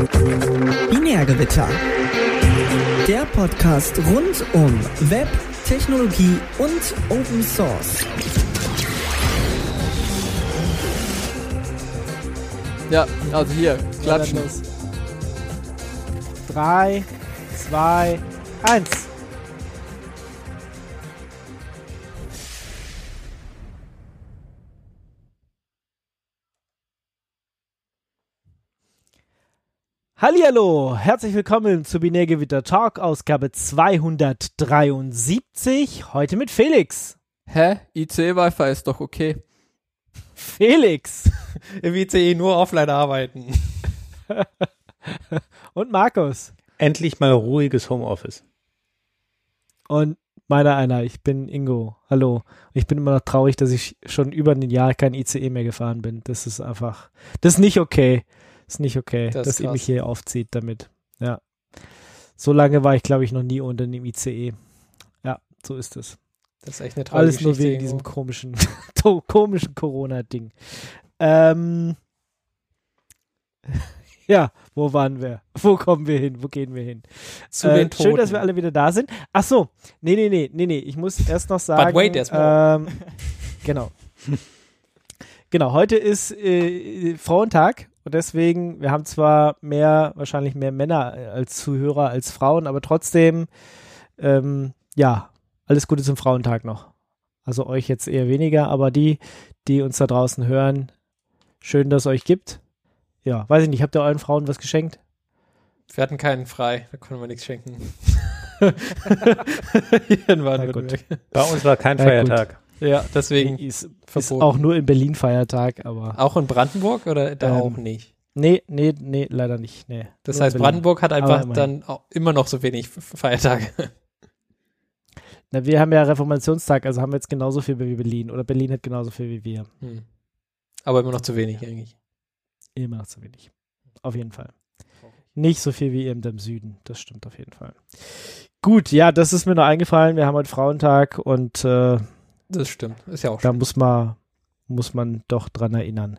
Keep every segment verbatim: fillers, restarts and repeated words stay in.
Binärgewitter. Der Podcast rund um Web, Technologie und Open Source. Ja, also hier, klatschen. Drei, zwei, eins. Hallihallo, herzlich willkommen zu Binärgewitter Talk, Ausgabe zweihundertdreiundsiebzig, heute mit Felix. Hä? I C E-Wi-Fi ist doch okay. Felix. Im I C E nur offline arbeiten. Und Markus. Endlich mal ruhiges Homeoffice. Und meiner einer, ich bin Ingo. Hallo. Ich bin immer noch traurig, dass ich schon über ein Jahr kein I C E mehr gefahren bin. Das ist einfach, das ist nicht okay. Das ist nicht okay, das dass ihr mich hier aufzieht damit. Ja. So lange war ich, glaube ich, noch nie unter einem I C E. Ja, so ist es. Das ist echt eine traurige Alles nur wegen irgendwo. diesem komischen, komischen Corona-Ding. Ähm, ja, wo waren wir? Wo kommen wir hin? Wo gehen wir hin? Zu äh, den Toten. Schön, dass wir alle wieder da sind. Ach so, nee, nee, nee, nee, nee. Ich muss erst noch sagen. But wait, there's more. Ähm, genau. Genau, heute ist äh, Frauentag und deswegen, wir haben zwar mehr, wahrscheinlich mehr Männer als Zuhörer als Frauen, aber trotzdem, ähm, ja, alles Gute zum Frauentag noch. Also euch jetzt eher weniger, aber die, die uns da draußen hören, schön, dass es euch gibt. Ja, weiß ich nicht, habt ihr euren Frauen was geschenkt? Wir hatten keinen frei, da konnten wir nichts schenken. Na gut. Bei uns war kein Ja, Feiertag. Ja, deswegen Ist, ist verboten. auch nur in Berlin Feiertag, aber. Auch in Brandenburg oder da Ähm, auch nicht? Nee, nee, nee, leider nicht. Nee. Das Nur heißt, in Berlin. Brandenburg hat Aber einfach immerhin. dann auch immer noch so wenig Feiertage. Na, wir haben ja Reformationstag, also haben wir jetzt genauso viel wie Berlin. Oder Berlin hat genauso viel wie wir. Hm. Aber immer noch zu wenig eigentlich. Immer noch zu wenig. Auf jeden Fall. Nicht so viel wie ihr im Süden. Das stimmt auf jeden Fall. Gut, ja, das ist mir noch eingefallen. Wir haben heute Frauentag und äh, Das stimmt, ist ja auch da schön. muss man, muss man doch dran erinnern.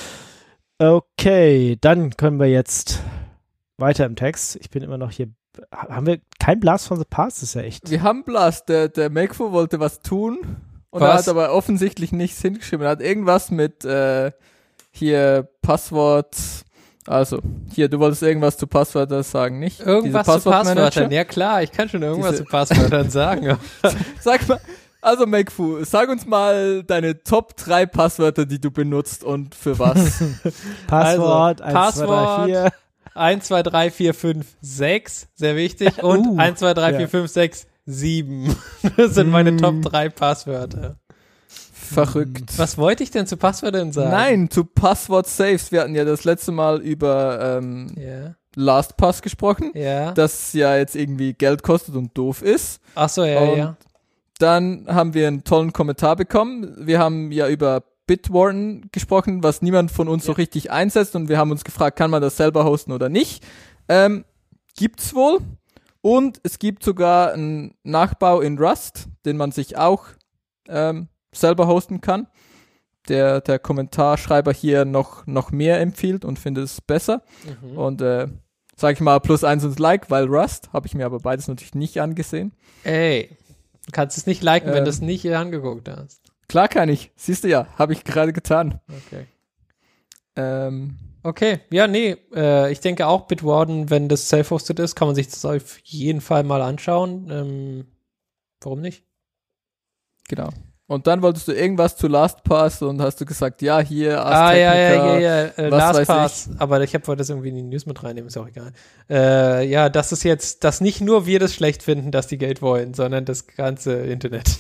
Okay, dann können wir jetzt weiter im Text. Ich bin immer noch hier. Haben wir kein Blast from the Past? Das ist ja echt. Wir haben Blast, der, der Makefo wollte was tun und Was? er hat aber offensichtlich nichts hingeschrieben. Er hat irgendwas mit äh, hier Passwort, also hier, du wolltest irgendwas zu Passwörtern sagen, nicht? Irgendwas Diese zu Passwörtern, Passwortmanager? ja klar, ich kann schon irgendwas Diese- zu Passwörtern sagen. Sag mal, also Makefo, sag uns mal deine Top drei Passwörter, die du benutzt und für was. Passwort, Also, eins, zwei, drei, vier. eins, zwei, drei, vier, fünf, sechs, sehr wichtig. Und Uh, eins, zwei, drei, ja. vier, fünf, sechs, sieben. Das sind meine Mm. Top drei Passwörter. Verrückt. Was wollte ich denn zu Passwörtern sagen? Nein, zu Passwort-Saves. Wir hatten ja das letzte Mal über ähm, Ja, LastPass gesprochen, ja. das ja jetzt irgendwie Geld kostet und doof ist. Ach so, ja, Und ja. Dann haben wir einen tollen Kommentar bekommen. Wir haben ja über Bitwarden gesprochen, was niemand von uns so richtig einsetzt und wir haben uns gefragt, kann man das selber hosten oder nicht? Ähm, gibt's wohl. Und es gibt sogar einen Nachbau in Rust, den man sich auch ähm, selber hosten kann. Der, der Kommentarschreiber hier noch, noch mehr empfiehlt und findet es besser. Mhm. Und äh, sag ich mal plus eins ins Like, weil Rust, habe ich mir aber beides natürlich nicht angesehen. Ey, du kannst es nicht liken, wenn Ähm. du es nicht angeguckt hast. Klar kann ich, siehst du ja, habe ich gerade getan. Okay. Ähm, Okay, ja, nee, äh, ich denke auch Bitwarden, wenn das self-hosted ist, kann man sich das auf jeden Fall mal anschauen. Ähm, warum nicht? genau. Und dann wolltest du irgendwas zu LastPass und hast du gesagt, ja, hier, Ah, ja, ja, Technica, ja, ja, äh, was weiß LastPass, aber ich habe wollte das irgendwie in die News mit reinnehmen, ist auch egal. Äh, ja, das ist jetzt, dass nicht nur wir das schlecht finden, dass die Geld wollen, sondern das ganze Internet.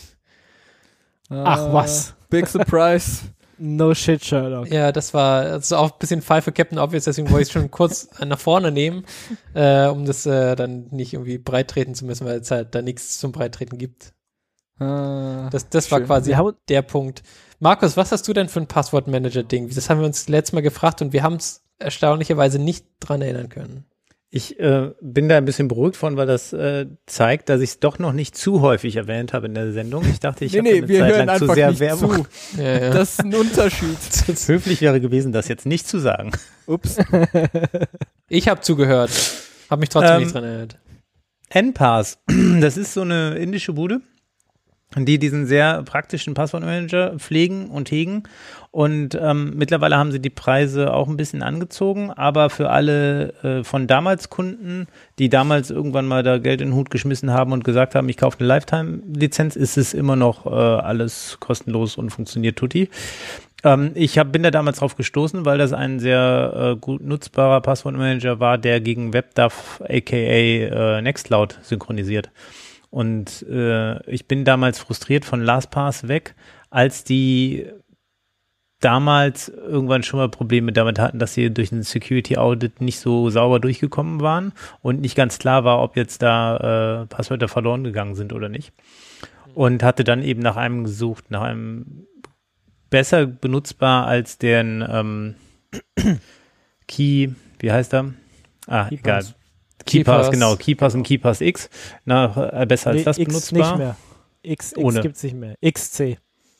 Ach, was? Big Surprise. No shit, Sherlock. Ja, das war also auch ein bisschen Fall für Captain Obvious, deswegen wollte ich es schon kurz nach vorne nehmen, äh, um das äh, dann nicht irgendwie breit treten zu müssen, weil es halt da nichts zum Breittreten gibt. Ah, Das, das war schön. quasi Wir haben- der Punkt. Markus, was hast du denn für ein Passwortmanager-Ding? Das haben wir uns letztes Mal gefragt und wir haben es erstaunlicherweise nicht dran erinnern können. Ich äh, bin da ein bisschen beruhigt von, weil das äh, zeigt, dass ich es doch noch nicht zu häufig erwähnt habe in der Sendung. Ich dachte, ich Nee, habe nee, eine wir Zeit hören lang zu einfach sehr nicht Werbung. zu. Ja, ja. Das ist ein Unterschied. Höflich wäre gewesen, das jetzt nicht zu sagen. Ups. Ich habe zugehört, habe mich trotzdem Ähm, nicht dran erinnert. N-Pass, das ist so eine indische Bude, die diesen sehr praktischen Passwortmanager pflegen und hegen. Und ähm, mittlerweile haben sie die Preise auch ein bisschen angezogen, aber für alle äh, von damals Kunden, die damals irgendwann mal da Geld in den Hut geschmissen haben und gesagt haben, ich kaufe eine Lifetime-Lizenz, ist es immer noch äh, alles kostenlos und funktioniert tutti. Ähm, ich hab, bin da damals drauf gestoßen, weil das ein sehr äh, gut nutzbarer Passwortmanager war, der gegen WebDAV aka äh, Nextcloud synchronisiert. Und äh, ich bin damals frustriert von LastPass weg, als die damals irgendwann schon mal Probleme damit hatten, dass sie durch einen Security Audit nicht so sauber durchgekommen waren und nicht ganz klar war, ob jetzt da äh, Passwörter verloren gegangen sind oder nicht. Und hatte dann eben nach einem gesucht, nach einem besser benutzbar als den ähm, Key, wie heißt er? Ah, KeyPass. egal. KeyPass, KeyPass. genau, KeyPass und KeyPass X. Na, äh, besser als Nee, das X benutzbar. nicht mehr. X, X Ohne. gibt's nicht mehr. X C.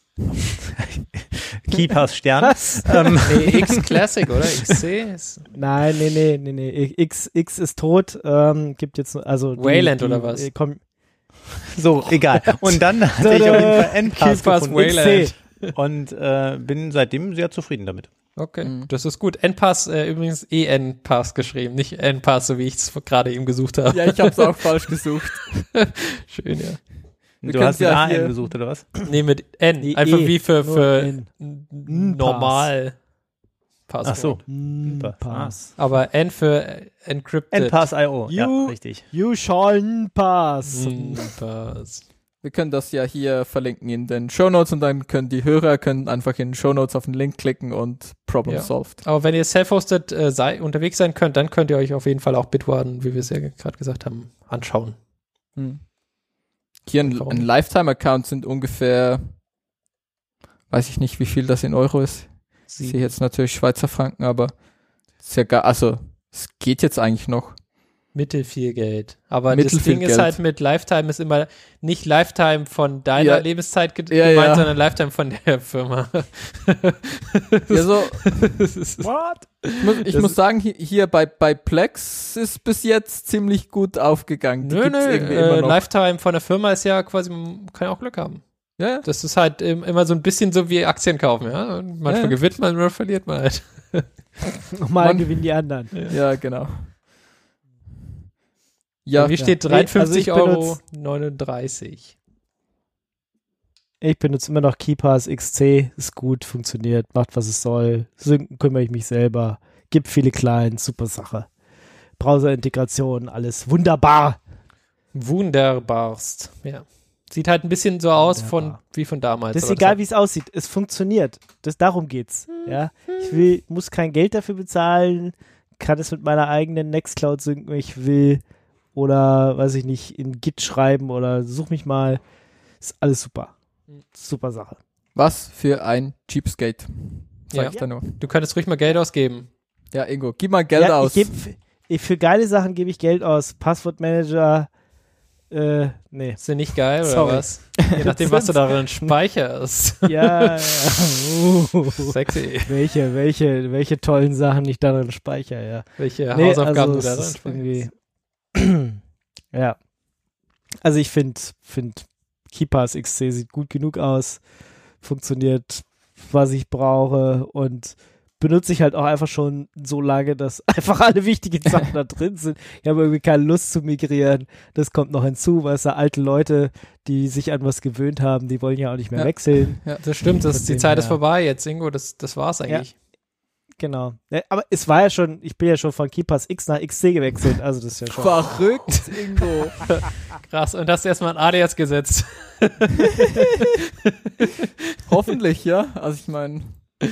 KeyPass Stern. Was? ähm, Nee, X Classic, oder? X C? Ist Nein, nee, nee, nee, nee. X, X ist tot. Ähm, gibt jetzt nur- also die- Wayland die, oder was? äh, komm, so, egal. Und dann hatte ich auf jeden Fall N-Pass KeyPass gefunden Wayland. und äh, bin seitdem sehr zufrieden damit. Okay, Mhm. das ist gut. N-Pass, äh, übrigens E N-Pass geschrieben, nicht N-Pass, so wie ich es gerade eben gesucht habe. Ja, ich hab's auch falsch gesucht. Schön, ja. Wir Du können's hast mit ja A N hier- gesucht, oder was? Nee, mit N. Nee, Einfach E, wie für, nur für N. n- N-Pass. normal Passwort. Ach so. Mm, Pass. Pass. Aber N für äh, encrypted. N-Pass Punkt I O, ja, You- richtig. You shall pass. N-Pass. Wir können das ja hier verlinken in den Shownotes und dann können die Hörer können einfach in den Shownotes auf den Link klicken und Problem Ja. solved. Aber wenn ihr self-hosted äh, sei, unterwegs sein könnt, dann könnt ihr euch auf jeden Fall auch Bitwarden, wie wir es ja gerade gesagt haben, anschauen. Hm. Hier ein, Warum? ein Lifetime-Account sind ungefähr, weiß ich nicht, wie viel das in Euro ist. Ich Sie sehe jetzt natürlich Schweizer Franken, aber circa, also es geht jetzt eigentlich noch. Mittel viel Geld. Aber Mittel das viel Ding ist Geld. halt mit Lifetime ist immer nicht Lifetime von deiner Ja. Lebenszeit ge Ja, gemeint, ja. sondern Lifetime von der Firma. Ja, so, Das ist- What? ich muss, ich Das muss ist- sagen, hier, hier bei, bei Plex ist bis jetzt ziemlich gut aufgegangen. Die Nö, gibt's nö, irgendwie äh, immer noch. Lifetime von der Firma ist ja quasi, man kann ja auch Glück haben. Ja, Das ist halt im, immer so ein bisschen so wie Aktien kaufen, ja. Und manchmal Ja. gewinnt man oder verliert man halt. Nochmal Mann. gewinnen die anderen. ja, genau. Ja, Bei mir steht Nee, dreiundfünfzig also ich Euro benutz- neununddreißig. Ich benutze immer noch KeyPass X C, ist gut, funktioniert, macht was es soll. Synken kümmere ich mich selber. Gibt viele Clients, super Sache. Browser-Integration, alles wunderbar. Wunderbarst. Ja. Sieht halt ein bisschen so aus von, Wunderbar. wie von damals. Das ist aber egal, hat- wie es aussieht. Es funktioniert. Das, darum geht's. Ja. Ich will, muss kein Geld dafür bezahlen, kann es mit meiner eigenen Nextcloud synken, wenn ich will. Oder, weiß ich nicht, in Git schreiben oder such mich mal. Ist alles super. Super Sache. was für ein Cheapskate. Sag Ja. ich da nur. Du könntest ruhig mal Geld ausgeben. Ja, Ingo, gib mal Geld ja, aus. Ich geb, ich, für geile Sachen gebe ich Geld aus. Passwortmanager, äh, nee. Ist ja nicht geil, oder Sorry. was? Je nachdem, was du darin speicherst. Ja, ja. Uh, Sexy. welche, welche, welche tollen Sachen ich darin speichere, ja. Welche Nee, Hausaufgaben also du es darin ist speicherst. irgendwie ja. Also ich finde, find KeyPass X C sieht gut genug aus, funktioniert, was ich brauche und benutze ich halt auch einfach schon so lange, dass einfach alle wichtigen Sachen da drin sind. Ich habe irgendwie keine Lust zu migrieren. Das kommt noch hinzu, weil es da alte Leute, die sich an was gewöhnt haben, die wollen ja auch nicht mehr Ja. wechseln. Das stimmt, das, Von die dem Zeit ist her. vorbei jetzt, Ingo. Das, das war's eigentlich. Genau. Ja, aber es war ja schon, ich bin ja schon von KeyPass X nach X C gewechselt, also das ist ja schon. Verrückt, Ingo. Krass. Und hast erstmal ein Alias gesetzt. Hoffentlich, ja. Also ich meine,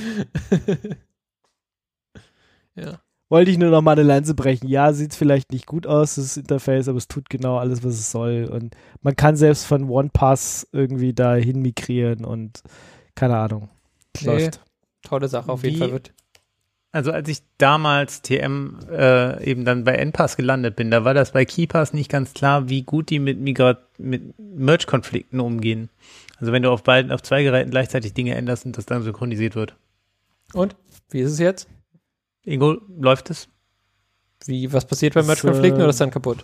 Ja. Wollte ich nur noch mal eine Lanze brechen. Ja, sieht vielleicht nicht gut aus, das Interface, aber es tut genau alles, was es soll. Und man kann selbst von OnePass irgendwie dahin migrieren und keine Ahnung. Nee, Läuft. tolle Sache auf jeden Wie- Fall wird. Also als ich damals T M äh, eben dann bei N P A S gelandet bin, da war das bei KeePass nicht ganz klar, wie gut die mit Migra- mit Merge-Konflikten umgehen. Also wenn du auf beiden, auf zwei Geräten gleichzeitig Dinge änderst und das dann synchronisiert wird. Und? Wie ist es jetzt? Ingo, läuft es? Wie, was passiert bei Merge-Konflikten äh, oder ist dann kaputt?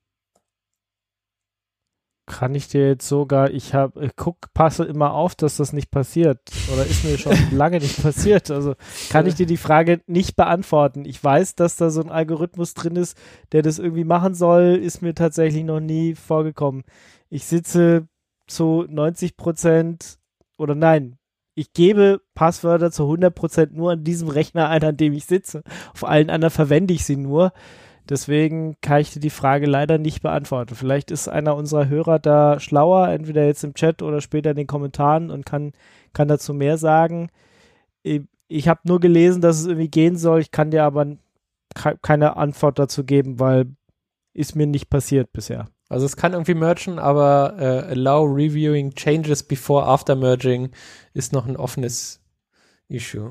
Kann ich dir jetzt sogar, ich habe, ich guck, passe immer auf, dass das nicht passiert. Oder ist mir schon lange nicht passiert. Also kann ich dir die Frage nicht beantworten. Ich weiß, dass da so ein Algorithmus drin ist, der das irgendwie machen soll, ist mir tatsächlich noch nie vorgekommen. Ich sitze zu neunzig Prozent oder nein, ich gebe Passwörter zu hundert Prozent nur an diesem Rechner ein, an dem ich sitze. Auf allen anderen verwende ich sie nur. Deswegen kann ich dir die Frage leider nicht beantworten. Vielleicht ist einer unserer Hörer da schlauer, entweder jetzt im Chat oder später in den Kommentaren und kann, kann dazu mehr sagen. Ich, ich habe nur gelesen, dass es irgendwie gehen soll. Ich kann dir aber ke- keine Antwort dazu geben, weil ist mir nicht passiert bisher. Also es kann irgendwie mergen, aber äh, allow reviewing changes before after merging ist noch ein offenes Issue.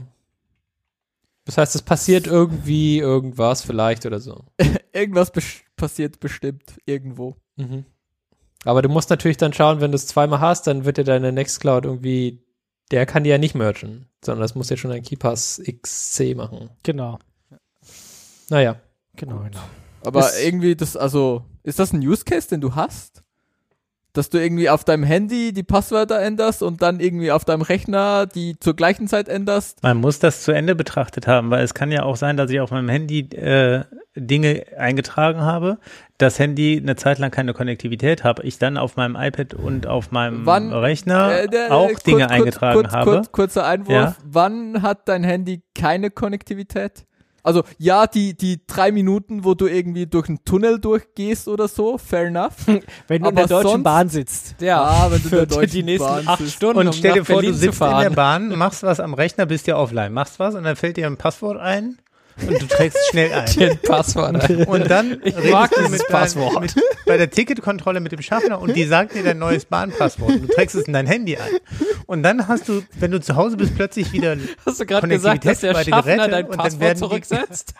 Das heißt, es passiert irgendwie irgendwas vielleicht oder so. Irgendwas bes- passiert bestimmt irgendwo. Mhm. Aber du musst natürlich dann schauen, wenn du es zweimal hast, dann wird dir deine Nextcloud irgendwie, der kann die ja nicht mergen, sondern das muss ja schon ein KeePass X C machen. Genau. Naja. Genau, genau. Aber Ist- irgendwie das, also, ist das ein Use Case, den du hast? Dass du irgendwie auf deinem Handy die Passwörter änderst und dann irgendwie auf deinem Rechner die zur gleichen Zeit änderst? Man muss das zu Ende betrachtet haben, weil es kann ja auch sein, dass ich auf meinem Handy äh, Dinge eingetragen habe, das Handy eine Zeit lang keine Konnektivität habe, ich dann auf meinem iPad und auf meinem Wann, Rechner äh, der- auch kurz, Dinge kurz, eingetragen kurz, habe. Kurz, kurzer Einwurf. Ja. Wann hat dein Handy keine Konnektivität? Also ja, die, die drei Minuten, wo du irgendwie durch einen Tunnel durchgehst oder so, fair enough. Wenn du Aber in der deutschen sonst- Bahn sitzt. Ja, Ah, wenn du in für der deutschen die nächsten Bahn acht sitzt. Stunden, Und um stell nach dir vor, Berlin du zu sitzt in der fahren. Bahn, machst was am Rechner, bist ja offline, machst was und dann fällt dir ein Passwort ein und du trägst es schnell ein. Dir ein Passwort. Und dann Ich redest mag du dieses mit dein, Passwort. mit, bei der Ticketkontrolle mit dem Schaffner und die sagt dir dein neues Bahnpasswort und du trägst es in dein Handy ein. Und dann hast du, wenn du zu Hause bist, plötzlich wieder Hast du gerade gesagt, dass der bei den Schaffner Geräten dein und dann Passwort werden die- zurücksetzt?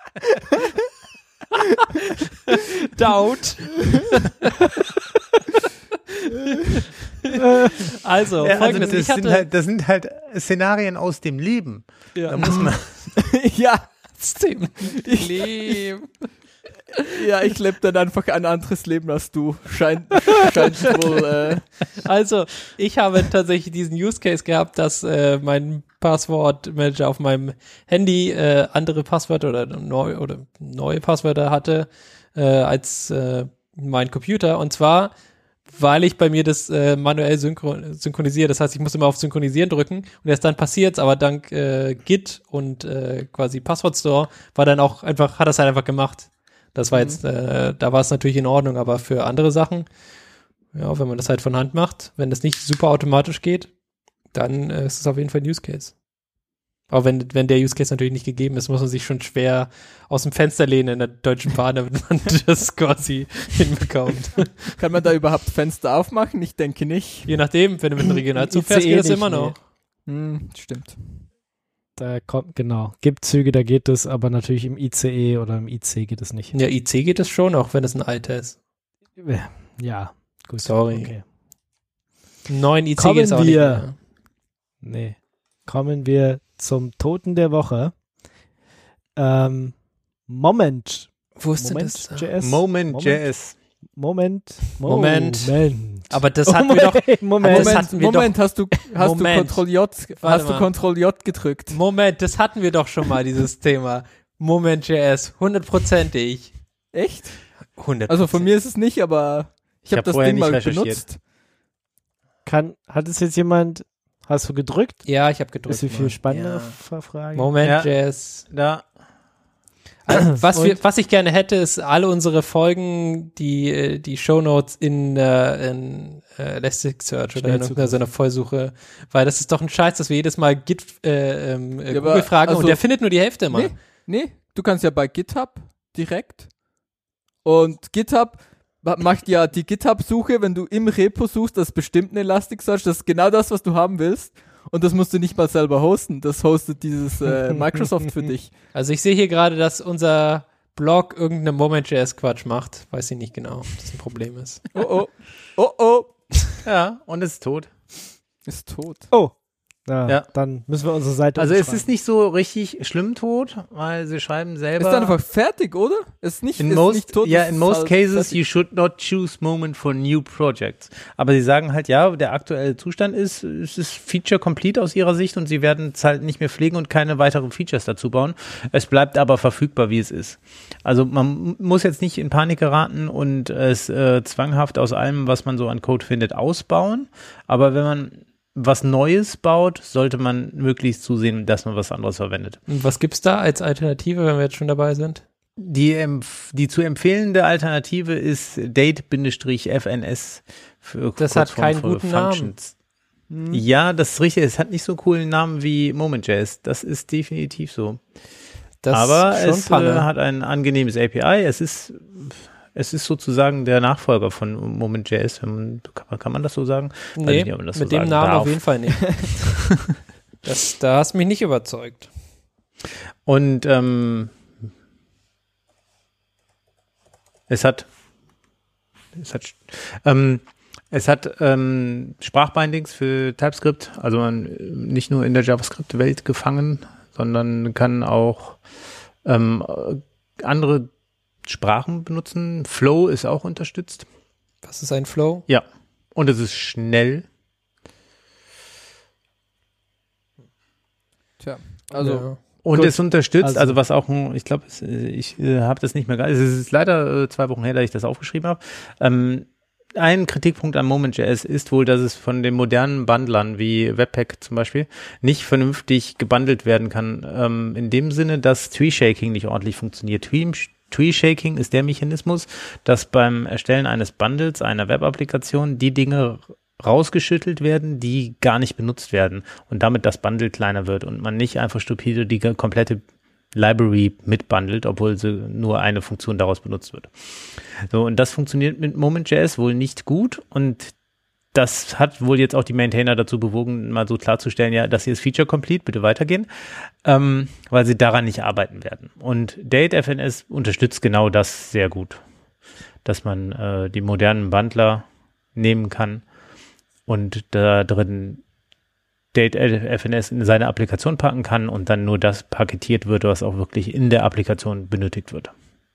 Doubt. also, Ja, also folgendes. das, ich hatte, sind halt, das sind halt Szenarien aus dem Leben. ja, Da muss man, Ja, System. Leben. ja, ich lebe dann einfach ein anderes Leben als du. Scheint, scheint wohl, äh, Also, ich habe tatsächlich diesen Use Case gehabt, dass äh, mein Passwortmanager auf meinem Handy äh, andere Passwörter oder neu oder neue Passwörter hatte äh, als äh, mein Computer. Und zwar, weil ich bei mir das äh, manuell synchron synchronisiere. Das heißt, ich muss immer auf Synchronisieren drücken und erst dann passiert's. Aber dank äh, Git und äh, quasi Passwort Store war dann auch einfach, hat das halt einfach gemacht. Das war jetzt, äh, da war es natürlich in Ordnung, aber für andere Sachen, ja, wenn man das halt von Hand macht, wenn das nicht super automatisch geht, dann äh, ist es auf jeden Fall ein Use Case. Aber wenn, wenn der Use Case natürlich nicht gegeben ist, muss man sich schon schwer aus dem Fenster lehnen in der Deutschen Bahn, damit man das quasi hinbekommt. kann man da überhaupt Fenster aufmachen? Ich denke nicht. Je nachdem, wenn du mit einem Regionalzug I C E fährst, geht das nicht, immer nee. noch. Hm, stimmt. Da kommt, genau. Gibt Züge, da geht es, aber natürlich im I C E oder im I C geht es nicht. Ja, I C geht es schon, auch wenn es ein alter ist. Ja, gut. Sorry. Okay. Ein neuen I C Kommen geht es auch nicht wir. mehr. Nee. Kommen wir zum Toten der Woche. Ähm, Moment. Wo ist denn Moment, das? J S. Moment, J S. Moment. Moment. Moment. Aber das hatten wir doch. Moment. Moment. Das Moment, hatten wir Moment, hast du, hast Moment. du Ctrl J, Warte hast du mal. Ctrl J gedrückt? Moment, das hatten wir doch schon mal, dieses Thema. Moment.js, hundertprozentig. Echt? hundert. Also von mir ist es nicht, aber ich, Ich habe hab das vorher Ding nicht mal recherchiert. benutzt. Kann, hat es jetzt jemand, hast du gedrückt? Ja, ich habe gedrückt. Ist die viel mal. spannendere Ja. Frage? Moment.js. Da, Also, was, Und? wir, was ich gerne hätte, ist alle unsere Folgen, die, äh, die Shownotes in, äh, in äh, Elasticsearch oder in irgendeiner so einer Vollsuche, weil das ist doch ein Scheiß, dass wir jedes Mal Git äh, ähm, äh, Ja, Google aber fragen also- und der findet nur die Hälfte immer. Nee, nee, du kannst ja bei GitHub direkt. Und GitHub ma- macht ja die GitHub-Suche, wenn du im Repo suchst, das ist bestimmt ein Elasticsearch, das ist genau das, was du haben willst. und das musst du nicht mal selber hosten. Das hostet dieses äh, Microsoft für dich. Also ich sehe hier gerade, dass unser Blog irgendeine Moment.js-Quatsch macht. Weiß ich nicht genau, ob das ein Problem ist. Oh oh. Oh oh. Ja, und es ist tot. Ist tot. Oh. Ja, Ja. Dann müssen wir unsere Seite Also es umschreiben. ist nicht so richtig schlimm tot, weil sie schreiben selber. Ist einfach fertig, oder? Ist nicht, in ist most, nicht tot. ja, ist in most halt cases fertig. you should not choose Moment for new projects. Aber sie sagen halt, ja, der aktuelle Zustand ist, es ist Feature complete aus ihrer Sicht und sie werden es halt nicht mehr pflegen und keine weiteren Features dazu bauen. Es bleibt aber verfügbar, wie es ist. Also man muss jetzt nicht in Panik geraten und es äh, zwanghaft aus allem, was man so an Code findet, ausbauen. Aber wenn man was Neues baut, sollte man möglichst zusehen, dass man was anderes verwendet. Und was gibt's da als Alternative, wenn wir jetzt schon dabei sind? Die, empf- die zu empfehlende Alternative ist Date-F N S für Das hat Kurzform keinen für guten Functions. Ja, das ist richtig. Es hat nicht so einen coolen Namen wie Moment.js. Das ist definitiv so. Das Aber ist schon es äh, Panne. hat ein angenehmes A P I. Es ist Es ist sozusagen der Nachfolger von Moment.js. Wenn man- Kann man, kann man das so sagen? Weiß Nee, ich nicht, ob man das mit so dem sagen Namen darf. auf jeden Fall nicht. das, da hast du mich nicht überzeugt. Und ähm, es hat es hat ähm, es hat ähm, Sprachbindings für TypeScript, also man äh, nicht nur in der JavaScript-Welt gefangen, sondern kann auch ähm, äh, andere Sprachen benutzen. Flow ist auch unterstützt. Was ist ein Flow? Ja. Und es ist schnell. Tja, also ja. Und Gut. es unterstützt, also, Also- was auch, ein, ich glaube, ich äh, habe das nicht mehr, ge- es ist leider äh, zwei Wochen her, dass ich das aufgeschrieben habe. Ähm, ein Kritikpunkt an Moment.js ist wohl, dass es von den modernen Bundlern wie Webpack zum Beispiel nicht vernünftig gebundelt werden kann. Ähm, in dem Sinne, dass Tree-Shaking nicht ordentlich funktioniert. Tree, Tree-Shaking ist der Mechanismus, dass beim Erstellen eines Bundles einer Web-Applikation die Dinge rausgeschüttelt werden, die gar nicht benutzt werden und damit das Bundle kleiner wird und man nicht einfach stupide die komplette Library mitbundelt, obwohl sie nur eine Funktion daraus benutzt wird. So, und das funktioniert mit Moment.js wohl nicht gut und das hat wohl jetzt auch die Maintainer dazu bewogen, mal so klarzustellen, ja, das hier ist Feature Complete, bitte weitergehen, ähm, weil sie daran nicht arbeiten werden. Und Date.F N S unterstützt genau das sehr gut, dass man äh, die modernen Bundler nehmen kann und da drin Date.F N S in seine Applikation packen kann und dann nur das paketiert wird, was auch wirklich in der Applikation benötigt wird.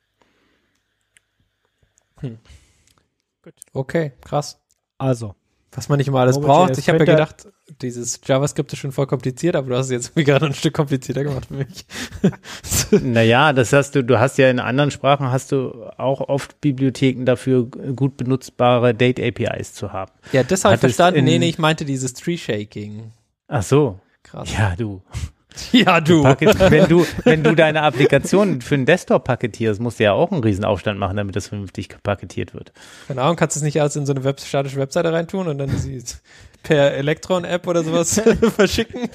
Okay, krass. Also, Was man nicht immer alles Moment.js braucht. Ich habe ja könnte- gedacht, dieses JavaScript ist schon voll kompliziert, aber du hast es jetzt irgendwie gerade ein Stück komplizierter gemacht für mich. Naja, das hast du, du hast ja in anderen Sprachen hast du auch oft Bibliotheken dafür, gut benutzbare Date-A P Is zu haben. Ja, das habe ich Hattest verstanden. in- Nee, nee, ich meinte dieses Tree-Shaking. Ach so. Krass. Ja, du. Ja, du. Paket, wenn du, wenn du deine Applikation für einen Desktop paketierst, musst du ja auch einen Riesenaufstand machen, damit das vernünftig paketiert wird. Keine Ahnung, kannst du es nicht alles in so eine Web statische Webseite reintun und dann sie per Electron-App oder sowas verschicken?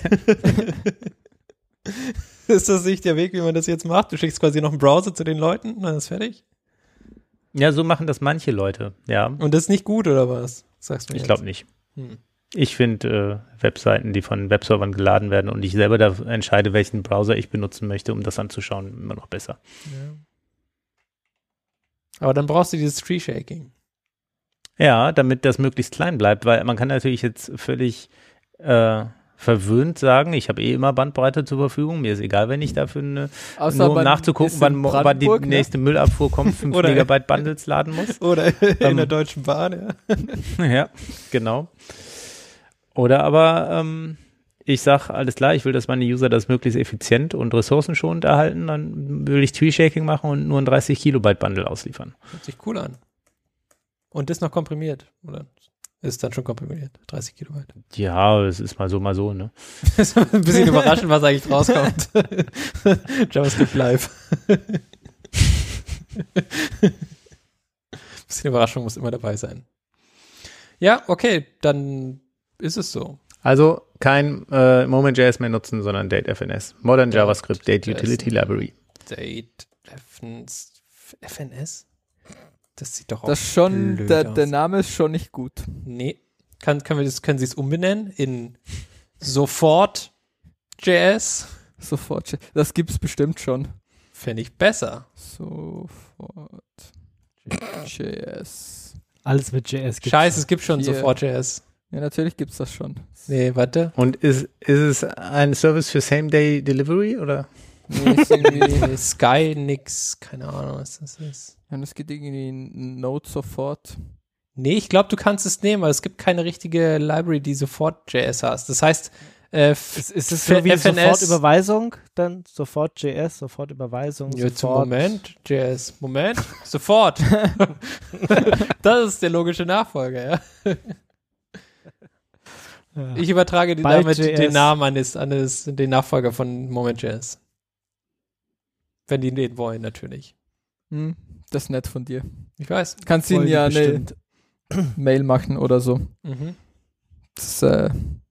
Ist das nicht der Weg, wie man das jetzt macht? Du schickst quasi noch einen Browser zu den Leuten und dann ist fertig? Ja, so machen das manche Leute, ja. Und das ist nicht gut, oder was? Sagst du Ich jetzt? glaube nicht. Hm. Ich finde äh, Webseiten, die von Webservern geladen werden und ich selber da entscheide, welchen Browser ich benutzen möchte, um das anzuschauen, immer noch besser. Ja. Aber dann brauchst du dieses Tree-Shaking. Ja, damit das möglichst klein bleibt, weil man kann natürlich jetzt völlig äh, verwöhnt sagen, ich habe eh immer Bandbreite zur Verfügung, mir ist egal, wenn ich dafür eine, außer nur um man nachzugucken, ist wann, in mo- wann die Brandenburg, ne? nächste Müllabfuhr kommt, fünf Oder- Megabyte Bundles laden muss. Oder in Ähm. der Deutschen Bahn, ja. Ja, genau. Oder aber ähm, ich sage, alles klar, ich will, dass meine User das möglichst effizient und ressourcenschonend erhalten, dann will ich Tree-Shaking machen und nur ein dreißig Kilobyte Bundle ausliefern. Hört sich cool an. Und das noch komprimiert, oder? Ist dann schon komprimiert, dreißig Kilobyte. Ja, es ist mal so, mal so, ne? Das ist ein bisschen überraschend, was eigentlich rauskommt. JavaScript Live. Bisschen Überraschung muss immer dabei sein. Ja, okay, dann ist es so. Also kein äh, Moment.js mehr nutzen, sondern Date.F N S. Modern Date JavaScript Date F N S. Utility Library. Date F N S? Das sieht doch auch Das schon, blöd der, aus. der Name ist schon nicht gut. Nee. Kann, können, wir das, können Sie es umbenennen in Sofort J S. Sofort. Das gibt's bestimmt schon. Fände ich besser. Sofort J S. Alles mit J S gibt's. Scheiße, es gibt schon Hier. Sofort J S. Ja, natürlich gibt's das schon. Nee, warte. Und ist, ist es ein Service für Same-Day-Delivery oder? Nee, ist irgendwie, Nee, Sky nix, keine Ahnung, was das ist. ja, es geht irgendwie in Node sofort. Nee, ich glaube, du kannst es nehmen, weil es gibt keine richtige Library, die sofort J S hast. Das heißt, äh, Ist, ist es für so wie F N S Sofortüberweisung? Dann sofort J S, Sofortüberweisung, Jetzt sofort. Moment, J S, Moment, sofort. Das ist der logische Nachfolger, ja. Ja. Ich übertrage dir Bald damit J S. den Namen eines, eines, den Nachfolger von Moment.js. Wenn die den wollen, natürlich. Hm, das ist nett von dir. Ich weiß. Kannst ihnen Wollen die ja eine bestimmt. Mail machen oder so. Mhm. Das äh,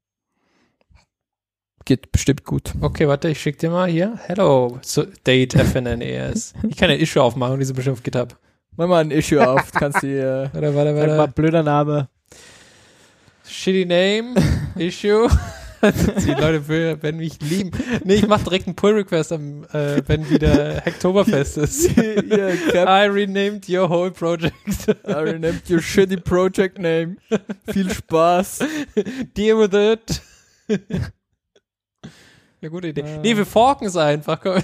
geht bestimmt gut. Okay, warte, ich schick dir mal hier. Hello, so, Date F N N E S. Ich kann ein Issue aufmachen und diese bestimmt auf GitHub. Mach mal ein Issue auf. Kannst du äh, Warte, warte, Sag mal, warte. blöder Name. Shitty Name, Issue. Die Leute will, werden mich lieben. Nee, ich mach direkt einen Pull-Request, am, äh, wenn wieder Hacktoberfest ist. yeah, Cap, I renamed your whole project. I renamed your shitty project name. Viel Spaß. Deal with it. Eine gute Idee. Äh. Nee, wir forken es einfach. Komm.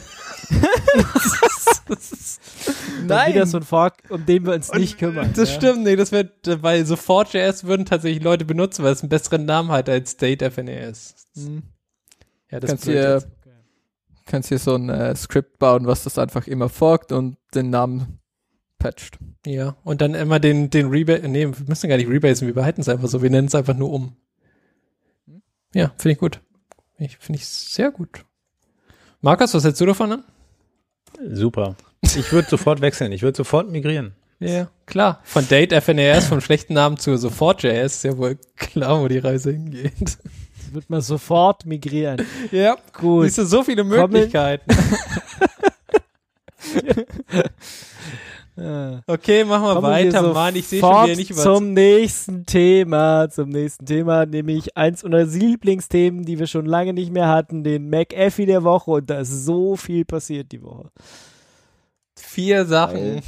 Dann wieder so ein Fork, um den wir uns nicht kümmern. Das ja. stimmt, nee, das wird, weil Sofort.js würden tatsächlich Leute benutzen, weil es einen besseren Namen hat als Date F N E S. Hm. Ja, das Kannst ist blöd hier, jetzt. kannst hier so ein äh, Skript bauen, was das einfach immer forkt und den Namen patcht. Ja, und dann immer den, den Rebase, nee, wir müssen gar nicht rebasen, wir behalten es einfach so, wir nennen es einfach nur um. Ja, finde ich gut. Ich, finde ich sehr gut. Markus, was hältst du davon an? Super. Ich würde sofort wechseln. Ich würde sofort migrieren. Ja, klar. Von Date F N E S, vom schlechten Namen zu Sofort.js, ist ja wohl klar, wo die Reise hingeht. Wird man sofort migrieren. Ja, Gut. siehst du, so viele Kommen- Möglichkeiten. Ja. Okay, machen wir Kommen weiter, wir Mann. Ich sehe schon sofort wieder nicht über. zum nächsten Thema, zum nächsten Thema, nämlich eins unserer Lieblingsthemen, die wir schon lange nicht mehr hatten, den McAfee der Woche, und da ist so viel passiert die Woche. Vier Sachen.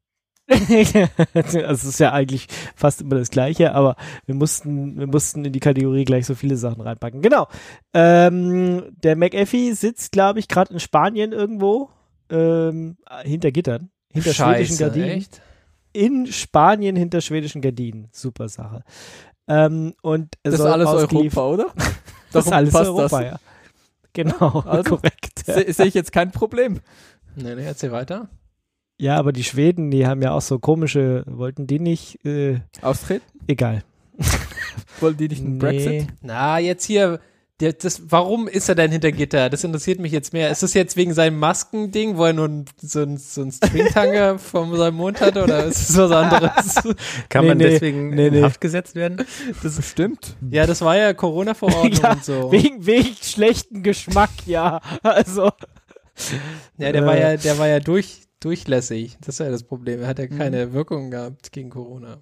Also es ist ja eigentlich fast immer das Gleiche, aber wir mussten, wir mussten in die Kategorie gleich so viele Sachen reinpacken. Genau. Ähm, der McAfee sitzt, glaube ich, gerade in Spanien irgendwo, ähm, hinter Gittern, hinter schwedischen Scheiße, Gardinen. echt? In Spanien hinter schwedischen Gardinen. Super Sache. Ähm, und er Das ist soll alles ausgeliefert- Europa, oder? Das ist Darum alles passt Europa, das. ja. Genau, Also, korrekt. Ja. Se- Sehe ich jetzt kein Problem. Nee, nee, erzähl weiter. ja, aber die Schweden, die haben ja auch so komische, wollten die nicht, äh, Austreten? egal. Wollen die nicht einen Brexit? Na, jetzt hier, der, das, warum ist er denn hinter Gitter? Das interessiert mich jetzt mehr. Ist das jetzt wegen seinem Maskending, wo er nur ein, so ein, so ein Stringtanger von seinem Mund hatte, oder ist es was anderes? Kann Nee, man nee, deswegen nee, in nee. Haft gesetzt werden? Das bestimmt. Ja, das war ja Corona-Verordnung Ja, und so. Wegen, wegen schlechten Geschmack, ja. Also. Ja, der Äh. war ja, der war ja durch, durchlässig. Das ist ja das Problem. Er hat ja keine Wirkung gehabt gegen Corona.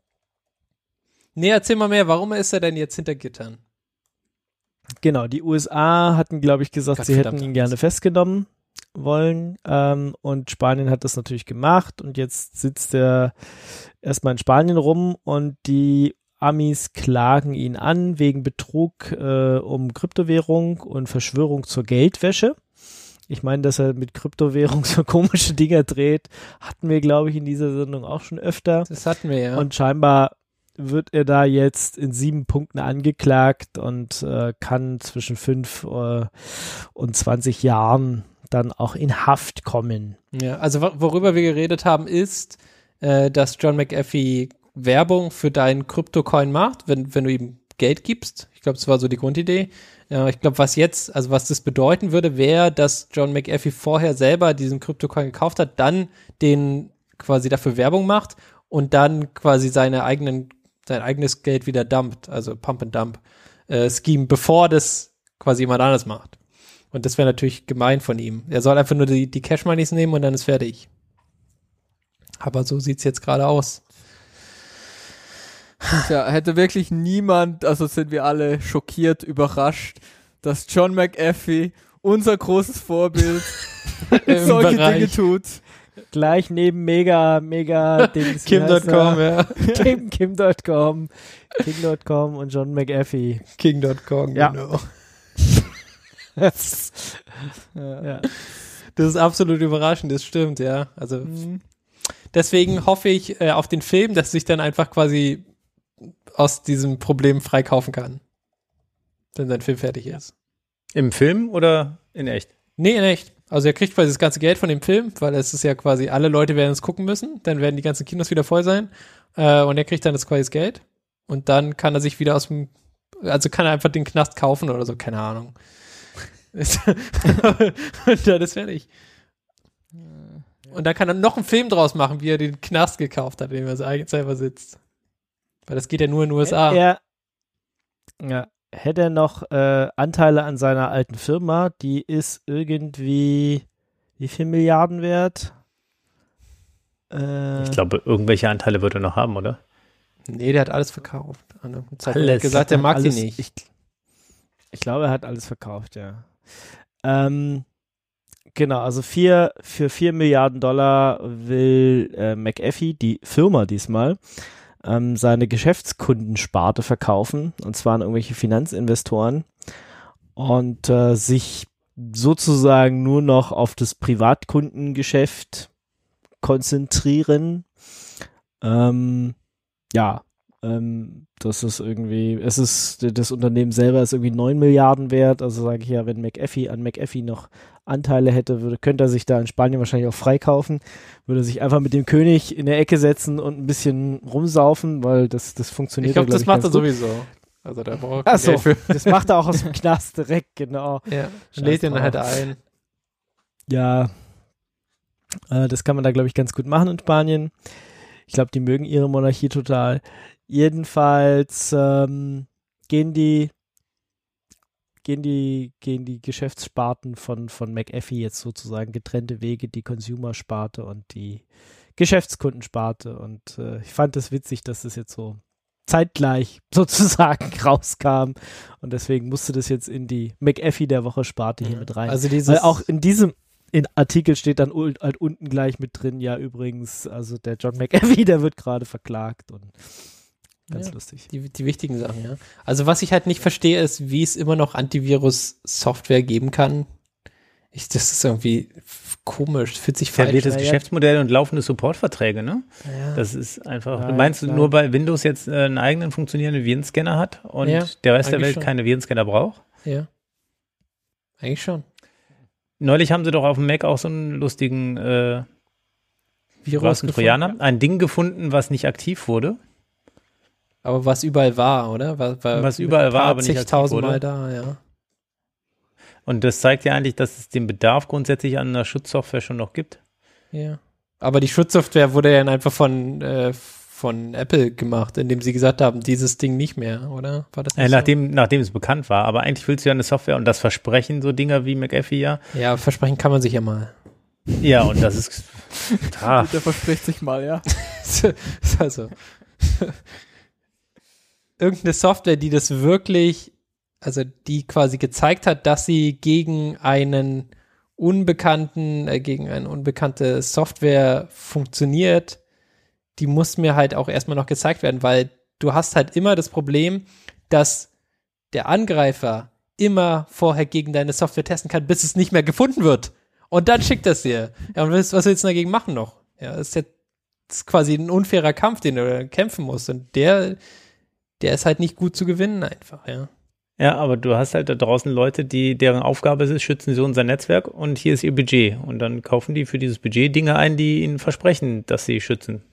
Nee, erzähl mal mehr. Warum ist er denn jetzt hinter Gittern? Genau, die U S A hatten, glaube ich, gesagt, sie Gottverdammt hätten ihn alles. gerne festgenommen wollen. Ähm, und Spanien hat das natürlich gemacht. Und jetzt sitzt er erstmal in Spanien rum und die Amis klagen ihn an wegen Betrug äh, um Kryptowährung und Verschwörung zur Geldwäsche. Ich meine, dass er mit Kryptowährung so komische Dinger dreht, hatten wir, glaube ich, in dieser Sendung auch schon öfter. Das hatten wir ja. Und scheinbar wird er da jetzt in sieben Punkten angeklagt und äh, kann zwischen fünf äh, und zwanzig Jahren dann auch in Haft kommen. Ja, also wo- worüber wir geredet haben, ist, äh, dass John McAfee Werbung für deinen Kryptocoin macht, wenn, wenn du ihm Geld gibst. Ich glaube, das war so die Grundidee. Ja, ich glaube, was jetzt, also was das bedeuten würde, wäre, dass John McAfee vorher selber diesen Kryptocoin gekauft hat, dann den quasi dafür Werbung macht und dann quasi seine eigenen, sein eigenes Geld wieder dumpt, also Pump and Dump äh, Scheme, bevor das quasi jemand anderes macht. Und das wäre natürlich gemein von ihm. Er soll einfach nur die, die Cash Moneys nehmen und dann ist fertig. Aber so sieht's jetzt gerade aus. Tja, hätte wirklich niemand, also sind wir alle schockiert, überrascht, dass John McAfee, unser großes Vorbild, solche Bereich. Dinge tut. Gleich neben Mega, Mega Dings. Kim Punkt com, ja. Kim, Kim Punkt com, King Punkt com und John McAfee. King Punkt com, Ja. genau. Ja. Ja. Das ist absolut überraschend, das stimmt, ja. Also Mhm. deswegen hoffe ich äh, auf den Film, dass sich dann einfach quasi aus diesem Problem freikaufen kann, wenn sein Film fertig ist. Im Film oder in echt? Nee, in echt. Also er kriegt quasi das ganze Geld von dem Film, weil es ist ja quasi, alle Leute werden es gucken müssen, dann werden die ganzen Kinos wieder voll sein äh, und er kriegt dann das quasi das Geld und dann kann er sich wieder aus dem, also kann er einfach den Knast kaufen oder so, keine Ahnung. Und dann ist fertig. Und dann kann er noch einen Film draus machen, wie er den Knast gekauft hat, in dem er so selber sitzt. Weil das geht ja nur in den U S A. Er, ja, hätte er noch äh, Anteile an seiner alten Firma, die ist irgendwie wie viel Milliarden wert? Äh, Ich glaube, irgendwelche Anteile wird er noch haben, oder? Nee, der hat alles verkauft. An der Zeit Alles. hat er gesagt, der mag alles, sie nicht. Ich, ich glaube, er hat alles verkauft, ja. Ähm, genau, also vier, für vier Milliarden Dollar will äh, McAfee, die Firma diesmal, ähm, seine Geschäftskundensparte verkaufen, und zwar an irgendwelche Finanzinvestoren und äh, sich sozusagen nur noch auf das Privatkundengeschäft konzentrieren. Ähm, ja, ähm, das ist irgendwie, es ist, das Unternehmen selber ist irgendwie neun Milliarden wert, also sage ich ja, wenn McAfee an McAfee noch Anteile hätte, würde, könnte er sich da in Spanien wahrscheinlich auch freikaufen, würde sich einfach mit dem König in der Ecke setzen und ein bisschen rumsaufen, weil das, das funktioniert Ich glaube, ja, das glaub macht er ganz gut. sowieso. Also da braucht er Ach so, Geld für. das macht er auch aus dem Knast direkt, genau. Ja, Scheiß lädt den drauf. halt ein. Ja, äh, das kann man da, glaube ich, ganz gut machen in Spanien. Ich glaube, die mögen ihre Monarchie total. Jedenfalls ähm, gehen die gehen die gehen die Geschäftssparten von von McAfee jetzt sozusagen getrennte Wege, die Consumer-Sparte und die Geschäftskundensparte. Und äh, ich fand es witzig, dass das jetzt so zeitgleich sozusagen rauskam. Und deswegen musste das jetzt in die McAfee der Woche Sparte hier mit rein. Also dieses Weil auch in diesem in Artikel steht dann ul- halt unten gleich mit drin, ja übrigens, also der John McAfee, der wird gerade verklagt und ganz Ja. lustig. Die, die wichtigen Sachen, ja. Also was ich halt nicht verstehe, ist, wie es immer noch Antivirus-Software geben kann. Ich, das ist irgendwie f- komisch, fühlt sich falsch. Etabliertes naja. Geschäftsmodell und laufende Supportverträge, ne? Ja. Das ist einfach. Ja, du meinst klar. nur, weil Windows jetzt äh, einen eigenen funktionierenden Virenscanner hat und Ja, der Rest der eigentlich Welt schon. keine Virenscanner braucht? Ja. Eigentlich schon. Neulich haben sie doch auf dem Mac auch so einen lustigen äh, Virus was, ein gefunden. Trojaner, ein Ding gefunden, was nicht aktiv wurde. Aber was überall war, oder? War, war Was überall mit war, ein paar aber nicht aktiv zigtausend wurde. Mal da, ja. Und das zeigt ja eigentlich, dass es den Bedarf grundsätzlich an einer Schutzsoftware schon noch gibt. Ja. Aber die Schutzsoftware wurde ja dann einfach von, äh, von Apple gemacht, indem sie gesagt haben, dieses Ding nicht mehr, oder? War das nicht Äh, so? nachdem, nachdem es bekannt war. Aber eigentlich willst du ja eine Software und das versprechen so Dinger wie McAfee ja. Ja, versprechen kann man sich ja mal. Ja, und das ist. Ah, Der verspricht sich mal, ja. Also. Irgendeine Software, die das wirklich, also die quasi gezeigt hat, dass sie gegen einen unbekannten, äh, gegen eine unbekannte Software funktioniert, die muss mir halt auch erstmal noch gezeigt werden, weil du hast halt immer das Problem, dass der Angreifer immer vorher gegen deine Software testen kann, bis es nicht mehr gefunden wird. Und dann schickt er es dir. Ja, und was, was willst du dagegen machen noch? Ja, das ist jetzt das ist quasi ein unfairer Kampf, den du kämpfen musst. Und der, der ist halt nicht gut zu gewinnen einfach, ja. ja, aber du hast halt da draußen Leute, die deren Aufgabe es ist, schützen sie unser Netzwerk und hier ist ihr Budget. Und dann kaufen die für dieses Budget Dinge ein, die ihnen versprechen, dass sie schützen.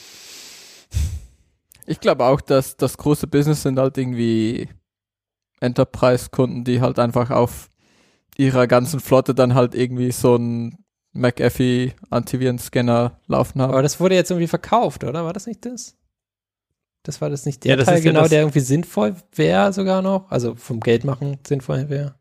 Ich glaube auch, dass das große Business sind halt irgendwie Enterprise-Kunden, die halt einfach auf ihrer ganzen Flotte dann halt irgendwie so einen McAfee Antiviren-Scanner laufen haben. Aber das wurde jetzt irgendwie verkauft, oder? War das nicht das? Das war das nicht der Ja, das Teil ist ja genau, das- der irgendwie sinnvoll wäre sogar noch? Also vom Geldmachen sinnvoll wäre?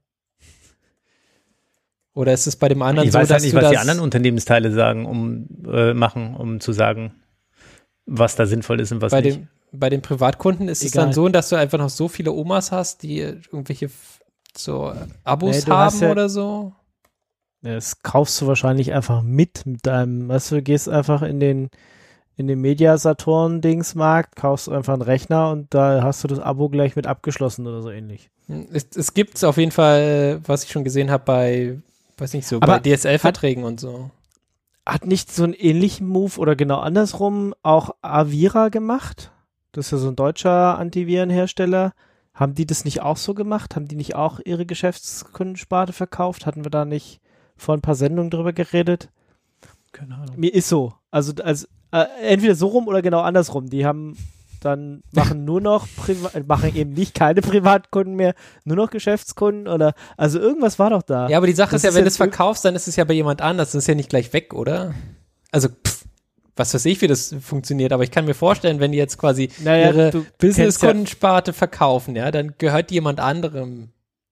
Oder ist es bei dem anderen Ich so, weiß dass halt nicht, du was das die anderen Unternehmensteile sagen, um äh, machen, um zu sagen, was da sinnvoll ist und was bei nicht. dem bei den Privatkunden ist es Egal. dann so, dass du einfach noch so viele Omas hast, die irgendwelche f- so Abos Nee, du hast haben ja- oder so. Das kaufst du wahrscheinlich einfach mit, mit deinem, weißt du, du gehst einfach in den, in den Media-Saturn-Dingsmarkt, kaufst einfach einen Rechner und da hast du das Abo gleich mit abgeschlossen oder so ähnlich. Es, es gibt es auf jeden Fall, was ich schon gesehen habe bei, weiß nicht so, Aber bei D S L-Verträgen und so. Hat nicht so einen ähnlichen Move oder genau andersrum auch Avira gemacht? Das ist ja so ein deutscher Antivirenhersteller. Haben die das nicht auch so gemacht? Haben die nicht auch ihre Geschäftskundensparte verkauft? Hatten wir da nicht vor ein paar Sendungen drüber geredet? Keine Ahnung. Mir ist so. Also, also äh, entweder so rum oder genau andersrum. Die haben dann machen nur noch Priva- machen eben nicht keine Privatkunden mehr, nur noch Geschäftskunden oder also irgendwas war doch da. Ja, aber die Sache Das ist ja, ist wenn du jetzt es verkaufst, dann ist es ja bei jemand anders. Das ist ja nicht gleich weg, oder? Also, pff, was weiß ich, wie das funktioniert. Aber ich kann mir vorstellen, wenn die jetzt quasi Naja, ihre du Business-Kundensparte verkaufen, ja, dann gehört die jemand anderem.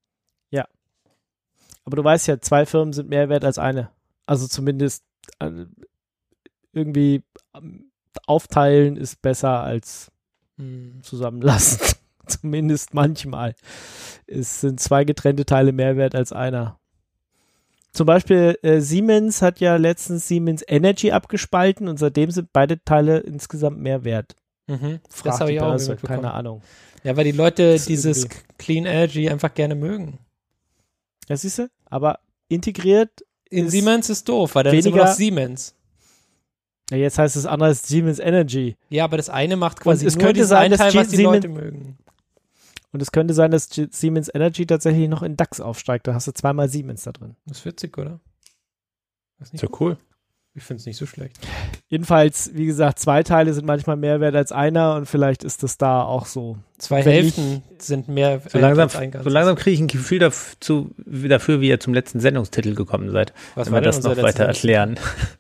Aber du weißt ja, zwei Firmen sind mehr wert als eine. Also zumindest äh, irgendwie ähm, aufteilen ist besser als Hm. zusammenlassen. Zumindest manchmal. Es sind zwei getrennte Teile mehr wert als einer. Zum Beispiel äh, Siemens hat ja letztens Siemens Energy abgespalten und seitdem sind beide Teile insgesamt mehr wert. Mhm. Das Fragt habe die ich auch Börse, mitbekommen. keine Ahnung. Ja, weil die Leute Das ist dieses irgendwie- Clean Energy einfach gerne mögen. Ja, siehst du? Aber integriert, In Ist Siemens ist doof, weil dann ist immer weniger- noch Siemens. ja, jetzt heißt es anders Siemens Energy. Ja, aber das eine macht quasi es nur könnte diesen sein, einen dass Teil, G- was die Siemens- Leute mögen. Und es könnte sein, dass G- Siemens Energy tatsächlich noch in DAX aufsteigt. Da hast du zweimal Siemens da drin. Das ist witzig, oder? Das ist Ist nicht ja cool. Ich finde es nicht so schlecht. Jedenfalls, wie gesagt, zwei Teile sind manchmal mehr wert als einer und vielleicht ist das da auch so. Zwei Wenn Hälften sind mehr So langsam, als ein so Ganzes. langsam kriege ich ein Gefühl dafür, dafür, wie ihr zum letzten Sendungstitel gekommen seid. Was Wenn war wir denn das unser noch letzter weiter erklären.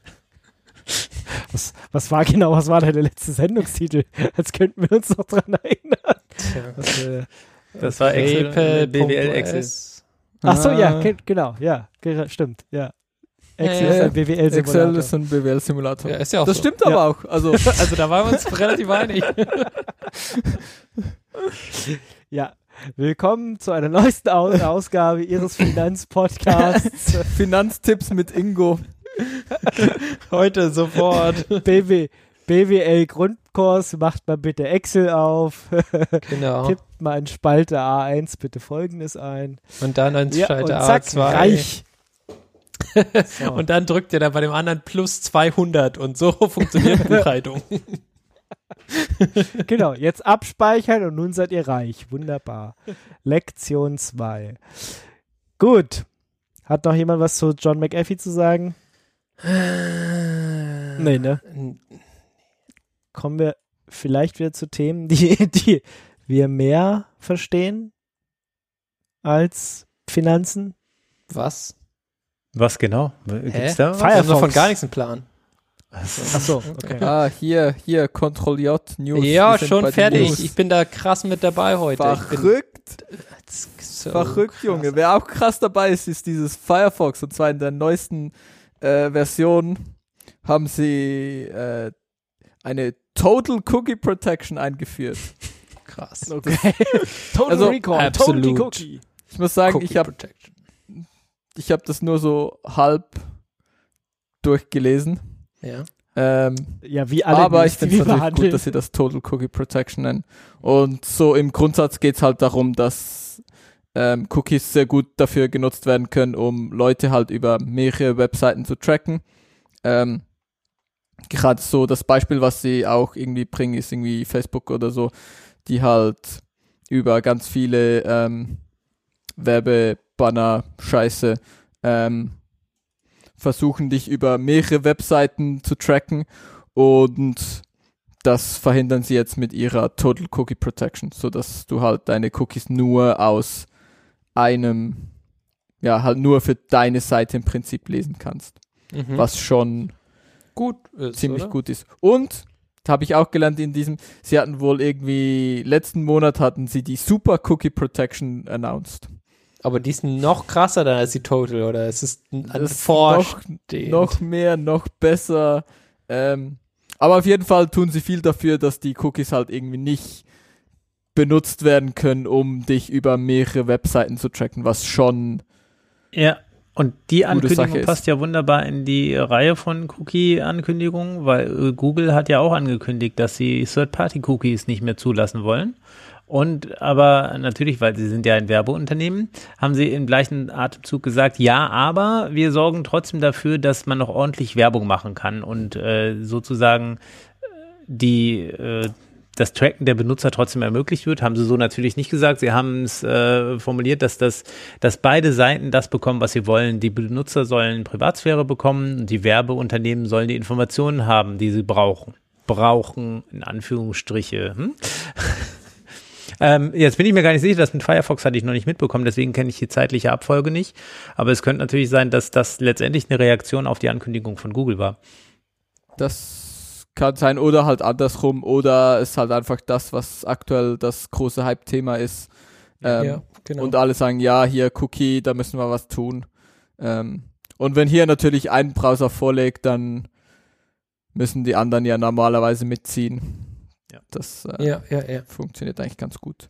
Was, was war genau, was war da der letzte Sendungstitel? Als könnten wir uns noch dran erinnern. Tja. Was, äh, Das war Excel, Apple B W L Punkt O Excel. S. ach so, ja, Ah. ge- genau, ja, ge- stimmt, ja. Excel Ja, ist ja. ein B W Excel L-Simulator. ist ein B W L-Simulator. Ja, ist ja auch das so. stimmt aber Ja. auch. Also, Also da waren wir uns relativ einig. Ja, willkommen zu einer neuesten Au- Ausgabe Ihres Finanzpodcasts Finanztipps mit Ingo. Heute sofort. B W, B W L-Grundkurs. Macht mal bitte Excel auf. Genau. Tippt mal in Spalte A eins bitte Folgendes ein. Und dann ins Ja, Schalter und zack, A zwei. reich. So. Und dann drückt ihr da bei dem anderen plus zweihundert und so funktioniert Buchhaltung. Genau, jetzt abspeichern und nun seid ihr reich. Wunderbar. Lektion zwei. Gut. Hat noch jemand was zu John McAfee zu sagen? Nee, ne? Kommen wir vielleicht wieder zu Themen, die, die wir mehr verstehen als Finanzen? Was? Was genau? Gibt's Hä? da was? Wir haben doch von Firefox. gar nichts einen Plan. Ach so, okay. Ah, hier, hier, Ctrl J News. Ja, Wir sind bei schon den fertig. News. Ich bin da krass mit dabei heute. Ich bin Verrückt, so verrückt, krass. Junge. Wer auch krass dabei ist, ist dieses Firefox. Und zwar in der neuesten äh, Version haben sie äh, eine Total Cookie Protection eingeführt. Krass. Okay. Total Also, Recall. absolut. Total Cookie. Ich muss sagen, Cookie ich habe Protection. ich hab das nur so halb durchgelesen. Ja. Ähm, Ja, wie alle aber News, ich die finde es wir natürlich behandeln. gut, dass sie das Total Cookie Protection nennen. Und so im Grundsatz geht es halt darum, dass ähm, Cookies sehr gut dafür genutzt werden können, um Leute halt über mehrere Webseiten zu tracken. Ähm, Gerade so das Beispiel, was sie auch irgendwie bringen, ist irgendwie Facebook oder so, die halt über ganz viele ähm, Werbebanner-Scheiße ähm, versuchen, dich über mehrere Webseiten zu tracken, und das verhindern sie jetzt mit ihrer Total Cookie Protection, sodass du halt deine Cookies nur aus einem, ja, halt nur für deine Seite im Prinzip lesen kannst, Mhm. was schon gut ist, ziemlich oder? gut ist. Und habe ich auch gelernt in diesem, sie hatten wohl irgendwie, letzten Monat hatten sie die Super Cookie Protection announced. Aber die ist noch krasser dann als die Total, oder? Es ist ein Das ist Vor noch, noch mehr, noch besser. Ähm, Aber auf jeden Fall tun sie viel dafür, dass die Cookies halt irgendwie nicht benutzt werden können, um dich über mehrere Webseiten zu tracken, was schon Ja, und die Ankündigung Sache passt ist. ja wunderbar in die Reihe von Cookie-Ankündigungen, weil äh, Google hat ja auch angekündigt, dass sie Third-Party-Cookies nicht mehr zulassen wollen. Und aber natürlich, weil sie sind ja ein Werbeunternehmen, haben sie im gleichen Atemzug gesagt, ja, aber wir sorgen trotzdem dafür, dass man noch ordentlich Werbung machen kann und äh, sozusagen die äh, das Tracken der Benutzer trotzdem ermöglicht wird, haben sie so natürlich nicht gesagt. Sie haben es äh, formuliert, dass das, dass beide Seiten das bekommen, was sie wollen. Die Benutzer sollen Privatsphäre bekommen und die Werbeunternehmen sollen die Informationen haben, die sie brauchen. Brauchen, in Anführungsstriche. Hm? ähm, jetzt bin ich mir gar nicht sicher, das mit Firefox hatte ich noch nicht mitbekommen, deswegen kenne ich die zeitliche Abfolge nicht. Aber es könnte natürlich sein, dass das letztendlich eine Reaktion auf die Ankündigung von Google war. Das kann sein oder halt andersrum oder ist halt einfach das, was aktuell das große Hype-Thema ist. Ähm, ja, genau. Und alle sagen, ja, hier Cookie, da müssen wir was tun. Ähm, und wenn hier natürlich ein Browser vorlegt, dann müssen die anderen ja normalerweise mitziehen. Ja. Das äh, ja, ja, ja. funktioniert eigentlich ganz gut.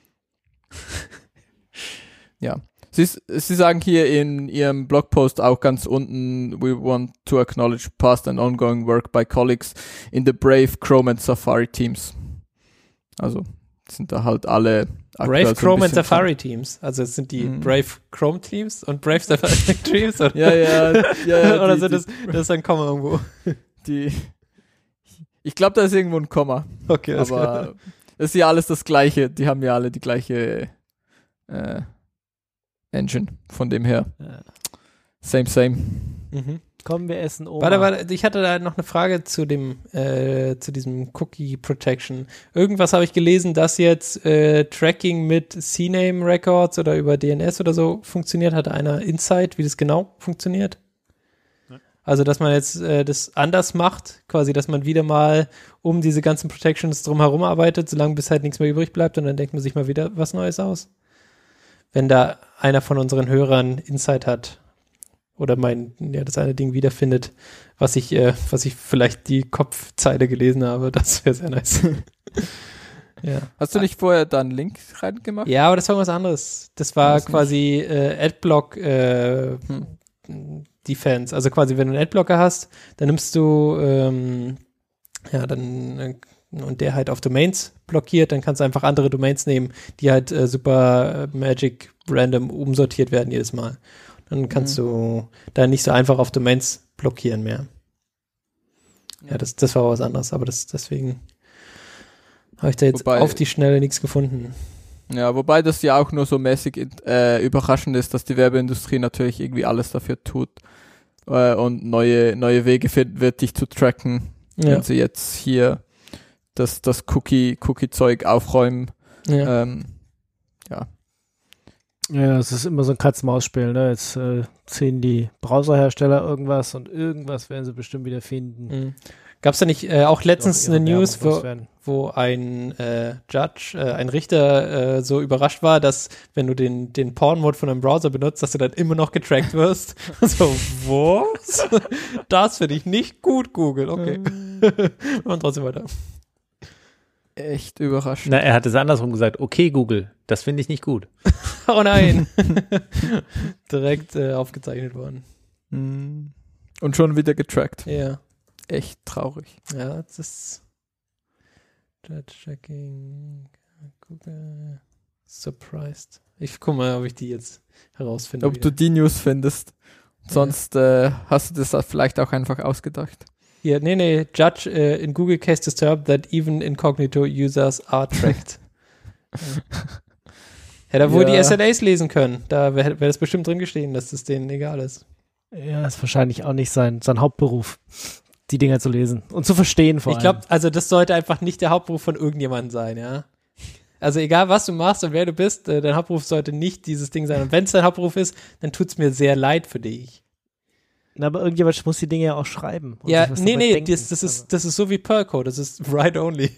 Ja. Sie, Sie sagen hier in Ihrem Blogpost auch ganz unten, we want to acknowledge past and ongoing work by colleagues in the Brave, Chrome and Safari teams. Also sind da halt alle Brave so Chrome and bisschen Safari Teams. Also es sind die Mhm. Brave Chrome Teams und Brave Safari Teams. Oder, Ja, ja, ja, ja oder die, sind die, das, das ist ein Komma irgendwo. die, ich glaube, da ist irgendwo ein Komma. Okay, alles klar. Aber es ist ja alles das Gleiche. Die haben ja alle die gleiche äh, Engine. Von dem her. Ja. Same, same. Mhm. Komm, wir essen Oma. Warte, warte, ich hatte da noch eine Frage zu dem, äh, zu diesem Cookie Protection. Irgendwas habe ich gelesen, dass jetzt äh, Tracking mit C NAME Records oder über D N S oder so funktioniert. Hatte einer Insight, wie das genau funktioniert? Nein. Also, dass man jetzt äh, das anders macht, quasi, dass man wieder mal um diese ganzen Protections drumherum arbeitet, solange bis halt nichts mehr übrig bleibt und dann denkt man sich mal wieder was Neues aus. Wenn da einer von unseren Hörern Insight hat oder mein, ja, das eine Ding wiederfindet, was ich, äh, was ich vielleicht die Kopfzeile gelesen habe, das wäre sehr nice. Ja. Hast du nicht vorher da einen Link reingemacht? Ja, aber das war was anderes. Das war Weiß nicht. quasi äh, Adblock äh, Hm. Defense. Also quasi, wenn du einen Adblocker hast, dann nimmst du ähm, ja, dann äh, und der halt auf Domains blockiert, dann kannst du einfach andere Domains nehmen, die halt äh, super äh, Magic random umsortiert werden jedes Mal. Dann kannst Mhm. du da nicht so einfach auf Domains blockieren mehr. Ja, das, das war was anderes, aber das deswegen habe ich da jetzt Wobei- auf die Schnelle nichts gefunden. Ja, wobei das ja auch nur so mäßig äh, überraschend ist, dass die Werbeindustrie natürlich irgendwie alles dafür tut äh, und neue, neue Wege finden wird, dich zu tracken, Ja, wenn sie jetzt hier das, das Cookie, Cookie-Zeug aufräumen. ja. Ähm, ja. Ja, es ist immer so ein Katz-Maus-Spiel, ne? Jetzt äh, ziehen die Browserhersteller irgendwas und irgendwas werden sie bestimmt wieder finden. Mhm. Gab es da nicht äh, auch letztens Doch ihre eine News, Werbung wo, loswerden. wo ein äh, Judge, äh, ein Richter äh, so überrascht war, dass wenn du den, den Porn-Mode von einem Browser benutzt, dass du dann immer noch getrackt wirst. So, was? Das finde ich nicht gut, Google. Okay. Und trotzdem weiter. Echt überraschend. Na, er hat es andersrum gesagt. Okay, Google, das finde ich nicht gut. Oh nein. Direkt äh, aufgezeichnet worden. Mhm. Und schon wieder getrackt. Ja. Echt traurig. Ja, das ist Judge Checking. Google. Surprised. Ich guck mal, ob ich die jetzt herausfinde. Ob du wieder. die News findest. Sonst äh, hast du das vielleicht auch einfach ausgedacht. Hier, nee, nee, Judge uh, in Google case disturbed that even incognito users are tracked. ja. Hätte er wohl Ja. die S L As lesen können. Da wäre wär das bestimmt drin gestehen, dass das denen egal ist. Ja, ist wahrscheinlich auch nicht sein, sein Hauptberuf, die Dinger zu lesen und zu verstehen vor Ich allem. glaube, also das sollte einfach nicht der Hauptberuf von irgendjemandem sein, ja. Also egal, was du machst und wer du bist, äh, dein Hauptberuf sollte nicht dieses Ding sein. Und wenn es dein Hauptberuf ist, dann tut's mir sehr leid für dich. Na, aber irgendjemand muss die Dinge ja auch schreiben. und Ja, sich was nee, dabei nee, denken. das, das, ist, das ist so wie Perlcode, das ist write only.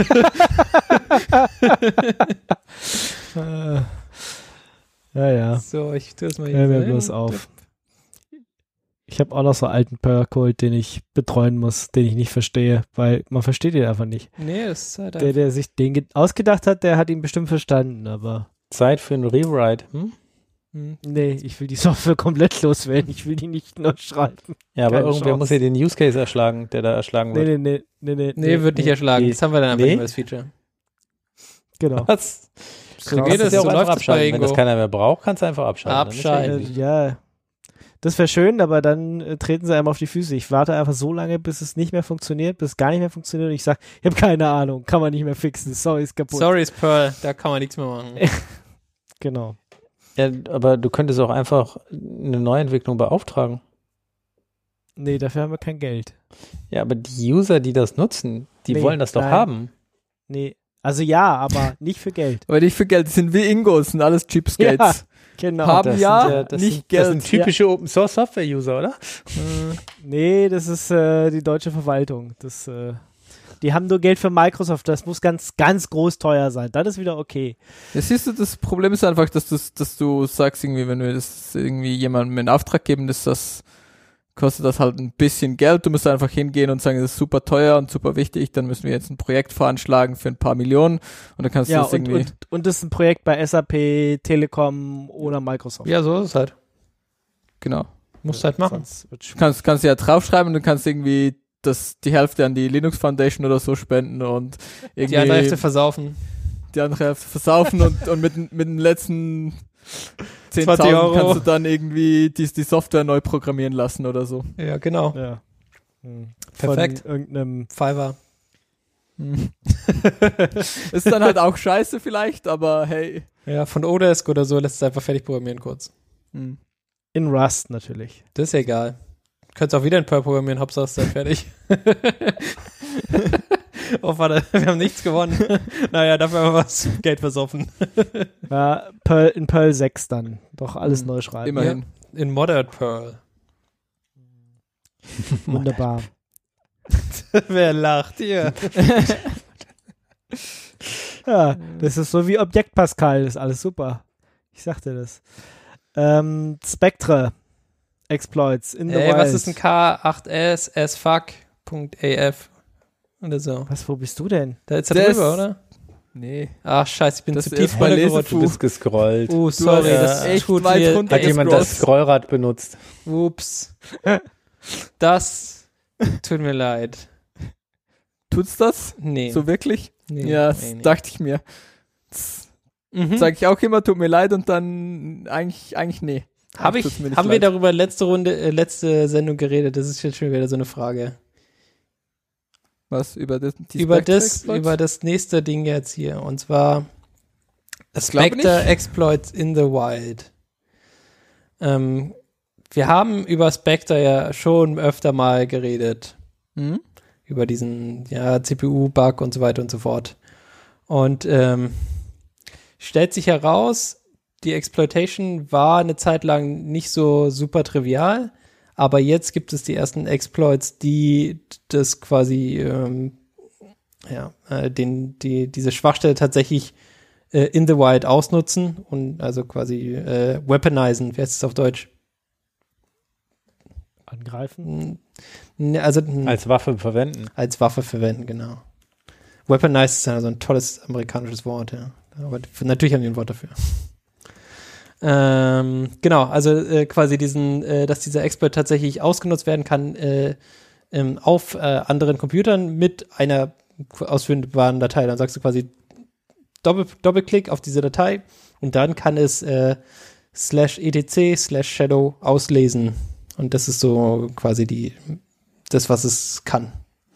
Äh, ja, ja. So, ich tue das mal hier. Hör mir so bloß hin. auf. Ich habe auch noch so einen alten Perl-Code, den ich betreuen muss, den ich nicht verstehe, weil man versteht ihn einfach nicht. Nee, das ist halt Der, der sich den ge- ausgedacht hat, der hat ihn bestimmt verstanden, aber Zeit für ein Rewrite. Hm? Hm. nee, ich will die Software komplett loswerden. Ich will die nicht neu schreiben. Ja, aber Keine irgendwer Chance. muss ja den Use Case erschlagen, der da erschlagen Nee, wird. nee, nee, nee, nee. Nee, wird nicht erschlagen. nee. Das haben wir dann einfach Nee? nicht mehr, das Feature. Genau. Was? So Genau. geht Kannst es, du ja so auch läuft einfach es bei abschalten. Wenn das Ingo. keiner mehr braucht, kannst du einfach abschalten. Dann ist ja Abschalten. easy. Äh, ja, das wäre schön, aber dann äh, treten sie einem auf die Füße. Ich warte einfach so lange, bis es nicht mehr funktioniert, bis es gar nicht mehr funktioniert und ich sage, ich habe keine Ahnung, kann man nicht mehr fixen, sorry, ist kaputt. Sorry, ist Pearl, da kann man nichts mehr machen. Genau. Ja, aber du könntest auch einfach eine Neuentwicklung beauftragen. Nee, dafür haben wir kein Geld. Ja, aber die User, die das nutzen, die Nee, wollen das doch nein. haben. Nee, also ja, aber nicht für Geld. Aber nicht für Geld, das sind wie Ingos, sind alles Cheapskates. Genau. Haben Das ja, sind ja- das nicht sind, Geld. Das sind typische Open Source Software User, oder? Nee, das ist äh, die deutsche Verwaltung. Das, äh, die haben nur Geld für Microsoft, das muss ganz, ganz groß teuer sein. Dann ist wieder okay. Ja, siehst du, das Problem ist einfach, dass, das, dass du sagst, irgendwie, wenn wir das irgendwie jemandem in Auftrag geben, ist das, kostet das halt ein bisschen Geld. Du musst einfach hingehen und sagen, das ist super teuer und super wichtig, dann müssen wir jetzt ein Projekt veranschlagen für ein paar Millionen und dann kannst du Ja, das und, irgendwie. und, und das ist ein Projekt bei S A P, Telekom oder Microsoft. Ja, so ist es halt. Genau. Musst halt machen. Sonst wird's Du kannst, kannst ja draufschreiben und du kannst irgendwie das, die Hälfte an die Linux Foundation oder so spenden und irgendwie Die andere Hälfte versaufen. die andere Hälfte versaufen und, und mit, mit den letzten zwanzig zehntausend Euro kannst du dann irgendwie die, die Software neu programmieren lassen oder so. Ja, genau. Ja. Hm. Perfekt. Von irgendeinem. Fiverr. Ist dann halt auch scheiße vielleicht, aber hey. Ja, von Odesk oder so lässt es einfach fertig programmieren kurz. Hm. In Rust natürlich. Das ist egal. Könntest auch wieder in Perl programmieren, Hauptsache es ist dann fertig. Oh, warte, wir haben nichts gewonnen. Naja, dafür haben wir was Geld versoffen. Ja, Perl, in Perl sechs dann. Doch alles Hm. neu schreiben. Immerhin. In Modern Perl. Wunderbar. Wer lacht hier? Ja, das ist so wie Objekt Pascal, das ist alles super. Ich sagte das. Ähm, Spectre Exploits in the Ey, Wild. was ist ein K acht S S fuck.af oder so? Was, wo bist du denn? Da ist er Das- drüber, oder? Nee. Ach, scheiße, ich bin Das zu ist tief bei runtergerutscht. Du bist gescrollt. Oh, sorry, hast das echt tut weit mir runter Hat echt jemand gescrollt. das Scrollrad benutzt? Ups. Das tut mir leid. Tut's das? Nee. So wirklich? nee, ja, das nee, nee. dachte ich mir. Das Mhm. sag ich auch immer, tut mir leid und dann eigentlich, eigentlich nee. Hab Tut's ich, mir nicht haben wir leid. darüber letzte Runde, äh, letzte Sendung geredet? Das ist jetzt schon wieder so eine Frage. Was? Über das, die Über Spectre das, Exploits? über das nächste Ding jetzt hier. Und zwar glaube Spectre nicht. Exploits in the Wild. Ähm, wir haben über Spectre ja schon öfter mal geredet. Hm? Über diesen ja, C P U-Bug und so weiter und so fort. Und ähm, stellt sich heraus, die Exploitation war eine Zeit lang nicht so super trivial, aber jetzt gibt es die ersten Exploits, die das quasi ähm, ja, äh, den, die, diese Schwachstelle tatsächlich äh, in the wild ausnutzen und also quasi äh, weaponisen, wie heißt es auf Deutsch? Angreifen? N- Also n- Als Waffe verwenden. als Waffe verwenden, genau. Weaponize ist ja so ein tolles amerikanisches Wort, ja. Aber f- natürlich haben die ein Wort dafür. Ähm, genau, also äh, quasi diesen, äh, dass dieser Exploit tatsächlich ausgenutzt werden kann äh, ähm, auf äh, anderen Computern mit einer ausführbaren Datei. Dann sagst du quasi Doppel Doppelklick auf diese Datei und dann kann es äh, slash etc slash shadow auslesen. Und das ist so quasi die das, was es kann.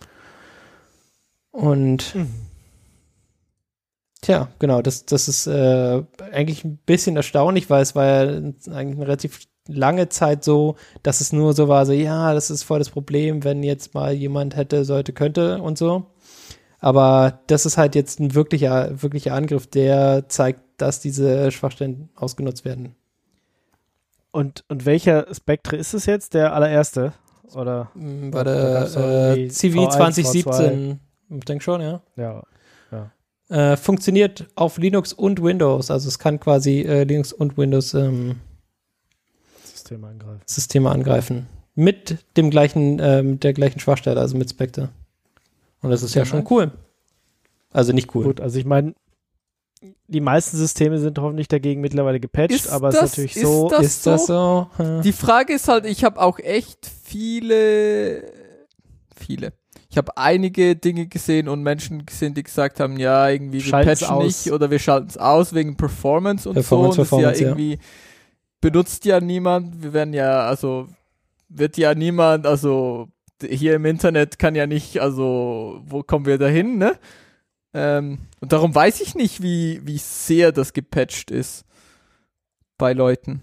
Und Mhm. tja, genau, das, das ist äh, eigentlich ein bisschen erstaunlich, weil es war ja eigentlich eine relativ lange Zeit so, dass es nur so war, so ja, das ist voll das Problem, wenn jetzt mal jemand hätte, sollte, könnte und so. Aber das ist halt jetzt ein wirklicher, wirklicher Angriff, der zeigt, dass diese Schwachstellen ausgenutzt werden. Und, und welcher Spectre ist es jetzt? Der allererste? Oder? Mm, War Da der gab's doch äh, irgendwie C V V eins, zwanzig V siebzehn, ich denke schon, ja. Ja. Äh, funktioniert auf Linux und Windows, also es kann quasi äh, Linux und Windows ähm, System angreifen. Systeme angreifen. mit dem gleichen, äh, mit der gleichen Schwachstelle, also mit Spectre. Und das ist ja, ja schon cool. Also nicht cool. Gut, also ich meine, die meisten Systeme sind hoffentlich dagegen mittlerweile gepatcht, ist aber es das, ist natürlich ist so. Das ist so? das so? Ja. Die Frage ist halt, ich habe auch echt viele, viele. Ich habe einige Dinge gesehen und Menschen gesehen, die gesagt haben, ja, irgendwie wir Schalten's patchen aus. nicht oder wir schalten es aus wegen Performance und Performance, so. Und Performance, das ist ja irgendwie, benutzt ja niemand. Wir werden ja, also wird ja niemand, also hier im Internet kann ja nicht, also wo kommen wir dahin, ne? Ähm, und darum weiß ich nicht, wie, wie sehr das gepatcht ist bei Leuten.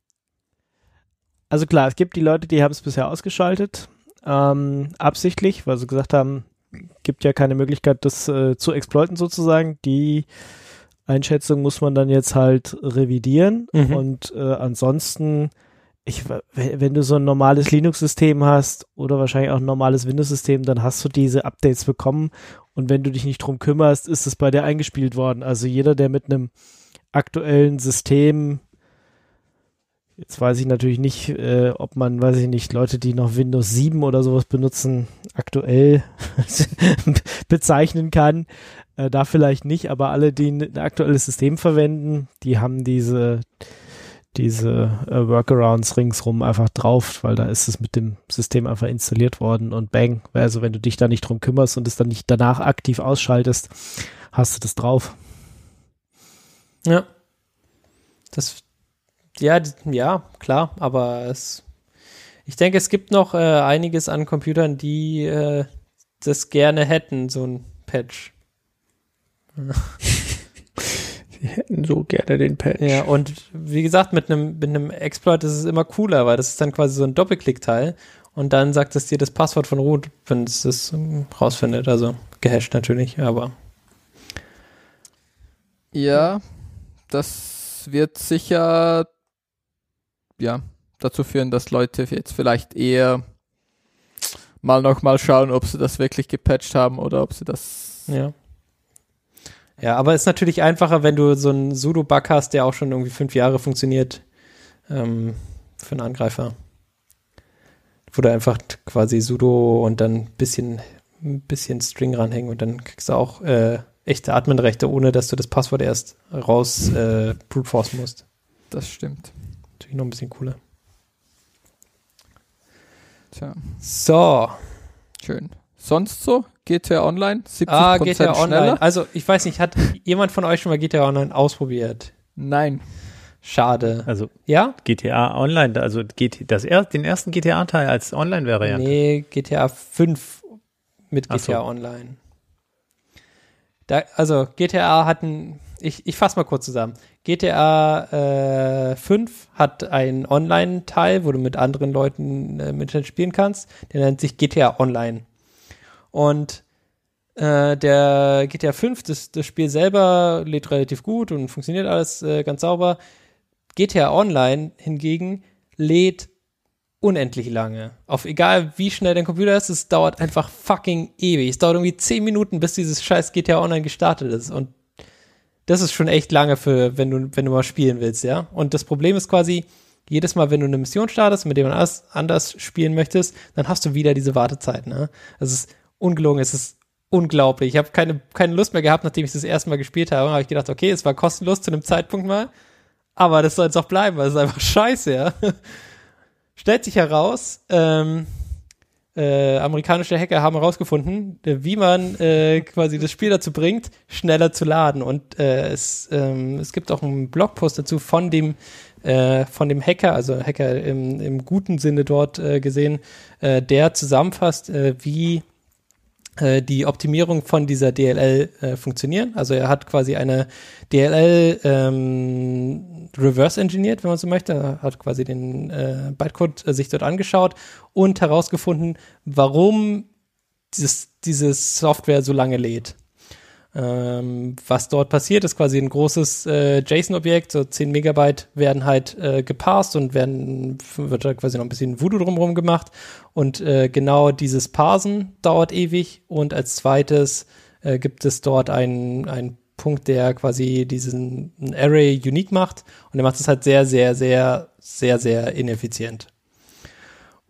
Also klar, es gibt die Leute, die haben es bisher ausgeschaltet, ähm, absichtlich, weil sie gesagt haben, gibt ja keine Möglichkeit, das äh, zu exploiten sozusagen. Die Einschätzung muss man dann jetzt halt revidieren Mhm. und äh, ansonsten, ich, wenn, wenn du so ein normales Linux-System hast oder wahrscheinlich auch ein normales Windows-System, dann hast du diese Updates bekommen und wenn du dich nicht drum kümmerst, ist es bei dir eingespielt worden. Also jeder, der mit einem aktuellen System, jetzt weiß ich natürlich nicht, äh, ob man, weiß ich nicht, Leute, die noch Windows sieben oder sowas benutzen, aktuell bezeichnen kann. Äh, da vielleicht nicht, aber alle, die ein aktuelles System verwenden, die haben diese diese äh, Workarounds ringsrum einfach drauf, weil da ist es mit dem System einfach installiert worden und bang, also wenn du dich da nicht drum kümmerst und es dann nicht danach aktiv ausschaltest, hast du das drauf. Ja. Das, ja, d- ja, klar, aber es, ich denke, es gibt noch äh, einiges an Computern, die äh, das gerne hätten, so ein Patch. Sie hätten so gerne den Patch. Ja, und wie gesagt, mit einem mit einem Exploit ist es immer cooler, weil das ist dann quasi so ein Doppelklickteil und dann sagt es dir das Passwort von root, wenn es das ähm, rausfindet, also gehasht natürlich, aber Ja, das wird sicher ja dazu führen, dass Leute jetzt vielleicht eher mal noch mal schauen, ob sie das wirklich gepatcht haben oder ob sie das. ja. Ja, aber es ist natürlich einfacher, wenn du so einen Sudo-Bug hast, der auch schon irgendwie fünf Jahre funktioniert, ähm, für einen Angreifer. Wo du einfach t- quasi Sudo und dann ein bisschen, ein bisschen String ranhängen und dann kriegst du auch äh, echte Adminrechte, ohne dass du das Passwort erst raus äh, brute forcen musst. Das stimmt. Natürlich noch ein bisschen cooler. Tja, So. schön. Sonst so? G T A Online? siebzig Prozent Ah, G T A Online. schneller? Also, ich weiß nicht, hat jemand von euch schon mal G T A Online ausprobiert? Nein. Schade. Also Ja? G T A Online, also G T, das er, den ersten G T A-Teil als Online-Variante. Nee, G T A fünf mit Ach G T A so. Online. Da, also G T A hatten, ich, ich fasse mal kurz zusammen. G T A äh, fünf hat einen Online-Teil, wo du mit anderen Leuten äh, im Internet spielen kannst. Der nennt sich G T A Online. Und äh, der G T A fünf, das, das Spiel selber lädt relativ gut und funktioniert alles äh, ganz sauber. G T A Online hingegen lädt unendlich lange. Auf egal wie schnell dein Computer ist, es dauert einfach fucking ewig. Es dauert irgendwie zehn Minuten, bis dieses scheiß G T A Online gestartet ist. Und das ist schon echt lange für, wenn du, wenn du mal spielen willst, ja. Und das Problem ist quasi, jedes Mal, wenn du eine Mission startest, mit dem man anders, anders spielen möchtest, dann hast du wieder diese Wartezeit, ne? Es ist ungelogen, es ist unglaublich. Ich habe keine, keine Lust mehr gehabt, nachdem ich das erste Mal gespielt habe. habe ich gedacht, okay, es war kostenlos zu einem Zeitpunkt mal, aber das soll jetzt auch bleiben, weil es ist einfach scheiße, ja. Stellt sich heraus, ähm, äh, amerikanische Hacker haben herausgefunden, äh, wie man äh, quasi das Spiel dazu bringt, schneller zu laden. Und äh, es, ähm, es gibt auch einen Blogpost dazu von dem äh, von dem Hacker, also Hacker im, im guten Sinne dort äh, gesehen, äh, der zusammenfasst, äh, wie äh, die Optimierung von dieser D L L äh, funktionieren. Also er hat quasi eine D L L ähm, reverse engineert, wenn man so möchte. Er hat quasi den äh, Bytecode äh, sich dort angeschaut und herausgefunden, warum dieses, diese Software so lange lädt. Ähm, was dort passiert, ist quasi ein großes äh, JSON-Objekt, so zehn Megabyte werden halt äh, geparsed und werden, wird da quasi noch ein bisschen Voodoo drumherum gemacht und äh, genau dieses Parsen dauert ewig und als zweites äh, gibt es dort einen, einen Punkt, der quasi diesen Array unique macht und der macht es halt sehr, sehr, sehr, sehr, sehr ineffizient.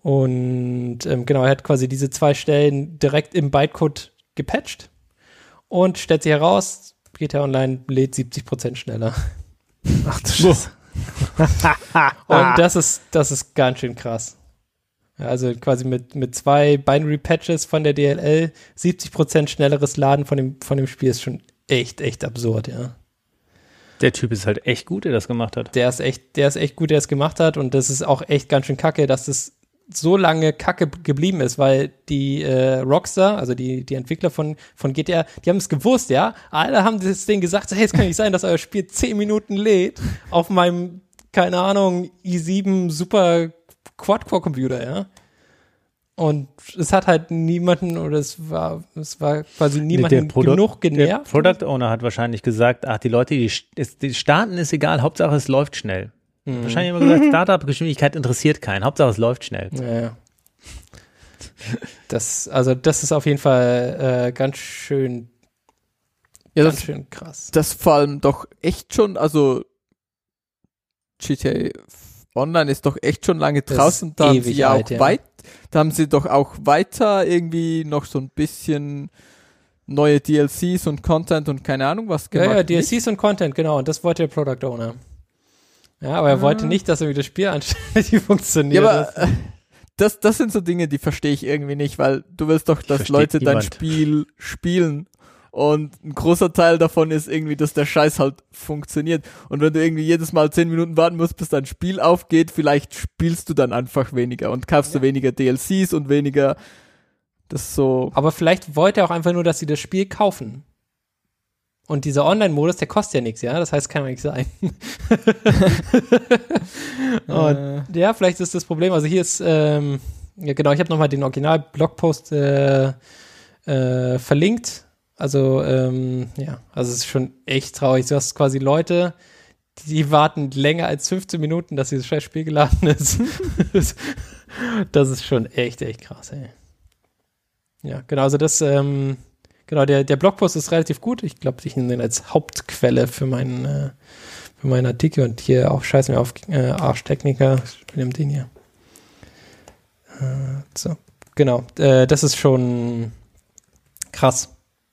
Und ähm, genau, er hat quasi diese zwei Stellen direkt im Bytecode gepatcht und stellt sich heraus, G T A Online lädt siebzig Prozent schneller. Ach du Scheiße. Und das ist, das ist ganz schön krass. Ja, also quasi mit, mit zwei Binary-Patches von der D L L siebzig Prozent schnelleres Laden von dem, von dem Spiel ist schon echt, echt absurd, ja. Der Typ ist halt echt gut, der das gemacht hat. Der ist echt, der ist echt gut, der es gemacht hat und das ist auch echt ganz schön kacke, dass das so lange kacke geblieben ist, weil die äh, Rockstar, also die, die Entwickler von, von G T A, die haben es gewusst, ja. Alle haben das Ding gesagt, hey, es kann nicht sein, dass euer Spiel zehn Minuten lädt auf meinem, keine Ahnung, i sieben Super Quad-Core-Computer, ja. Und es hat halt niemanden, oder es war, es war quasi niemanden Produ- genug genervt. Der Product Owner hat wahrscheinlich gesagt, ach, die Leute, die, die starten, ist egal, Hauptsache es läuft schnell. Mhm. Wahrscheinlich immer gesagt, Startup-Geschwindigkeit interessiert keinen, Hauptsache es läuft schnell. Ja, ja. Das, also das ist auf jeden Fall äh, ganz schön, Ja, ganz das, schön krass. das vor allem doch echt schon, also G T A Online ist doch echt schon lange Das draußen. ist Da haben ewig sie ja alt, auch ja. weit, da haben sie doch auch weiter irgendwie noch so ein bisschen neue D L Cs und Content und keine Ahnung was Ja, gemacht. ja, D L Cs nicht? und Content, genau. Und das wollte der Product Owner. Ja, aber er Ah. wollte nicht, dass irgendwie das Spiel anständig funktioniert. Ja, aber äh, das, das sind so Dinge, die verstehe ich irgendwie nicht, weil du willst doch, dass Versteht Leute dein niemand. Spiel spielen und ein großer Teil davon ist irgendwie, dass der Scheiß halt funktioniert. Und wenn du irgendwie jedes Mal zehn Minuten warten musst, bis dein Spiel aufgeht, vielleicht spielst du dann einfach weniger und kaufst du weniger D L Cs und weniger das so. Aber vielleicht wollte er auch einfach nur, dass sie das Spiel kaufen. Und dieser Online-Modus, der kostet ja nichts, ja? Das heißt, kann ja nichts sein. Und Äh, ja, vielleicht ist das Problem. Also hier ist, ähm, ja genau, ich habe nochmal den Original-Blogpost äh, äh, verlinkt. Also, ähm, ja, also es ist schon echt traurig. Du hast quasi Leute, die warten länger als fünfzehn Minuten, dass dieses scheiß Spiel geladen ist. Das ist schon echt, echt krass, ey. Ja, genau, also das, ähm, genau, der, der Blogpost ist relativ gut. Ich glaube, ich nehme den als Hauptquelle für meinen, äh, für meinen Artikel und hier auch scheiß mir auf äh, Arschtechniker. Ich nehme den hier. Äh, so, genau, äh, das ist schon krass.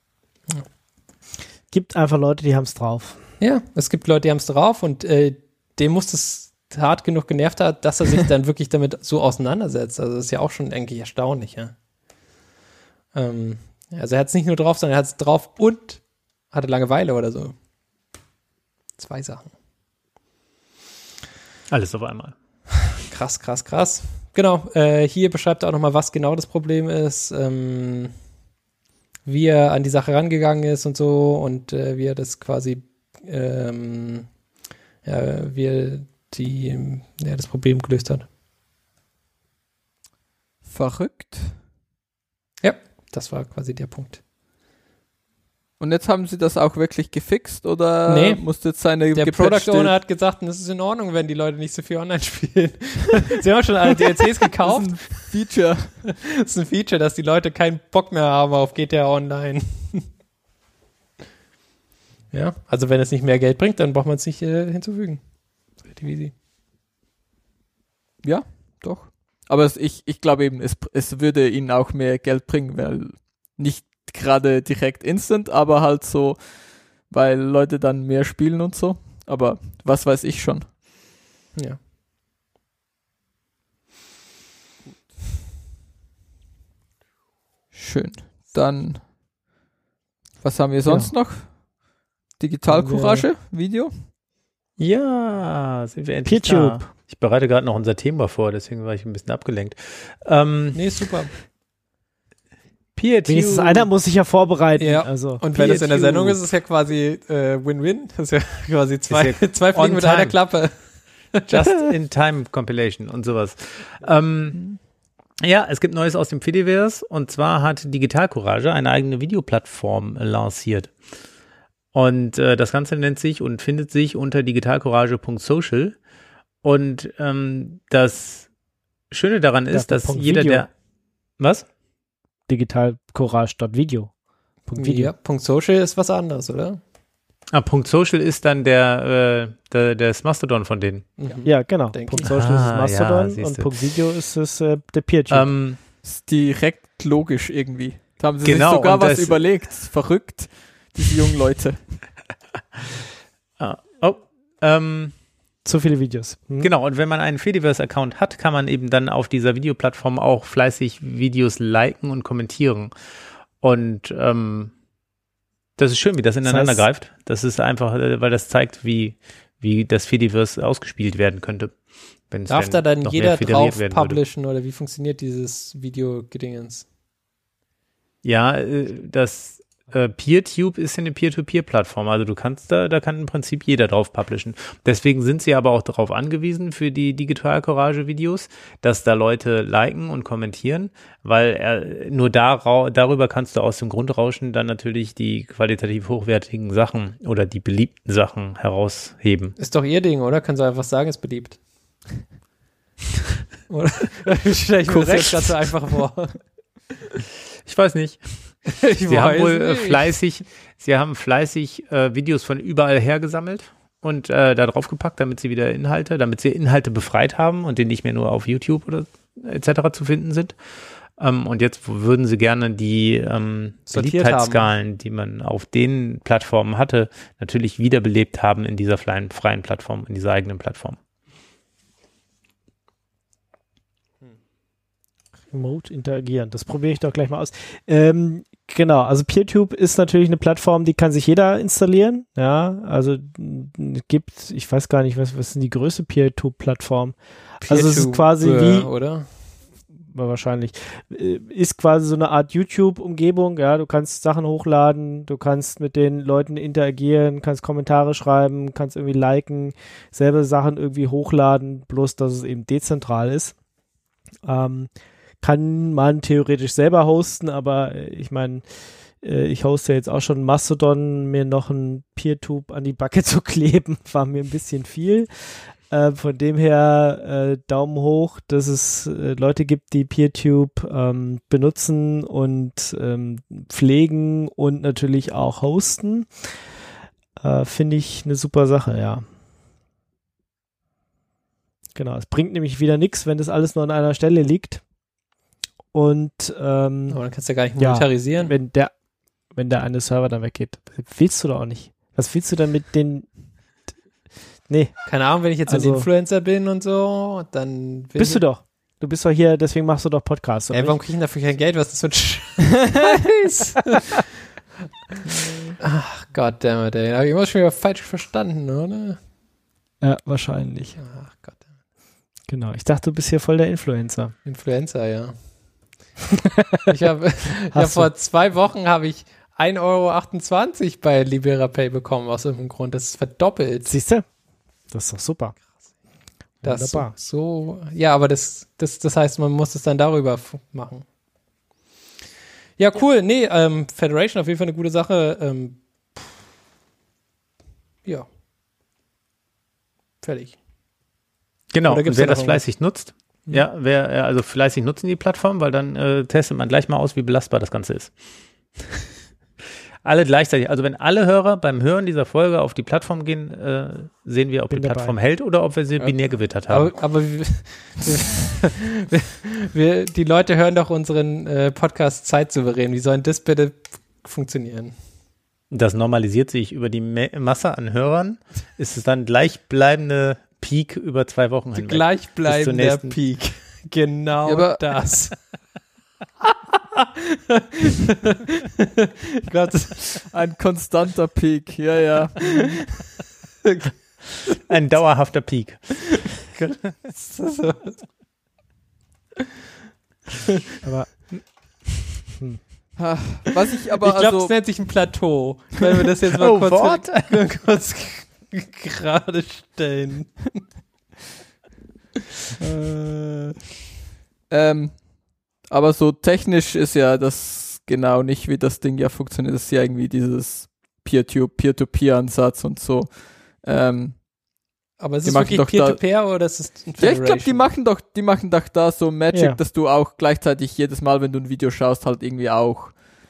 Gibt einfach Leute, die haben es drauf. Ja, es gibt Leute, die haben es drauf und äh, dem muss es hart genug genervt haben, dass er sich dann wirklich damit so auseinandersetzt. Also das ist ja auch schon eigentlich erstaunlich, ja. Ähm, also er hat es nicht nur drauf, sondern er hat es drauf und hatte Langeweile oder so. Zwei Sachen. Alles auf einmal. Krass, krass, krass. Genau, äh, hier beschreibt er auch nochmal, was genau das Problem ist, ähm, wie er an die Sache rangegangen ist und so und äh, wie er das quasi, ähm, ja, wie er die, ja, das Problem gelöst hat. verrückt. Ja, das war quasi der Punkt. Und jetzt haben sie das auch wirklich gefixt oder Nee. musste jetzt seine Der gepatchte- Product Owner hat gesagt, das ist in Ordnung, wenn die Leute nicht so viel online spielen. Sie haben schon alle D L Cs gekauft. Das ist ein Feature. Das ist ein Feature, dass die Leute keinen Bock mehr haben auf G T A Online. Ja, also wenn es nicht mehr Geld bringt, dann braucht man es nicht äh, hinzufügen. Relativ easy. Ja, doch. Aber es, ich, ich glaube eben, es, es würde ihnen auch mehr Geld bringen, weil nicht gerade direkt instant, aber halt so, weil Leute dann mehr spielen und so. Aber was weiß ich schon. Ja. Schön. Dann, was haben wir sonst noch? Digitalcourage, Video? Ja, sind wir endlich PeerTube. da. Ich bereite gerade noch unser Thema vor, deswegen war ich ein bisschen abgelenkt. Ähm, Nee, super. PeerTube. Wenigstens einer muss sich ja vorbereiten. Ja. Also. Und wenn das in der PeerTube. Sendung ist, ist es ja quasi äh, Win-Win. Das ist ja quasi zwei, Ist ja zwei Fliegen on mit time. einer Klappe. Just-in-Time Compilation und sowas. Ähm, ja, es gibt Neues aus dem Fediverse und zwar hat Digitalcourage eine eigene Videoplattform äh, lanciert. Und äh, das Ganze nennt sich und findet sich unter digitalcourage punkt social. Und ähm, das Schöne daran ist, Ja, dass Punkt jeder, Video. der was? Digitalcourage.video. Punkt Video. Ja, Punkt Social ist was anderes, oder? Ah, Punkt Social ist dann der, äh, der das Mastodon von denen. Mhm. Ja, genau. Denk Punkt ich. Social ist das Ah, Mastodon ja, und siehste. Punkt Video ist es äh, der PeerTube. Ähm, Ist direkt logisch irgendwie. Da haben sie Genau, sich sogar und was das- überlegt. Verrückt, diese jungen Leute. ah, oh, ähm, Zu viele Videos. Hm? genau, und wenn man einen Fediverse-Account hat, kann man eben dann auf dieser Videoplattform auch fleißig Videos liken und kommentieren. Und ähm, das ist schön, wie das ineinander heißt- greift. Das ist einfach, äh, weil das zeigt, wie, wie das Fediverse ausgespielt werden könnte. Wenn's Darf denn da dann noch jeder mehr federiert drauf werden würde. publishen oder wie funktioniert dieses Video-Gedingens? Ja, äh, das äh, PeerTube ist ja eine Peer-to-Peer-Plattform. Also du kannst da, da kann im Prinzip jeder drauf publishen. Deswegen sind sie aber auch darauf angewiesen für die Digital Courage-Videos, dass da Leute liken und kommentieren, weil er, nur darau- darüber kannst du aus dem Grundrauschen dann natürlich die qualitativ hochwertigen Sachen oder die beliebten Sachen herausheben. Ist doch ihr Ding, oder? Können sie einfach sagen, ist beliebt. Oder? Stell ich mir das jetzt gerade so einfach vor. Ich weiß nicht. Ich Sie haben wohl äh, nicht. fleißig, sie haben fleißig äh, Videos von überall her gesammelt und äh, da draufgepackt, damit sie wieder Inhalte, damit sie Inhalte befreit haben und die nicht mehr nur auf YouTube oder et cetera zu finden sind. Ähm, und jetzt würden sie gerne die ähm, Sortiert Beliebtheitsskalen, die man auf den Plattformen hatte, natürlich wiederbelebt haben in dieser freien, freien Plattform, in dieser eigenen Plattform. Remote interagieren. Das probiere ich doch gleich mal aus. Ähm, genau, also PeerTube ist natürlich eine Plattform, die kann sich jeder installieren. Ja, also n- gibt, ich weiß gar nicht, was, was ist denn die größte PeerTube-Plattform? Also es ist quasi Peer-to-Peer, wie, oder? wahrscheinlich, äh, ist quasi so eine Art YouTube-Umgebung. Ja, du kannst Sachen hochladen, du kannst mit den Leuten interagieren, kannst Kommentare schreiben, kannst irgendwie liken, selber Sachen irgendwie hochladen, bloß dass es eben dezentral ist. Ähm, kann man theoretisch selber hosten, aber äh, ich meine, äh, ich hoste jetzt auch schon Mastodon, mir noch ein PeerTube an die Backe zu kleben, war mir ein bisschen viel. Äh, von dem her äh, Daumen hoch, dass es äh, Leute gibt, die PeerTube ähm, benutzen und ähm, pflegen und natürlich auch hosten. Äh, finde ich eine super Sache, ja. Genau, es bringt nämlich wieder nichts, wenn das alles nur an einer Stelle liegt. Und ähm, Aber dann kannst du ja gar nicht Ja. monetarisieren. wenn der wenn der eine Server dann weggeht, willst du doch auch nicht. Was willst du dann mit den Nee, Keine Ahnung, wenn ich jetzt Also- ein Influencer bin und so, dann will bist ich du doch. Du bist doch hier, deswegen machst du doch Podcasts. oder Ey, warum nicht? krieg ich denn dafür kein Geld? Was ist das für ein Scheiß? Ach, goddammit, ey. Hab ich immer schon wieder falsch verstanden, oder? Ja, wahrscheinlich. Ach Gott. Genau. Ich dachte, du bist hier voll der Influencer. Influencer, ja. ich habe ich hab Hast du. vor zwei Wochen habe ich ein Euro achtundzwanzig bei LiberaPay bekommen, aus irgendeinem Grund. Das ist verdoppelt. Siehst du? Das ist doch super. Das Wunderbar. so, ja, aber das, das, das heißt, man muss es dann darüber f- machen. Ja, cool. Nee, ähm, Federation auf jeden Fall eine gute Sache. Ähm, pff. ja. Fertig. Genau, Oder und gibt's wer da noch das irgendwas? fleißig nutzt, ja, wer äh, also fleißig nutzen die Plattform, weil dann äh, testet man gleich mal aus, wie belastbar das Ganze ist. Alle gleichzeitig, also wenn alle Hörer beim Hören dieser Folge auf die Plattform gehen, äh, sehen wir, ob Bin die dabei. Plattform hält oder ob wir sie Ja. binär gewittert haben. Aber, aber wir, wir, wir, die Leute hören doch unseren äh, Podcast zeitsouverän. Wie soll denn das bitte funktionieren? Das normalisiert sich über die Me Masse an Hörern, ist es dann gleichbleibende Peak über zwei Wochen hinweg. Gleichbleibender nächsten- Peak. Genau Ja, aber- das. ich glaube, das Ein konstanter Peak, ja, ja. Ein dauerhafter Peak. ist so. Aber Ha, Was ich aber Ich glaube, also, es nennt sich ein Plateau. Wenn wir das jetzt mal Oh, kurz, Wort? kurz gerade stellen. äh, ähm, aber so technisch ist ja das genau nicht, wie das Ding ja funktioniert. Das ist ja irgendwie dieses Peer-to- Peer-to-Peer-Ansatz und so. Ähm, Aber ist Die es machen wirklich doch da- Peer-to-Peer oder ist es ein ja, ich glaube, die Federation? machen doch, die machen doch da so Magic, Ja. dass du auch gleichzeitig jedes Mal, wenn du ein Video schaust, halt irgendwie auch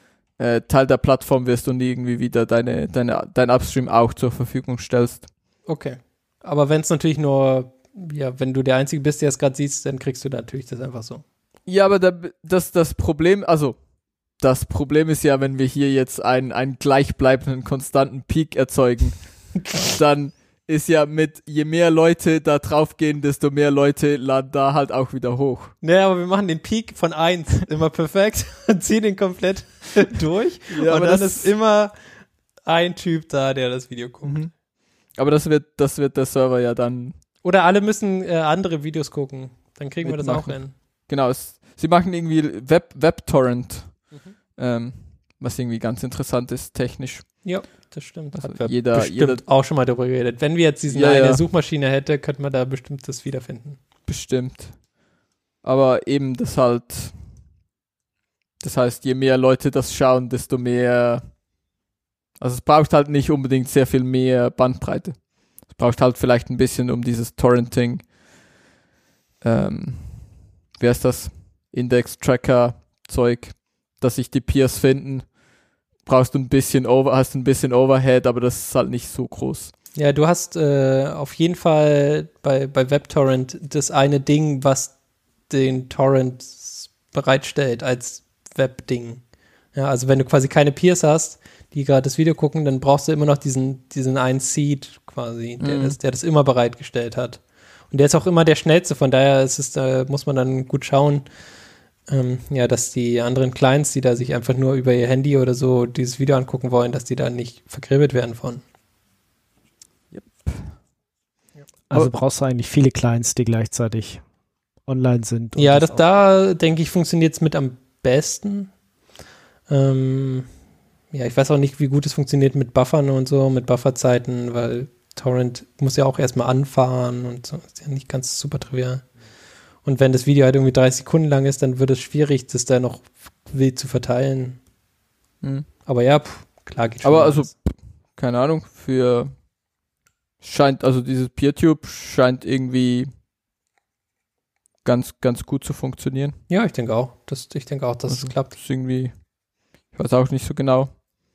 äh, Teil der Plattform wirst und irgendwie wieder deine, deine, dein Upstream auch zur Verfügung stellst. Okay. Aber wenn es natürlich nur, ja, wenn du der Einzige bist, der es gerade siehst, dann kriegst du natürlich das einfach so. Ja, aber da, das, das Problem, also das Problem ist ja, wenn wir hier jetzt einen, einen gleichbleibenden, konstanten Peak erzeugen, dann ist ja mit, je mehr Leute da drauf gehen, desto mehr Leute laden da halt auch wieder hoch. Naja, aber wir machen den Peak von eins immer perfekt und ziehen den komplett durch. Ja, und aber dann das- ist immer ein Typ da, der das Video guckt. Mhm. Aber das wird, das wird der Server ja dann, Oder alle müssen äh, andere Videos gucken. Dann kriegen wir das auch Mitmachen. hin. genau, es, sie machen irgendwie Web, Webtorrent, Mhm. ähm, was irgendwie ganz interessant ist, technisch. Ja, das stimmt. Also Hat wir jeder- bestimmt jeder- auch schon mal darüber geredet. Wenn wir jetzt diesen Ja, eine ja. Suchmaschine hätte, könnte man da bestimmt das wiederfinden. Bestimmt. Aber eben das halt, das heißt, je mehr Leute das schauen, desto mehr, also es braucht halt nicht unbedingt sehr viel mehr Bandbreite. Es braucht halt vielleicht ein bisschen um dieses Torrenting, ähm, wie heißt das? Index-Tracker-Zeug, dass sich die Peers finden. Brauchst du ein bisschen Over, hast ein bisschen Overhead, aber das ist halt nicht so groß. Ja, du hast äh, auf jeden Fall bei, bei WebTorrent das eine Ding, was den Torrent bereitstellt als Webding. Ja, also wenn du quasi keine Peers hast, die gerade das Video gucken, dann brauchst du immer noch diesen, diesen einen Seed quasi, der, Mhm. das, der das immer bereitgestellt hat. Und der ist auch immer der schnellste, von daher ist es, da muss man dann gut schauen, ähm, ja, dass die anderen Clients, die da sich einfach nur über ihr Handy oder so dieses Video angucken wollen, dass die da nicht vergräbelt werden von. Also Aber- brauchst du eigentlich viele Clients, die gleichzeitig online sind. und Ja, das, auch- da denke ich, funktioniert es mit am besten. Ähm, ja, ich weiß auch nicht, wie gut es funktioniert mit Buffern und so, mit Bufferzeiten, weil Torrent muss ja auch erstmal anfahren und so. Ist ja nicht ganz super trivial. Und wenn das Video halt irgendwie dreißig Sekunden lang ist, dann wird es schwierig, das da noch wild zu verteilen. Mhm. Aber ja, pff, klar geht schon. Aber also, alles. keine Ahnung, für scheint, also dieses PeerTube scheint irgendwie ganz, ganz gut zu funktionieren. Ja, ich denke auch. Das, ich denke auch, dass Also, es klappt. ist irgendwie, ich weiß auch nicht so genau,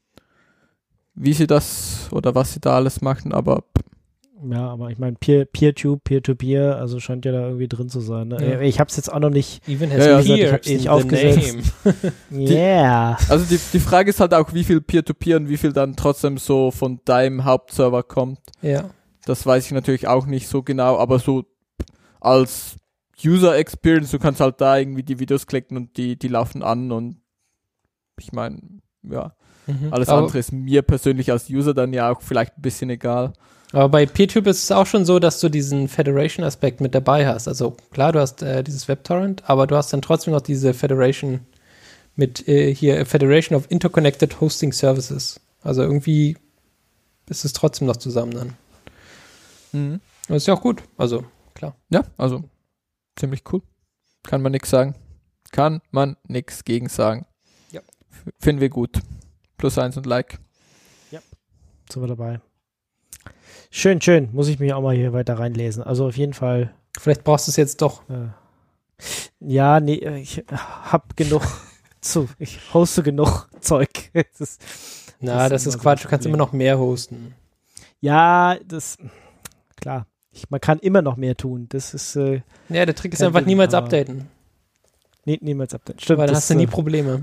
wie sie das oder was sie da alles machen, aber Ja, aber ich meine, Peer, Peer-Tube, Peer-to-Peer, also scheint ja da irgendwie drin zu sein. Ne? Ja. Ich habe es jetzt auch noch nicht. Even Ja, ja. has Ich peer hab's in nicht the aufgesetzt. name. Yeah. also die, die Frage ist halt auch, wie viel Peer-to-Peer und wie viel dann trotzdem so von deinem Hauptserver kommt. Ja. Das weiß ich natürlich auch nicht so genau, aber so als User Experience, du kannst halt da irgendwie die Videos klicken und die, die laufen an und ich meine, ja, Mhm. alles Aber- andere ist mir persönlich als User dann ja auch vielleicht ein bisschen egal. Aber bei PeerTube ist es auch schon so, dass du diesen Federation-Aspekt mit dabei hast. Also klar, du hast äh, dieses WebTorrent, aber du hast dann trotzdem noch diese Federation mit äh, hier Federation of Interconnected Hosting Services. Also irgendwie ist es trotzdem noch zusammen dann. Mhm. Das ist ja auch gut. Also klar. Ja, also ziemlich cool. Kann man nix sagen. Kann man nix gegen sagen. Ja. F- Finden wir gut. Plus eins und Like. Sind wir dabei. Schön, schön. Muss ich mich auch mal hier weiter reinlesen. Also auf jeden Fall. Vielleicht brauchst du es jetzt doch. Äh, ja, nee, ich hab genug zu. Ich hoste genug Zeug. Das ist, Na, Das das ist ist immer so Quatsch. ein Du kannst Problem. immer noch mehr hosten. ja, das. Klar. Ich, man kann immer noch mehr tun. Das ist. Äh, Ja, der Trick ist Kein einfach Ding, niemals aber- updaten. nee, niemals update. Stimmt. Weil dann das, hast du nie äh, Probleme.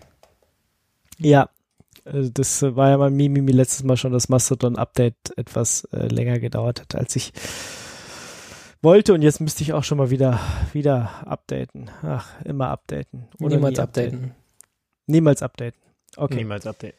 Ja, also das äh, war ja mein Mimimi letztes Mal schon, dass Mastodon-Update etwas äh, länger gedauert hat, als ich wollte und jetzt müsste ich auch schon mal wieder, wieder updaten. Ach, immer updaten. Oder Niemals nie updaten. Niemals updaten. Okay. Niemals updaten.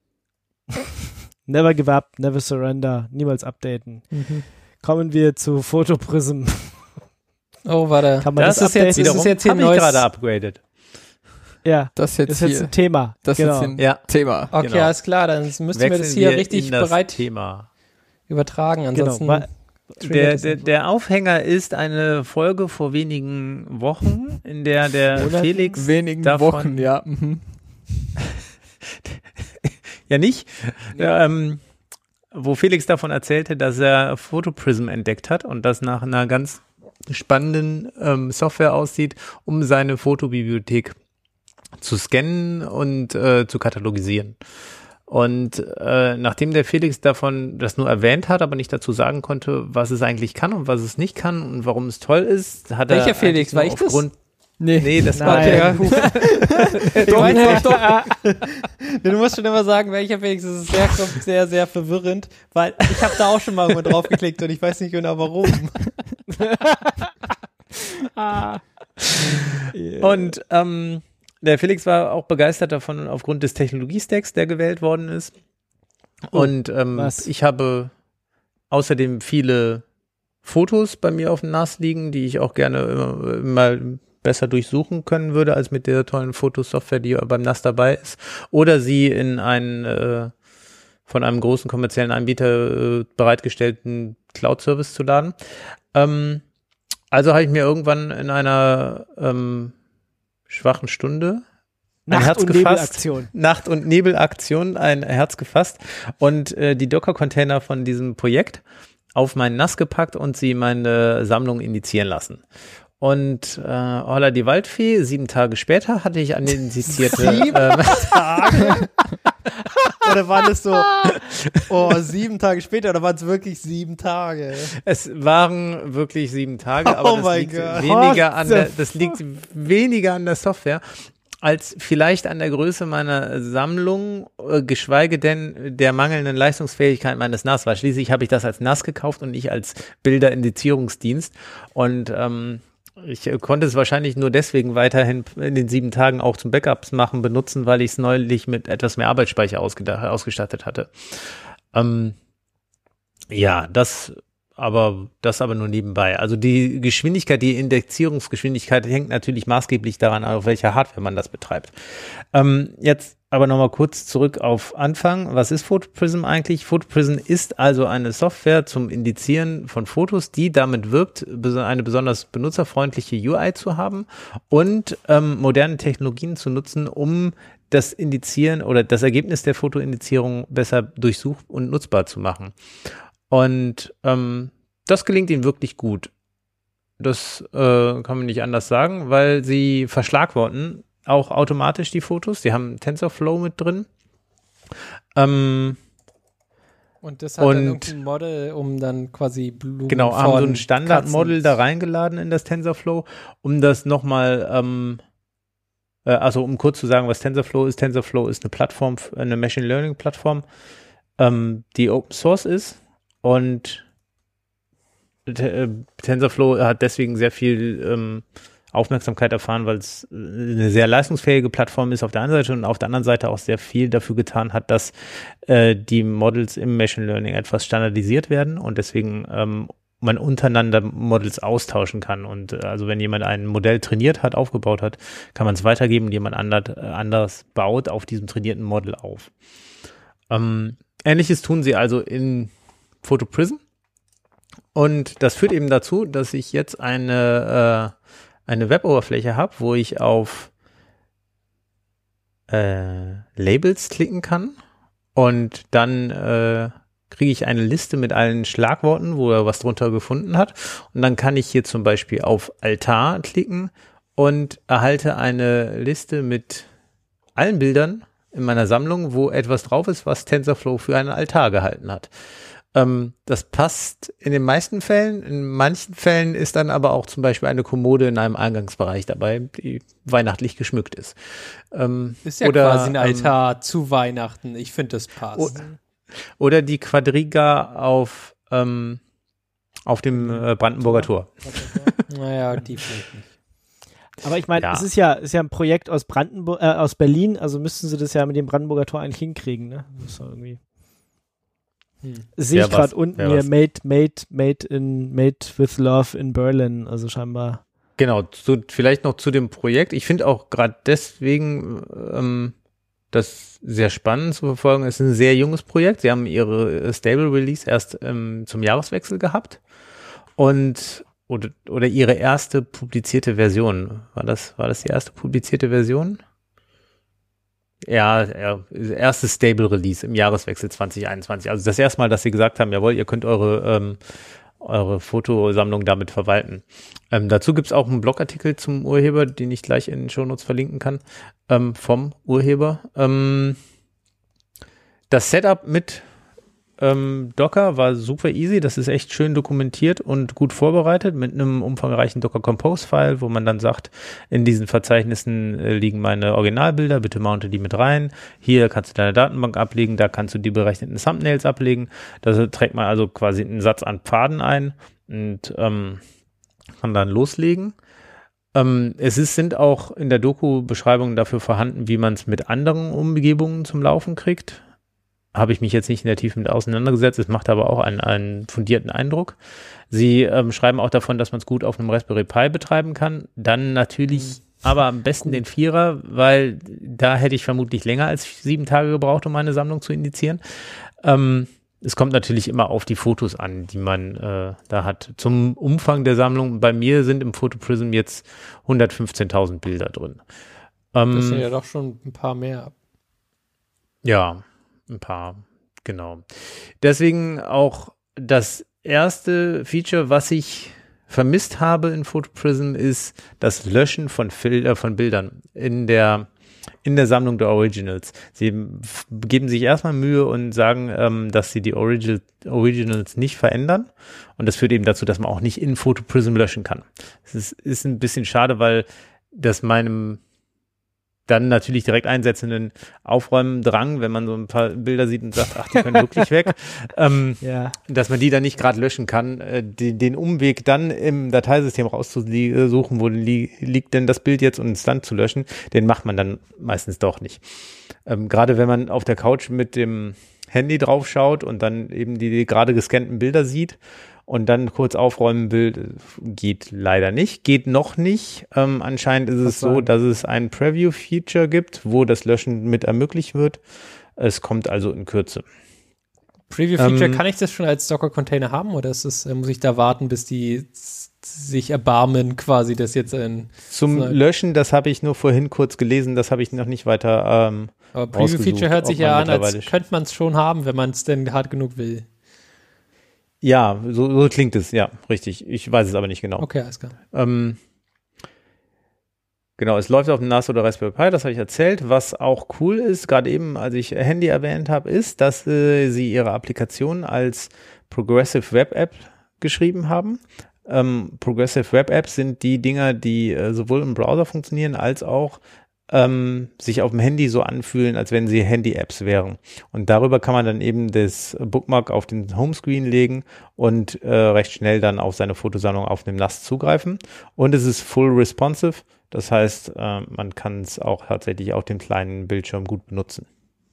Never give up, never surrender, niemals updaten. Mhm. Kommen wir zu Photoprism. Oh, warte. Kann man das, das ist jetzt, updaten? das ist jetzt hier habe ein ich neues. gerade upgraded. Ja, Das jetzt ist jetzt hier. ein Thema. Das genau. jetzt ein Ja. Thema. Okay, Genau. alles klar, dann müssen wir Wechseln das hier wir richtig in das bereit Thema. übertragen. Genau. Ansonsten Wa- triggert Der, es der, nicht. der Aufhänger ist eine Folge vor wenigen Wochen, in der der Monaten? Felix, Wenigen davon- Wochen, ja. Mhm. ja nicht, ähm, wo Felix davon erzählte, dass er Photoprism entdeckt hat und das nach einer ganz spannenden ähm, Software aussieht, um seine Fotobibliothek zu scannen und äh, zu katalogisieren. Und äh, nachdem der Felix davon das nur erwähnt hat, aber nicht dazu sagen konnte, was es eigentlich kann und was es nicht kann und warum es toll ist, hat Welcher er Felix? War ich das? Nee, nee, das Nein. war der. Du, meinst, doch, du musst schon immer sagen, welcher Felix. Das ist sehr, sehr, sehr verwirrend, weil ich habe da auch schon mal irgendwo drauf geklickt und ich weiß nicht genau warum. ah. Und ähm, der Felix war auch begeistert davon aufgrund des Technologiestacks, der gewählt worden ist. Oh, und ähm, was? ich habe außerdem viele Fotos bei mir auf dem N A S liegen, die ich auch gerne immer, mal besser durchsuchen können würde, als mit der tollen Fotosoftware, die beim N A S dabei ist. Oder sie in einen äh, von einem großen kommerziellen Anbieter äh, bereitgestellten Cloud-Service zu laden. Ähm, also habe ich mir irgendwann in einer ähm, schwachen Stunde ein Nacht- Herz und gefasst. Nebelaktion. Nacht- und Nebelaktion, ein Herz gefasst und äh, die Docker-Container von diesem Projekt auf meinen N A S gepackt und sie meine Sammlung indizieren lassen. Und äh, holla die Waldfee, sieben Tage später hatte ich eine indizierte Sieben äh, Tage? Oder waren es so, oh, sieben Tage später, oder waren es wirklich sieben Tage? Es waren wirklich sieben Tage, aber Oh das, mein liegt Gott. weniger What an the der, das liegt weniger an der Software als vielleicht an der Größe meiner Sammlung, äh, geschweige denn der mangelnden Leistungsfähigkeit meines N A S, weil schließlich habe ich das als N A S gekauft und nicht als Bilderindizierungsdienst. Und ähm, ich äh, konnte es wahrscheinlich nur deswegen weiterhin in den sieben Tagen auch zum Backups machen benutzen, weil ich es neulich mit etwas mehr Arbeitsspeicher ausgeda- ausgestattet hatte. Ähm, ja, das aber das aber nur nebenbei. Also die Geschwindigkeit, die Indexierungsgeschwindigkeit hängt natürlich maßgeblich daran, auf welcher Hardware man das betreibt. Ähm, jetzt aber nochmal kurz zurück auf Anfang. Was ist PhotoPrism eigentlich? PhotoPrism ist also eine Software zum Indizieren von Fotos, die damit wirkt, eine besonders benutzerfreundliche U I zu haben und ähm, moderne Technologien zu nutzen, um das Indizieren oder das Ergebnis der Fotoindizierung besser durchsuch- und nutzbar zu machen. Und ähm, das gelingt ihnen wirklich gut. Das äh, kann man nicht anders sagen, weil sie verschlagworten auch automatisch die Fotos. Sie haben TensorFlow mit drin. Ähm, Und das hat Und- dann irgendein Model, um dann quasi Blumen genau, haben so ein von Standardmodel Katzen- da reingeladen in das TensorFlow, um das nochmal, ähm, äh, also um kurz zu sagen, was TensorFlow ist. TensorFlow ist eine Plattform, eine Machine Learning Plattform, ähm, die Open Source ist. Und T- TensorFlow hat deswegen sehr viel ähm, Aufmerksamkeit erfahren, weil es eine sehr leistungsfähige Plattform ist auf der einen Seite und auf der anderen Seite auch sehr viel dafür getan hat, dass äh, die Models im Machine Learning etwas standardisiert werden und deswegen ähm, man untereinander Models austauschen kann. Und äh, also wenn jemand ein Modell trainiert hat, aufgebaut hat, kann man es weitergeben und jemand andert, äh, anders baut auf diesem trainierten Model auf. Ähm, Ähnliches tun sie also in PhotoPrism. Und das führt eben dazu, dass ich jetzt eine, äh, eine Web-Oberfläche habe, wo ich auf äh, Labels klicken kann und dann äh, kriege ich eine Liste mit allen Schlagworten, wo er was drunter gefunden hat. Und dann kann ich hier zum Beispiel auf Altar klicken und erhalte eine Liste mit allen Bildern in meiner Sammlung, wo etwas drauf ist, was TensorFlow für einen Altar gehalten hat. Ähm, das passt in den meisten Fällen. In manchen Fällen ist dann aber auch zum Beispiel eine Kommode in einem Eingangsbereich dabei, die weihnachtlich geschmückt ist. Ähm, Ist ja oder, quasi ein Altar zu Weihnachten. Ich finde, das passt. Oh, Oder die Quadriga auf, ähm, auf dem äh, Brandenburger Tor. Naja, die vielleicht nicht. Aber ich meine, Ja. es ist ja, ist ja ein Projekt aus Brandenburg, äh, aus Berlin, also müssten sie das ja mit dem Brandenburger Tor eigentlich hinkriegen, ne? Das ist doch irgendwie. Hm. Sehe Wer ich gerade was? unten Wer hier, was? made, made, made in, made with love in Berlin, also scheinbar. Genau, zu, vielleicht noch zu dem Projekt. Ich finde auch gerade deswegen ähm, das sehr spannend zu verfolgen. Es ist ein sehr junges Projekt. Sie haben ihre Stable Release erst ähm, zum Jahreswechsel gehabt und oder, oder ihre erste publizierte Version. War das, war das die erste publizierte Version? Ja, ja, erstes Stable Release im Jahreswechsel zwanzig einundzwanzig. Also das erste Mal, dass sie gesagt haben, jawohl, ihr könnt eure ähm, eure Fotosammlung damit verwalten. Ähm, dazu gibt es auch einen Blogartikel zum Urheber, den ich gleich in den Shownotes verlinken kann, ähm, vom Urheber. Ähm, das Setup mit ähm, Docker war super easy. Das ist echt schön dokumentiert und gut vorbereitet mit einem umfangreichen Docker Compose File, wo man dann sagt, in diesen Verzeichnissen äh, liegen meine Originalbilder, bitte mounte die mit rein. Hier kannst du deine Datenbank ablegen, da kannst du die berechneten Thumbnails ablegen. Da trägt man also quasi einen Satz an Pfaden ein und ähm, kann dann loslegen. Ähm, es ist, sind auch in der Doku Beschreibungen dafür vorhanden, wie man es mit anderen Umgebungen zum Laufen kriegt. Habe ich mich jetzt nicht in der Tiefe mit auseinandergesetzt. Es macht aber auch einen, einen fundierten Eindruck. Sie ähm, schreiben auch davon, dass man es gut auf einem Raspberry Pi betreiben kann. Dann natürlich mhm. aber am besten den Vierer, weil da hätte ich vermutlich länger als sieben Tage gebraucht, um meine Sammlung zu indizieren. Ähm, es kommt natürlich immer auf die Fotos an, die man äh, da hat. Zum Umfang der Sammlung, bei mir sind im PhotoPrism jetzt hundertfünfzehntausend Bilder drin. Ähm, das sind ja doch schon ein paar mehr. Ja, ein paar, genau. Deswegen auch das erste Feature, was ich vermisst habe in PhotoPrism, ist das Löschen von, Fil- äh, von Bildern in der in der Sammlung der Originals. Sie f- geben sich erstmal Mühe und sagen, ähm, dass sie die Original- Originals nicht verändern. Und das führt eben dazu, dass man auch nicht in PhotoPrism löschen kann. Es ist, ist ein bisschen schade, weil das meinem dann natürlich direkt einsetzenden Aufräumen-Drang, wenn man so ein paar Bilder sieht und sagt, ach, die können wirklich weg, ähm, ja. dass man die dann nicht gerade löschen kann, äh, die, den Umweg dann im Dateisystem rauszusuchen, wo li- liegt denn das Bild jetzt und es dann zu löschen, den macht man dann meistens doch nicht. Ähm, gerade wenn man auf der Couch mit dem Handy drauf schaut und dann eben die, die gerade gescannten Bilder sieht und dann kurz aufräumen will, geht leider nicht, geht noch nicht. Ähm, anscheinend ist es so, dass es ein Preview-Feature gibt, wo das Löschen mit ermöglicht wird. Es kommt also in Kürze. Preview-Feature, ähm, kann ich das schon als Docker-Container haben oder ist es, muss ich da warten, bis die sich erbarmen, quasi das jetzt in... Zum so Löschen, das habe ich nur vorhin kurz gelesen, das habe ich noch nicht weiter ähm, Aber Preview-Feature hört sich ja an, als könnte man es schon haben, wenn man es denn hart genug will. Ja, so, so klingt es, ja, richtig. Ich weiß es aber nicht genau. Okay, alles klar. Ähm, genau, es läuft auf dem N A S oder Raspberry Pi, das habe ich erzählt. Was auch cool ist, gerade eben, als ich Handy erwähnt habe, ist, dass äh, sie ihre Applikation als Progressive Web App geschrieben haben. Ähm, Progressive Web Apps sind die Dinger, die äh, sowohl im Browser funktionieren, als auch ähm, sich auf dem Handy so anfühlen, als wenn sie Handy-Apps wären. Und darüber kann man dann eben das Bookmark auf den Homescreen legen und äh, recht schnell dann auf seine Fotosammlung auf dem N A S zugreifen. Und es ist full responsive, das heißt, äh, man kann es auch tatsächlich auf dem kleinen Bildschirm gut benutzen.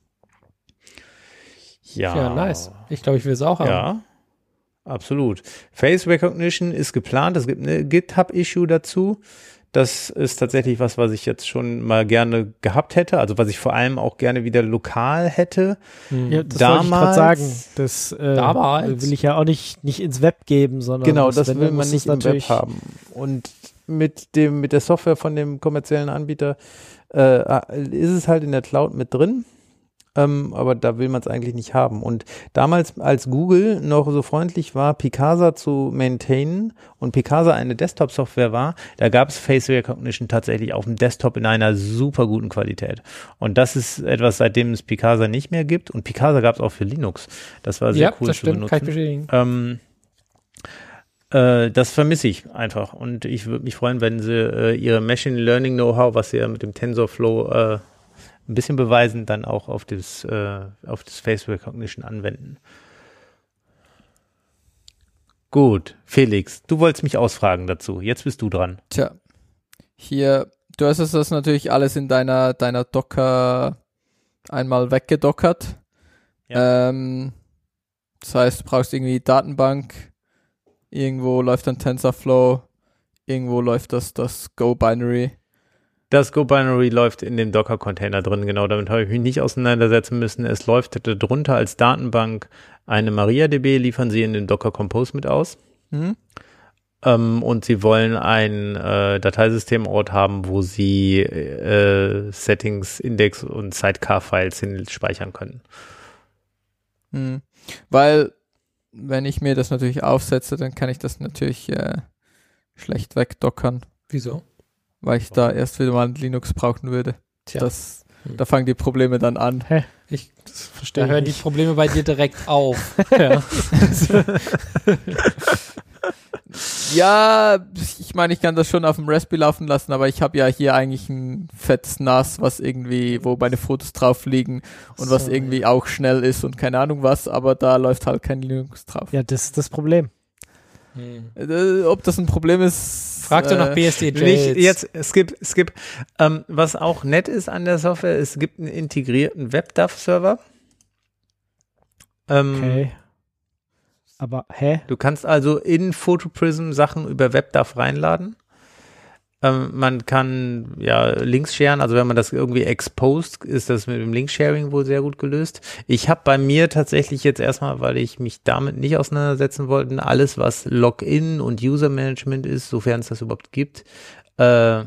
Ja, ja nice. Ich glaube, ich will es auch haben. Ja, absolut. Face Recognition ist geplant, es gibt eine GitHub-Issue dazu. Das ist tatsächlich was, was ich jetzt schon mal gerne gehabt hätte, also was ich vor allem auch gerne wieder lokal hätte. Ja, das Damals, wollte ich gerade sagen. Das äh, damals. will ich ja auch nicht, nicht ins Web geben, sondern genau, das, das wenn, will man nicht im Web haben. Und mit dem mit der Software von dem kommerziellen Anbieter äh, ist es halt in der Cloud mit drin. Ähm, aber da will man es eigentlich nicht haben. Und damals, als Google noch so freundlich war, Picasa zu maintainen und Picasa eine Desktop-Software war, da gab es Face Recognition tatsächlich auf dem Desktop in einer super guten Qualität. Und das ist etwas, seitdem es Picasa nicht mehr gibt. Und Picasa gab es auch für Linux. Das war sehr ja, cool das zu stimmt, benutzen. kann ich bestätigen. Ähm, äh, das vermisse ich einfach. Und ich würde mich freuen, wenn sie äh, ihre Machine Learning Know-how, was sie ja mit dem TensorFlow äh, ein bisschen beweisen, dann auch auf das, äh, auf das Face Recognition anwenden. Gut, Felix, du wolltest mich ausfragen dazu. Jetzt bist du dran. Tja, hier, du hast das natürlich alles in deiner, deiner Docker einmal weggedockert. Ja. Ähm, das heißt, du brauchst irgendwie Datenbank, irgendwo läuft dann TensorFlow, irgendwo läuft das, das Go-Binary. Das Go-Binary läuft in dem Docker-Container drin, genau, damit habe ich mich nicht auseinandersetzen müssen. Es läuft darunter als Datenbank eine MariaDB, liefern sie in den Docker Compose mit aus. Mhm. Ähm, und sie wollen ein äh, Dateisystemort haben, wo sie äh, Settings, Index und Sidecar-Files hin speichern können. Mhm. Weil wenn ich mir das natürlich aufsetze, dann kann ich das natürlich äh, schlecht wegdockern, Wieso? weil ich da erst wieder mal ein Linux brauchen würde. Tja, Das, Hm. da fangen die Probleme dann an. Hä? ich, Das da verstehe ich hören die nicht. Probleme bei dir direkt auf. ja. Ja, ich meine, ich kann das schon auf dem Raspberry laufen lassen, aber ich habe ja hier eigentlich ein fettes N A S, was irgendwie, wo meine Fotos drauf liegen und was So, irgendwie ja. auch schnell ist und keine Ahnung was, aber da läuft halt kein Linux drauf. Ja, das ist das Problem. Hm. Äh, ob das ein Problem ist. Frag doch äh, nach B S D J. Nicht jetzt, skip, skip. Ähm, was auch nett ist an der Software, es gibt einen integrierten WebDAV-Server. Ähm, Okay. Aber, hä? Du kannst also in PhotoPrism Sachen über WebDAV reinladen. Ähm, man kann ja Links sharen, also wenn man das irgendwie exposed, ist das mit dem Link-Sharing wohl sehr gut gelöst. Ich habe bei mir tatsächlich jetzt erstmal, weil ich mich damit nicht auseinandersetzen wollte, alles, was Login und User-Management ist, sofern es das überhaupt gibt, äh,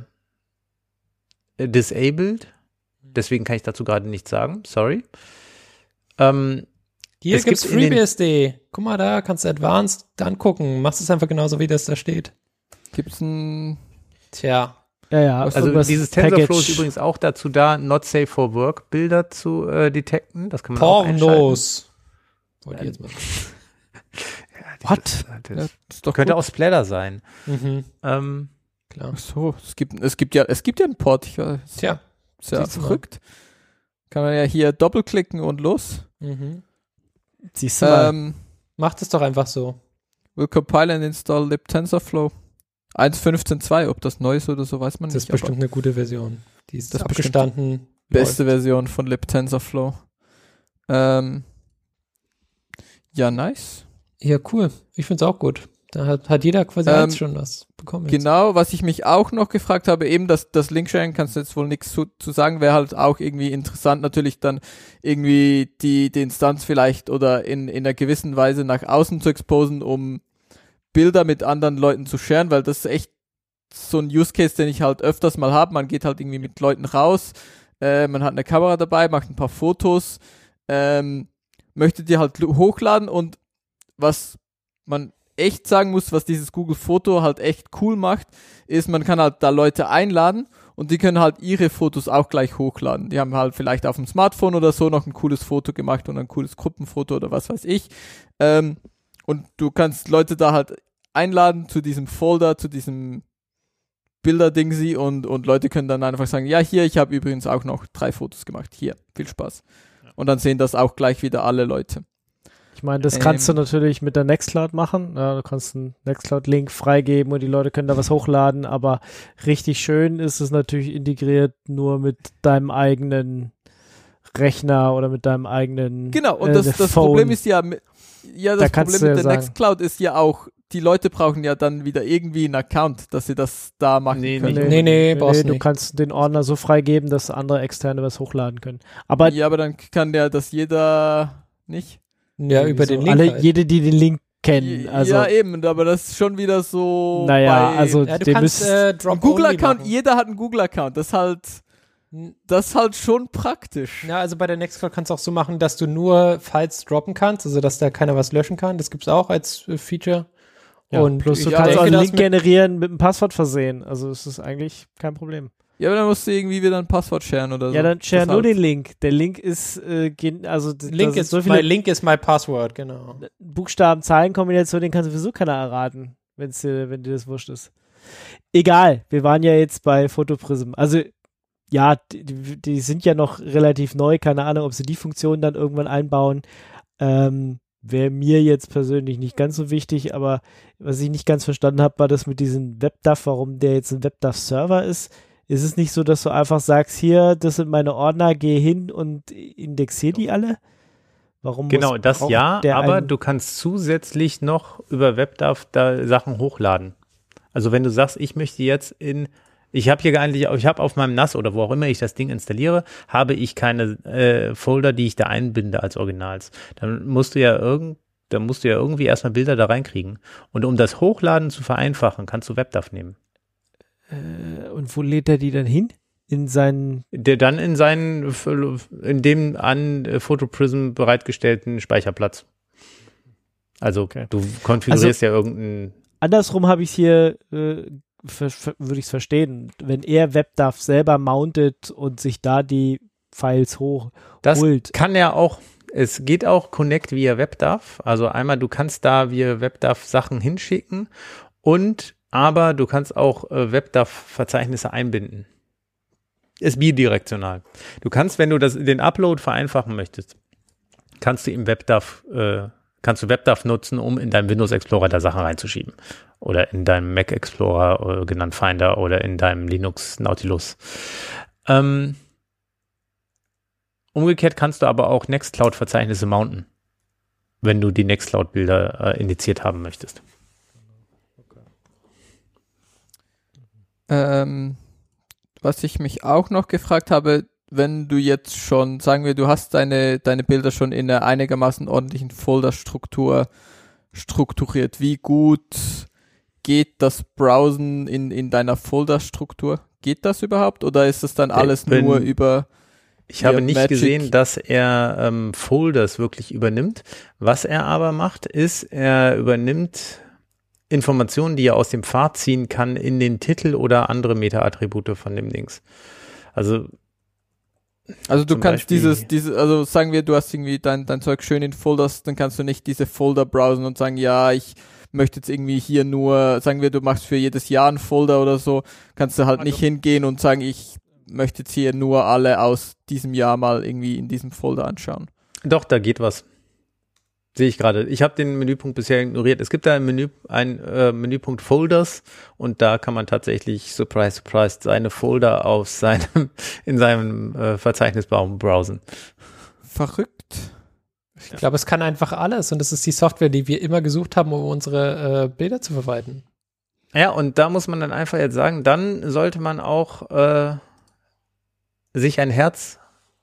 disabled. Deswegen kann ich dazu gerade nichts sagen, sorry. Ähm, Hier es gibt's gibt in den- FreeBSD. Guck mal da, kannst du Advanced angucken. Machst es einfach genauso, wie das da steht. Gibt's ein. Tja. Ja, ja. Also irgendwas dieses TensorFlow ist Package. übrigens auch dazu da, not safe for work Bilder zu äh, detekten. Das kann man auch einschalten. Pornos. Wollte ich jetzt mal. What? Das, Ja, das ist doch könnte gut. auch Splatter sein. Mhm, Ähm, klar. Ach so, es gibt, es gibt ja, es gibt ja einen Port. Ich weiß, Tja. ist ja siehst du mal. verrückt. Kann man ja hier doppelklicken und los. Mhm. Siehst du mal. Ähm, Macht es doch einfach so. will compile and install libTensorFlow. eins Punkt fünfzehn Punkt zwei, ob das neu ist oder so, weiß man Das ist nicht. aber bestimmt eine gute Version. Die ist Das ist bestimmt abgestanden. beste läuft. Version von libTensorFlow. Ähm, ja, nice. Ja, cool. Ich find's auch gut. Da hat, hat jeder quasi Ähm, eins schon was bekommen. jetzt. Genau, was ich mich auch noch gefragt habe, eben das, das Link-Sharing, kannst du jetzt wohl nichts zu, zu sagen, wäre halt auch irgendwie interessant, natürlich dann irgendwie die, die Instanz vielleicht oder in, in einer gewissen Weise nach außen zu exposen, um Bilder mit anderen Leuten zu sharen, weil das ist echt so ein Use Case, den ich halt öfters mal habe. Man geht halt irgendwie mit Leuten raus, äh, man hat eine Kamera dabei, macht ein paar Fotos, ähm, möchte die halt hochladen und was man echt sagen muss, was dieses Google Foto halt echt cool macht, ist, man kann halt da Leute einladen und die können halt ihre Fotos auch gleich hochladen. Die haben halt vielleicht auf dem Smartphone oder so noch ein cooles Foto gemacht und ein cooles Gruppenfoto oder was weiß ich. Ähm, und du kannst Leute da halt einladen zu diesem Folder, zu diesem Bilder-Dingsi und, und Leute können dann einfach sagen, ja, hier, ich habe übrigens auch noch drei Fotos gemacht. Hier, viel Spaß. Und dann sehen das auch gleich wieder alle Leute. Ich meine, das kannst ähm, du natürlich mit der Nextcloud machen. Ja, du kannst einen Nextcloud-Link freigeben und die Leute können da was hochladen, aber richtig schön ist es natürlich integriert nur mit deinem eigenen Rechner oder mit deinem eigenen Genau, und äh, das, das Phone. Problem ist ja, mit- ja, Da das kannst Problem du mit ja der sagen. Nextcloud ist ja auch, die Leute brauchen ja dann wieder irgendwie einen Account, dass sie das da machen Nee, können. Nee, nee, brauchst du nicht. kannst den Ordner so freigeben, dass andere Externe was hochladen können. Aber Ja, aber dann kann der das jeder nicht. Ja, über den Link alle, halt. jede, die den Link kennen. Also, ja, eben, aber das ist schon wieder so. naja, bei also Ja, du den kannst müsst, äh, ein Drop Google-Account, machen. jeder hat einen Google-Account. Das ist halt, das ist halt schon praktisch. Ja, also bei der Nextcloud kannst du auch so machen, dass du nur Files droppen kannst, also dass da keiner was löschen kann. Das gibt's auch als äh, Feature. ja, Und plus du ich kannst denke, auch einen das Link mit- generieren mit einem Passwort versehen. Also es ist eigentlich kein Problem. Ja, aber dann musst du irgendwie wieder ein Passwort sharen oder so. Ja, dann share Das nur halt. den Link. Der Link ist, äh, gen- also d- da Link sind ist, so my viele Link ist my Password, genau. Buchstaben-Zahlen-Kombinationen, den kann sowieso keiner erraten, wenn's dir, wenn dir das wurscht ist. Egal, wir waren ja jetzt bei Photoprism. Also ja, die, die sind ja noch relativ neu, keine Ahnung, ob sie die Funktion dann irgendwann einbauen. Ähm, Wäre mir jetzt persönlich nicht ganz so wichtig, aber was ich nicht ganz verstanden habe, war das mit diesem WebDAV, warum der jetzt ein WebDAV-Server ist. Ist es nicht so, dass du einfach sagst, hier, das sind meine Ordner, geh hin und indexier die alle? Warum genau, muss, das braucht ja, der aber einen- du kannst zusätzlich noch über WebDAV da Sachen hochladen. Also wenn du sagst, ich möchte jetzt in, ich habe hier eigentlich, ich habe auf meinem N A S oder wo auch immer ich das Ding installiere, habe ich keine äh, Folder, die ich da einbinde als Originals. Dann musst du ja irgend, dann musst du ja irgendwie erstmal Bilder da reinkriegen. Und um das Hochladen zu vereinfachen, kannst du WebDAV nehmen. Äh, und wo lädt er die dann hin? In seinen, Der dann in seinen, in dem an äh, PhotoPrism bereitgestellten Speicherplatz. Also Okay. du konfigurierst ja irgendein Andersrum habe ich es hier, äh, ver- ver- würde ich es verstehen, wenn er WebDAV selber mountet und sich da die Files hoch Das holt. kann ja auch, es geht auch Connect via WebDAV. Also einmal, du kannst da via WebDAV Sachen hinschicken und aber du kannst auch äh, WebDAV-Verzeichnisse einbinden. Ist bidirektional. Du kannst, wenn du das, den Upload vereinfachen möchtest, kannst du im WebDAV, äh, kannst du WebDAV nutzen, um in deinem Windows Explorer da Sachen reinzuschieben. Oder in deinem Mac Explorer, äh, genannt Finder, oder in deinem Linux Nautilus. Ähm, Umgekehrt kannst du aber auch Nextcloud-Verzeichnisse mounten, wenn du die Nextcloud-Bilder äh, indiziert haben möchtest. Ähm, was ich mich auch noch gefragt habe, wenn du jetzt schon, sagen wir, du hast deine, deine Bilder schon in einer einigermaßen ordentlichen Folderstruktur strukturiert, wie gut geht das Browsen in, in deiner Folderstruktur? Geht das überhaupt oder ist das dann alles Wenn- nur über... Ich habe Ja, nicht Magic. gesehen, dass er ähm, Folders wirklich übernimmt. Was er aber macht, ist, er übernimmt Informationen, die er aus dem Pfad ziehen kann, in den Titel oder andere Meta-Attribute von dem Dings. Also Also du Zum kannst Beispiel- dieses, diese, also sagen wir, du hast irgendwie dein, dein Zeug schön in Folders, dann kannst du nicht diese Folder browsen und sagen, ja, ich möchte jetzt irgendwie hier nur, sagen wir, du machst für jedes Jahr einen Folder oder so, kannst du halt nicht hingehen und sagen, ich möchte jetzt hier nur alle aus diesem Jahr mal irgendwie in diesem Folder anschauen. doch, da geht was. Sehe ich gerade. Ich habe den Menüpunkt bisher ignoriert. Es gibt da ein Menü, ein äh, Menüpunkt Folders und da kann man tatsächlich, surprise, surprise, seine Folder aus seinem, in seinem äh, Verzeichnisbaum browsen. Verrückt. Ich glaube, es kann einfach alles und das ist die Software, die wir immer gesucht haben, um unsere äh, Bilder zu verwalten. Ja, und da muss man dann einfach jetzt sagen, dann sollte man auch äh, sich ein Herz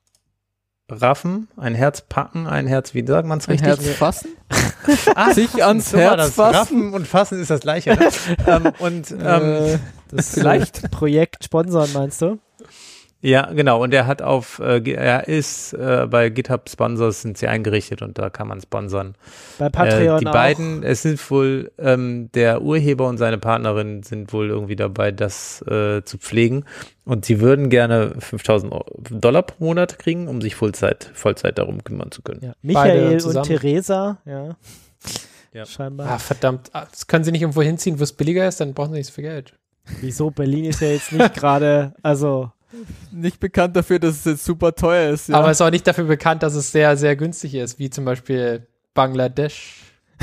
raffen, ein Herz packen, ein Herz, wie sagt man es Ein richtig? Herz fassen? Ah, Sich ans so war Herz das. fassen? Raffen und fassen ist das Gleiche. Ne? ähm, und ähm, Äh, das vielleicht. äh, Projekt sponsern, meinst du? ja, genau. Und er hat auf, äh, ge- er ist äh, bei GitHub Sponsors sind sie eingerichtet und da kann man sponsern. Bei Patreon äh, die auch. beiden, es sind wohl ähm, der Urheber und seine Partnerin sind wohl irgendwie dabei, das äh, zu pflegen. Und sie würden gerne fünftausend Dollar pro Monat kriegen, um sich Vollzeit, Vollzeit darum kümmern zu können. Ja. Beide Michael und zusammen. Theresa, ja. Ja. Scheinbar. Ah, verdammt. Ah, Das können sie nicht irgendwo hinziehen, wo es billiger ist, dann brauchen sie nicht so viel Geld. Wieso? Berlin ist ja jetzt nicht gerade, also Nicht bekannt dafür, dass es jetzt super teuer ist. Ja. Aber es ist auch nicht dafür bekannt, dass es sehr, sehr günstig ist, wie zum Beispiel Bangladesch.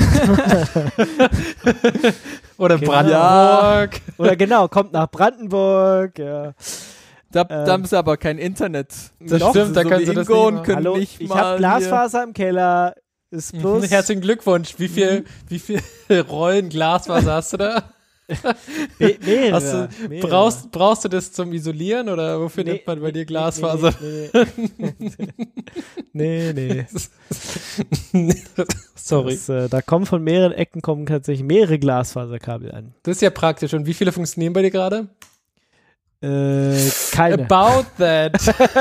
Oder Genau. Brandenburg. oder genau, kommt nach Brandenburg, ja. da, da ähm, haben sie aber kein Internet. Das Doch, stimmt, da so können wie sie das Ingo nicht und machen. können Hallo, nicht ich mal habe Glasfaser im Keller, ist plus. Herzlichen Glückwunsch. Wie viel, wie viel Rollen Glasfaser hast du da? Me mehrere, Hast du, mehrere. brauchst, brauchst du das zum Isolieren oder wofür Nee, nimmt man bei dir nee, Glasfaser? Nee, nee, nee. nee. Sorry. Das, äh, da kommen von mehreren Ecken kommen tatsächlich mehrere Glasfaserkabel an. Das ist ja praktisch. Und wie viele funktionieren bei dir gerade? Äh, keine. About that.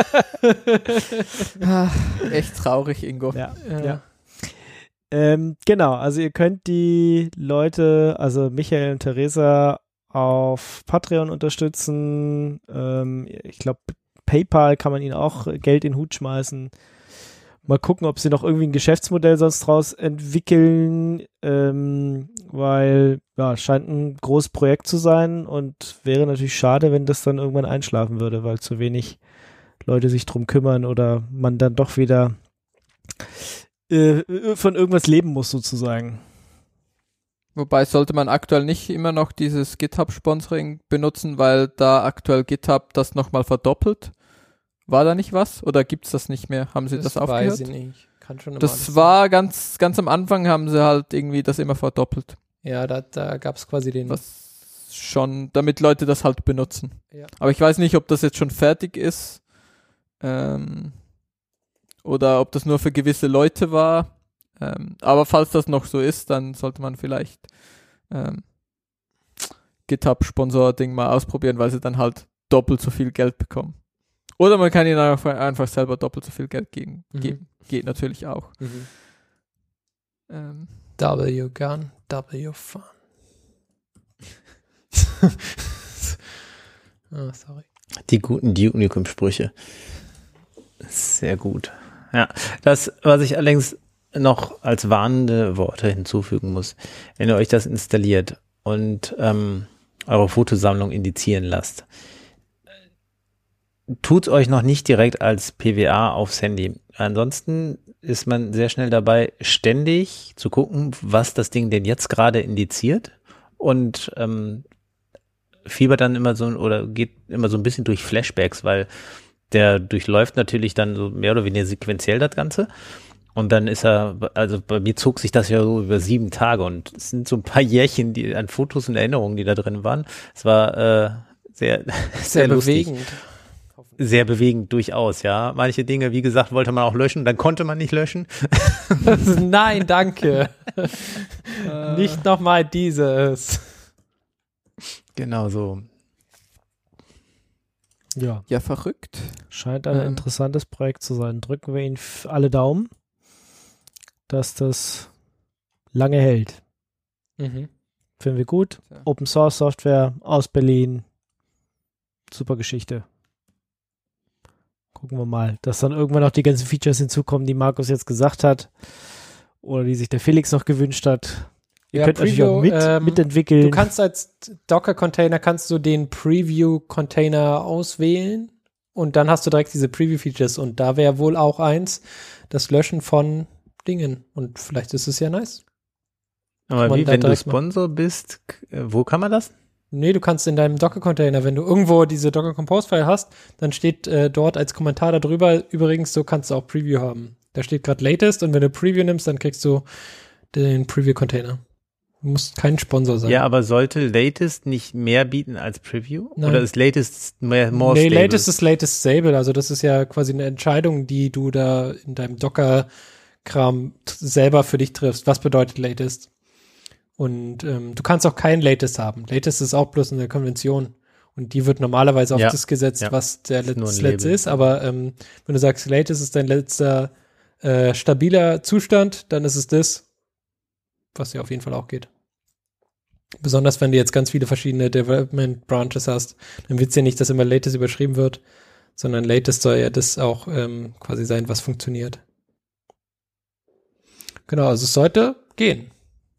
Ah, echt traurig, Ingo. Ja, Ja. ja. Ähm, genau, also ihr könnt die Leute, also Michael und Theresa auf Patreon unterstützen. Ähm, ich glaube, PayPal kann man ihnen auch Geld in den Hut schmeißen. Mal gucken, ob sie noch irgendwie ein Geschäftsmodell sonst draus entwickeln, ähm, weil ja, scheint ein großes Projekt zu sein und wäre natürlich schade, wenn das dann irgendwann einschlafen würde, weil zu wenig Leute sich drum kümmern oder man dann doch wieder äh, von irgendwas leben muss sozusagen. Wobei sollte man aktuell nicht immer noch dieses GitHub-Sponsoring benutzen, weil da aktuell GitHub das nochmal verdoppelt. War da nicht was? Oder gibt's das nicht mehr? Haben sie das, weiß aufgehört? ich nicht. Kann schon immer Das alles war ganz, ganz am Anfang haben sie halt irgendwie das immer verdoppelt. sein. Ja, da, da gab es quasi den. Was schon, damit Leute das halt benutzen. Ja. Aber ich weiß nicht, ob das jetzt schon fertig ist. Ähm, oder ob das nur für gewisse Leute war. Ähm, aber falls das noch so ist, dann sollte man vielleicht ähm, GitHub-Sponsor-Ding mal ausprobieren, weil sie dann halt doppelt so viel Geld bekommen. Oder man kann ihnen einfach, einfach selber doppelt so viel Geld geben. Mhm. geben. Geht natürlich auch. Mhm. Ähm, W Gun, W Fun. oh, sorry. Die guten Duke Nukem-Sprüche. Sehr gut. Ja, das, was ich allerdings noch als warnende Worte hinzufügen muss, wenn ihr euch das installiert und ähm, eure Fotosammlung indizieren lasst, tut's euch noch nicht direkt als P W A aufs Handy. Ansonsten ist man sehr schnell dabei, ständig zu gucken, was das Ding denn jetzt gerade indiziert und ähm, fiebert dann immer so oder geht immer so ein bisschen durch Flashbacks, weil der durchläuft natürlich dann so mehr oder weniger sequenziell das Ganze. Und dann ist er, also bei mir zog sich das ja so über sieben Tage und es sind so ein paar Jährchen die, an Fotos und Erinnerungen, die da drin waren. Es war äh, sehr, sehr, Sehr lustig. bewegend. Sehr bewegend, durchaus, ja. Manche Dinge, wie gesagt, wollte man auch löschen, dann konnte man nicht löschen. Nein, danke. Nicht nochmal dieses. Genau so. Ja, Ja, verrückt. scheint ein Ähm. interessantes Projekt zu sein. Drücken wir Ihnen f- alle Daumen, dass das lange hält. Mhm. Finden wir gut. Ja. Open Source Software aus Berlin. Super Geschichte. Gucken wir mal, dass dann irgendwann auch die ganzen Features hinzukommen, die Markus jetzt gesagt hat. Oder die sich der Felix noch gewünscht hat. Ihr Ja, könnt natürlich auch mit, Preview, ähm, mitentwickeln. Du kannst als Docker-Container kannst du den Preview-Container auswählen und dann hast du direkt diese Preview-Features und da wäre wohl auch eins, das Löschen von Dingen und vielleicht ist es ja nice. Aber man wie, da wenn du direkt mal- Sponsor bist, k- äh, wo kann man das? Nee, du kannst in deinem Docker-Container, wenn du irgendwo diese Docker-Compose-File hast, dann steht äh, dort als Kommentar darüber, übrigens, so kannst du auch Preview haben. Da steht gerade Latest und wenn du Preview nimmst, dann kriegst du den Preview-Container. Du musst kein Sponsor sein. Ja, aber sollte Latest nicht mehr bieten als Preview? Nein. Oder ist Latest mehr, more nee, stable? Latest ist Latest Stable. Also das ist ja quasi eine Entscheidung, die du da in deinem Docker-Kram t- selber für dich triffst. Was bedeutet Latest? Und ähm, du kannst auch kein Latest haben. Latest ist auch bloß eine Konvention. Und die wird normalerweise auf Ja. das gesetzt, Ja. was der Ist nur Letz ein letzte Label. ist. Aber ähm, wenn du sagst, Latest ist dein letzter äh, stabiler Zustand, dann ist es das, was ja auf jeden Fall auch geht. Besonders wenn du jetzt ganz viele verschiedene Development Branches hast, dann wird's ja nicht, dass immer Latest überschrieben wird, sondern Latest soll ja das auch ähm, quasi sein, was funktioniert. Genau, also es sollte gehen.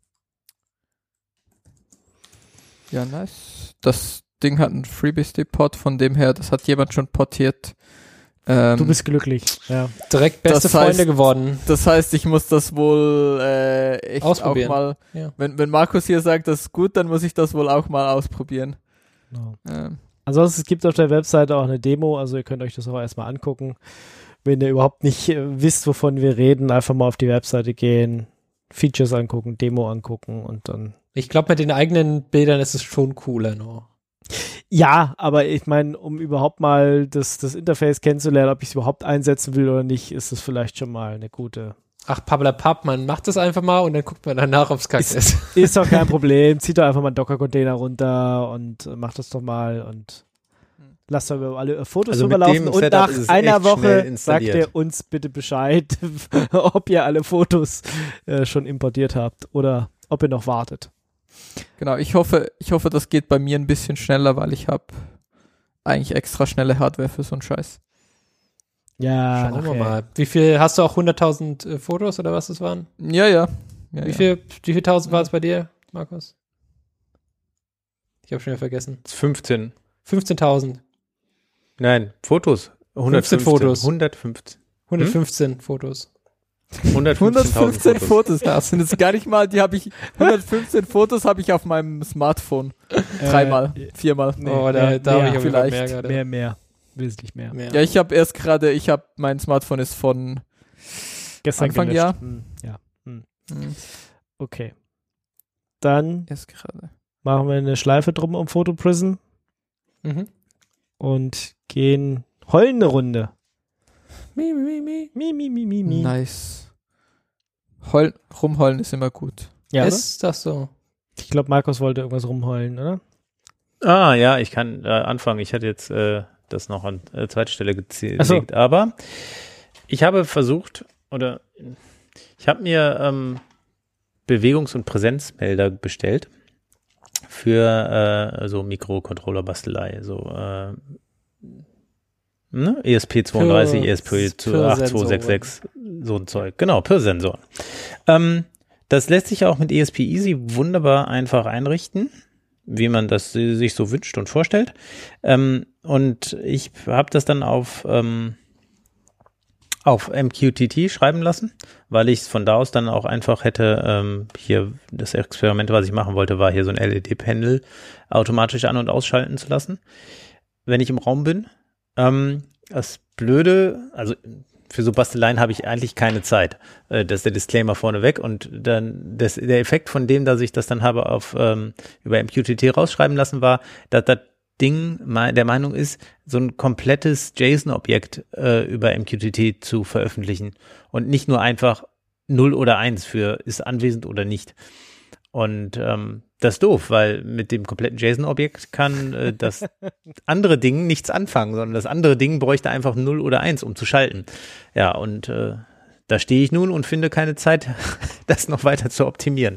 Ja, nice. Das Ding hat einen FreeBSD-Port, von dem her, das hat jemand schon portiert. Ähm, Du bist glücklich. Ja. Direkt beste Das heißt- Freunde geworden. das heißt, ich muss das wohl äh, echt Ausprobieren. auch mal, Ja. wenn, wenn Markus hier sagt, das ist gut, dann muss ich das wohl auch mal ausprobieren. Genau. Ähm, Ansonsten es gibt auf der Webseite auch eine Demo, also ihr könnt euch das auch erstmal angucken. Wenn ihr überhaupt nicht äh, wisst, wovon wir reden, einfach mal auf die Webseite gehen, Features angucken, Demo angucken und dann. Ich glaube, mit den eigenen Bildern ist es schon cooler noch. Ja, aber ich meine, um überhaupt mal das, das Interface kennenzulernen, ob ich es überhaupt einsetzen will oder nicht, ist es vielleicht schon mal eine gute. Ach, pappelapapp, man macht das einfach mal und dann guckt man danach, ob's kacke ist. Ist doch kein Problem. Zieht doch einfach mal einen Docker-Container runter und äh, macht das doch mal und lasst doch über alle Fotos Also mit rüberlaufen. dem Und Setup nach ist es einer echt schnell Woche sagt installiert. ihr uns bitte Bescheid, ob ihr alle Fotos äh, schon importiert habt oder ob ihr noch wartet. genau, ich hoffe, ich hoffe, das geht bei mir ein bisschen schneller, weil ich habe eigentlich extra schnelle Hardware für so einen Scheiß. Ja, Schauen wir okay. mal. Wie viel, hast du auch hunderttausend äh, Fotos oder was das waren? Ja, ja. ja Wie ja. viel, wie viel tausend war es bei dir, Markus? Ich habe schon wieder vergessen. fünfzehn. fünfzehntausend. Nein, Fotos. hundertfünfzehn. Fotos. hundertfünfzehn. hundertfünfzehn Fotos. hundertfünfzehn Fotos. Fotos. Das sind jetzt gar nicht mal, die habe ich, hundertfünfzehn Fotos habe ich auf meinem Smartphone. Dreimal, Äh, viermal. Nee, oh, da, mehr, da habe ich mehr, auf jeden Fall vielleicht. mehr gerade. mehr, mehr. Wesentlich mehr. Mehr. Ja, ich habe erst gerade, ich habe, mein Smartphone ist von, Gestern Anfang gelöscht. Jahr. Hm, ja, hm. hm, Okay. Dann erst gerade. machen wir eine Schleife drum um Photoprism Mhm. und gehen heulen eine Runde. Mi, mi, mi. Mi, mi, mi, mi, mi. Nice. Heul, rumheulen ist immer gut. Ja, oder? Ist das so? Ich glaube, Markus wollte irgendwas rumheulen, oder? Ah, ja, ich kann äh, anfangen. Ich hatte jetzt äh, das noch an äh, zweiter Stelle gezählt. Ach so. Aber ich habe versucht, oder ich habe mir ähm, Bewegungs- und Präsenzmelder bestellt für äh, so Mikrocontroller-Bastelei, so äh, ne? E S P zweiunddreißig, Für- E S P für acht zwei sechs sechs, so ein Zeug. Genau, per Sensor. Ähm, das lässt sich auch mit E S P Easy wunderbar einfach einrichten, wie man das sich so wünscht und vorstellt. Ähm, und ich habe das dann auf ähm, auf M Q T T schreiben lassen, weil ich es von da aus dann auch einfach hätte, ähm, hier das Experiment, was ich machen wollte, war hier so ein L E D-Panel automatisch an- und ausschalten zu lassen, wenn ich im Raum bin. Ähm, das Blöde, also für so Basteleien habe ich eigentlich keine Zeit. Äh, das ist der Disclaimer vorneweg und dann das, der Effekt von dem, dass ich das dann habe auf ähm, über M Q T T rausschreiben lassen, war, dass das Ding der Meinung ist, so ein komplettes JSON-Objekt äh, über M Q T T zu veröffentlichen und nicht nur einfach null oder eins für ist anwesend oder nicht. Und ähm, das ist doof, weil mit dem kompletten JSON-Objekt kann äh, das andere Ding nichts anfangen, sondern das andere Ding bräuchte einfach null oder eins, um zu schalten. Ja, und äh, da stehe ich nun und finde keine Zeit, das noch weiter zu optimieren.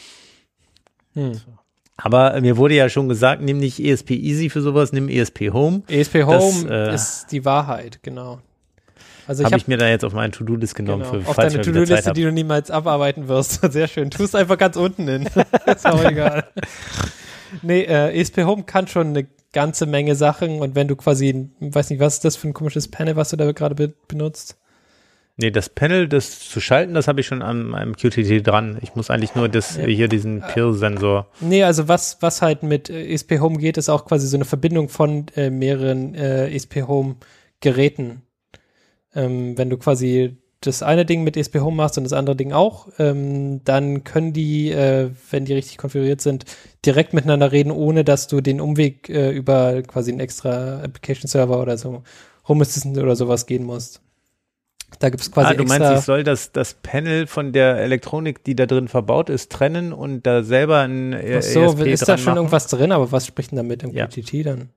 Hm. Aber mir wurde ja schon gesagt, nimm nicht E S P Easy für sowas, nimm E S P Home. E S P Home das, äh, ist die Wahrheit, genau. Also ich habe hab, ich mir da jetzt auf meine To-Do-List genommen, genau, für, auf falls deine ich mal wieder Zeit To-Do-Liste, habe. die du niemals abarbeiten wirst. Sehr schön. Tu es einfach ganz unten hin. Ist auch egal. Nee, äh, E S P Home kann schon eine ganze Menge Sachen und wenn du quasi, weiß nicht, was ist das für ein komisches Panel, was du da gerade be- benutzt? Nee, das Panel, das zu schalten, das habe ich schon an meinem Q T T dran. Ich muss eigentlich nur das Ja. hier diesen P I L-Sensor. Nee, also was, was halt mit äh, E S P Home geht, ist auch quasi so eine Verbindung von äh, mehreren äh, E S P Home Geräten. Ähm, wenn du quasi das eine Ding mit E S P Home machst und das andere Ding auch, ähm, dann können die, äh, wenn die richtig konfiguriert sind, direkt miteinander reden, ohne dass du den Umweg äh, über quasi einen extra Application Server oder so Home Assistant oder sowas gehen musst. Da gibt es quasi Ah, du extra. meinst, ich soll das, das Panel von der Elektronik, die da drin verbaut ist, trennen und da selber ein äh, Ach so, E S P ist da dran schon machen? irgendwas drin, aber was spricht denn da mit im Ja. Q T T dann?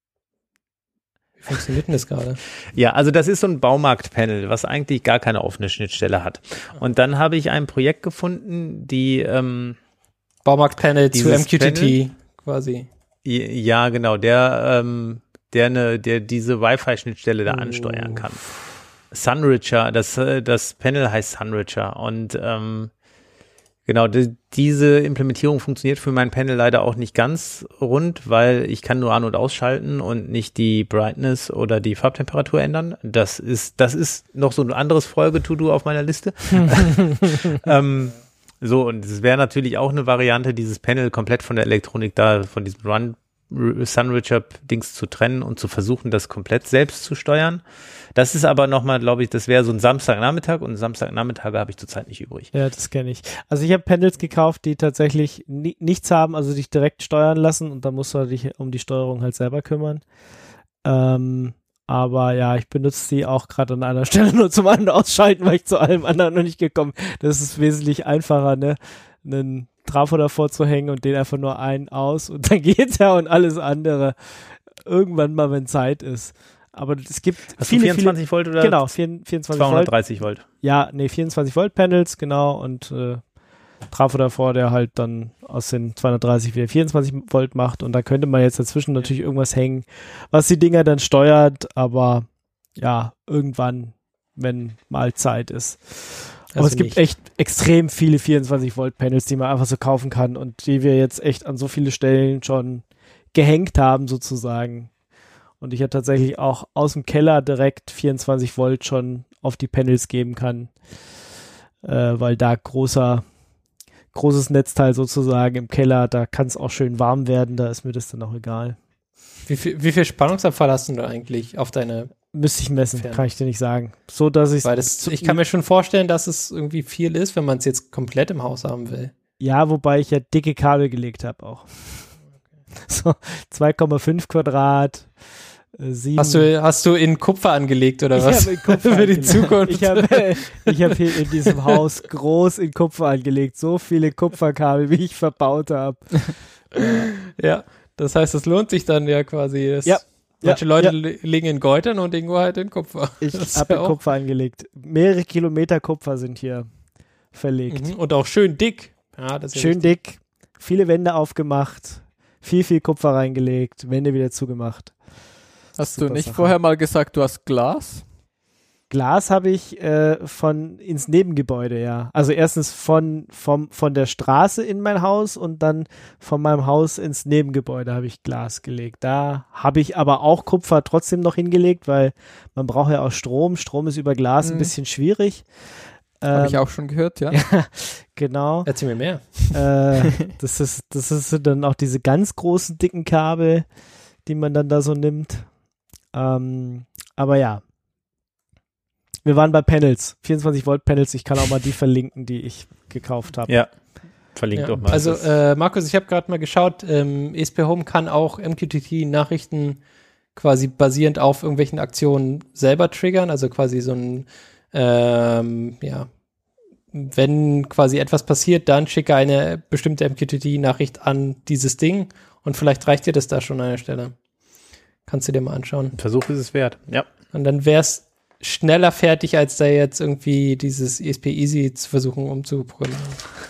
Wie funktioniert denn das gerade? Ja, also das ist so ein Baumarkt-Panel, was eigentlich gar keine offene Schnittstelle hat. Und dann habe ich ein Projekt gefunden, die ähm, Baumarktpanel zu Dieses M Q T T Panel? quasi. ja, genau, der, ähm, der, ne, der diese Wi-Fi-Schnittstelle da Oh. ansteuern kann. Sunricher, das, äh, das Panel heißt Sunricher und ähm, genau, die, diese Implementierung funktioniert für mein Panel leider auch nicht ganz rund, weil ich kann nur an- und ausschalten und nicht die Brightness oder die Farbtemperatur ändern. Das ist, das ist noch so ein anderes Folge-To-Do auf meiner Liste. ähm, so, und es wäre natürlich auch eine Variante, dieses Panel komplett von der Elektronik da, von diesem Run Sunricher-Dings zu trennen und zu versuchen, das komplett selbst zu steuern. Das ist aber nochmal, glaube ich, das wäre so ein Samstagnachmittag und Samstagnachmittage habe ich zurzeit nicht übrig. Ja, das kenne ich. Also ich habe Panels gekauft, die tatsächlich ni- nichts haben, also dich direkt steuern lassen und dann musst du dich um die Steuerung halt selber kümmern. Ähm, aber ja, ich benutze die auch gerade an einer Stelle nur zum An- und Ausschalten, weil ich zu allem anderen noch nicht gekommen bin. Das ist wesentlich einfacher, ne? Einen Trafo davor zu hängen und den einfach nur ein aus und dann geht's ja und alles andere irgendwann mal, wenn Zeit ist. Aber es gibt Hast viele, du vierundzwanzig Volt oder viele, genau, vierundzwanzig Volt. zweihundertdreißig Volt? Ja, nee, vierundzwanzig Volt Panels, genau, und äh, Trafo davor, der halt dann aus den zweihundertdreißig wieder vierundzwanzig Volt macht und da könnte man jetzt dazwischen natürlich irgendwas hängen, was die Dinger dann steuert, aber ja, irgendwann, wenn mal Zeit ist. Aber Also es gibt nicht. echt extrem viele vierundzwanzig Volt Panels, die man einfach so kaufen kann und die wir jetzt echt an so viele Stellen schon gehängt haben sozusagen. Und ich ja tatsächlich auch aus dem Keller direkt vierundzwanzig Volt schon auf die Panels geben kann, äh, weil da großer, großes Netzteil sozusagen im Keller, da kann es auch schön warm werden, da ist mir das dann auch egal. Wie viel, wie viel Spannungsabfall hast du da eigentlich auf deine? Müsste ich messen, Fern. kann ich dir nicht sagen. So, dass ich Weil das, ich kann mir schon vorstellen, dass es irgendwie viel ist, wenn man es jetzt komplett im Haus haben will. Ja, wobei ich ja dicke Kabel gelegt habe auch. So, zwei Komma fünf Quadrat, äh, sieben. Hast du, hast du in Kupfer angelegt oder Ich was? habe in Kupfer Für die angelegt. Zukunft. Ich habe ich hab hier in diesem Haus groß in Kupfer angelegt. So viele Kupferkabel, wie ich verbaut habe. Ja, das heißt, es lohnt sich dann ja quasi. Das, Ja, manche ja, Leute ja. le- legen in Goldern und Ingo halt in Kupfer. Ich Das ist habe ja in auch- Kupfer angelegt. Mehrere Kilometer Kupfer sind hier verlegt. Mhm. Und auch schön dick. Ja, das ist ja Schön richtig. dick, viele Wände aufgemacht, viel, viel Kupfer reingelegt, Wände wieder zugemacht. Hast Super du nicht Sache. vorher mal gesagt, du hast Glas? Glas habe ich äh, von ins Nebengebäude, ja. Also erstens von, vom, von der Straße in mein Haus und dann von meinem Haus ins Nebengebäude habe ich Glas gelegt. Da habe ich aber auch Kupfer trotzdem noch hingelegt, weil man braucht ja auch Strom. Strom ist über Glas ein Mhm. bisschen schwierig. Habe ich Ähm, auch schon gehört, ja. ja, genau. Erzähl mir mehr. Äh, das ist, das ist dann auch diese ganz großen, dicken Kabel, die man dann da so nimmt. Ähm, aber ja. Wir waren bei Panels, vierundzwanzig Volt Panels. Ich kann auch mal die verlinken, die ich gekauft habe. Ja, verlinkt Ja. doch mal. Also Das- äh, Markus, ich habe gerade mal geschaut, ähm, E S P Home kann auch M Q T T-Nachrichten quasi basierend auf irgendwelchen Aktionen selber triggern, also quasi so ein, ähm, ja, wenn quasi etwas passiert, dann schicke eine bestimmte M Q T T-Nachricht an dieses Ding und vielleicht reicht dir das da schon an der Stelle. Kannst du dir mal anschauen. Versuch ist es wert. Ja. Und dann wär's schneller fertig, als da jetzt irgendwie dieses E S P Easy zu versuchen umzuprogrammieren.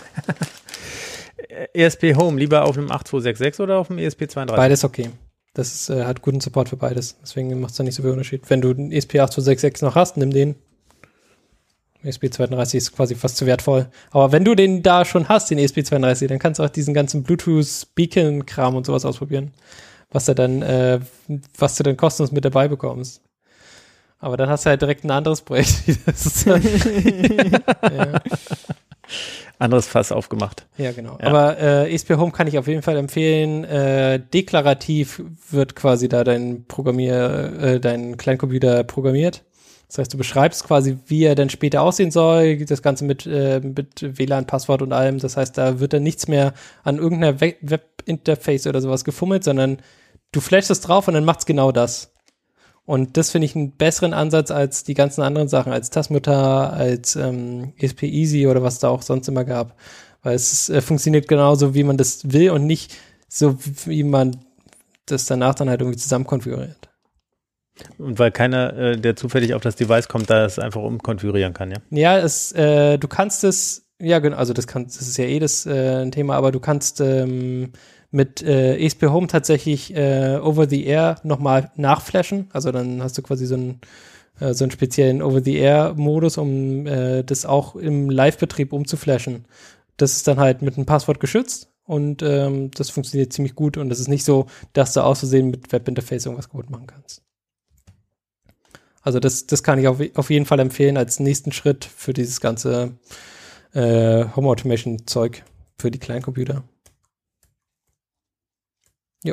E S P Home, lieber auf einem acht zwei sechs sechs oder auf dem E S P zweiunddreißig? Beides okay. Das ist, äh, hat guten Support für beides. Deswegen macht es da nicht so viel Unterschied. Wenn du den E S P acht zwei sechs sechs noch hast, nimm den. E S P zweiunddreißig ist quasi fast zu wertvoll. Aber wenn du den da schon hast, den E S P zweiunddreißig, dann kannst du auch diesen ganzen Bluetooth-Beacon-Kram und sowas ausprobieren. Was du dann, äh, was du dann kostenlos mit dabei bekommst. Aber dann hast du halt direkt ein anderes Projekt. Das ist dann, ja. Anderes Fass aufgemacht. Ja, genau. Ja. Aber äh, E S P Home kann ich auf jeden Fall empfehlen. Äh, deklarativ wird quasi da dein Programmier, äh, dein Kleincomputer programmiert. Das heißt, du beschreibst quasi, wie er dann später aussehen soll, das Ganze mit, äh, mit W L A N-Passwort und allem. Das heißt, da wird dann nichts mehr an irgendeiner We- Webinterface oder sowas gefummelt, sondern du flashst es drauf und dann macht's genau das. Und das finde ich einen besseren Ansatz als die ganzen anderen Sachen, als Tasmuta, als ähm, E S P Easy oder was da auch sonst immer gab. Weil es äh, funktioniert genauso, wie man das will und nicht so, wie man das danach dann halt irgendwie zusammen konfiguriert. Und weil keiner, äh, der zufällig auf das Device kommt, da es einfach umkonfigurieren kann, ja? Ja, es, äh, du kannst es, ja genau, also das kann, das ist ja eh das äh, ein Thema, aber du kannst ähm, mit äh, E S P Home tatsächlich äh, over the air nochmal nachflashen. Also dann hast du quasi so einen äh, so einen speziellen over the air Modus, um äh, das auch im Live-Betrieb umzuflashen. Das ist dann halt mit einem Passwort geschützt und ähm, das funktioniert ziemlich gut und das ist nicht so, dass du aus Versehen mit Webinterface irgendwas kaputt machen kannst. Also das, das kann ich auf, auf jeden Fall empfehlen als nächsten Schritt für dieses ganze äh, Home Automation Zeug für die Kleincomputer. Jo.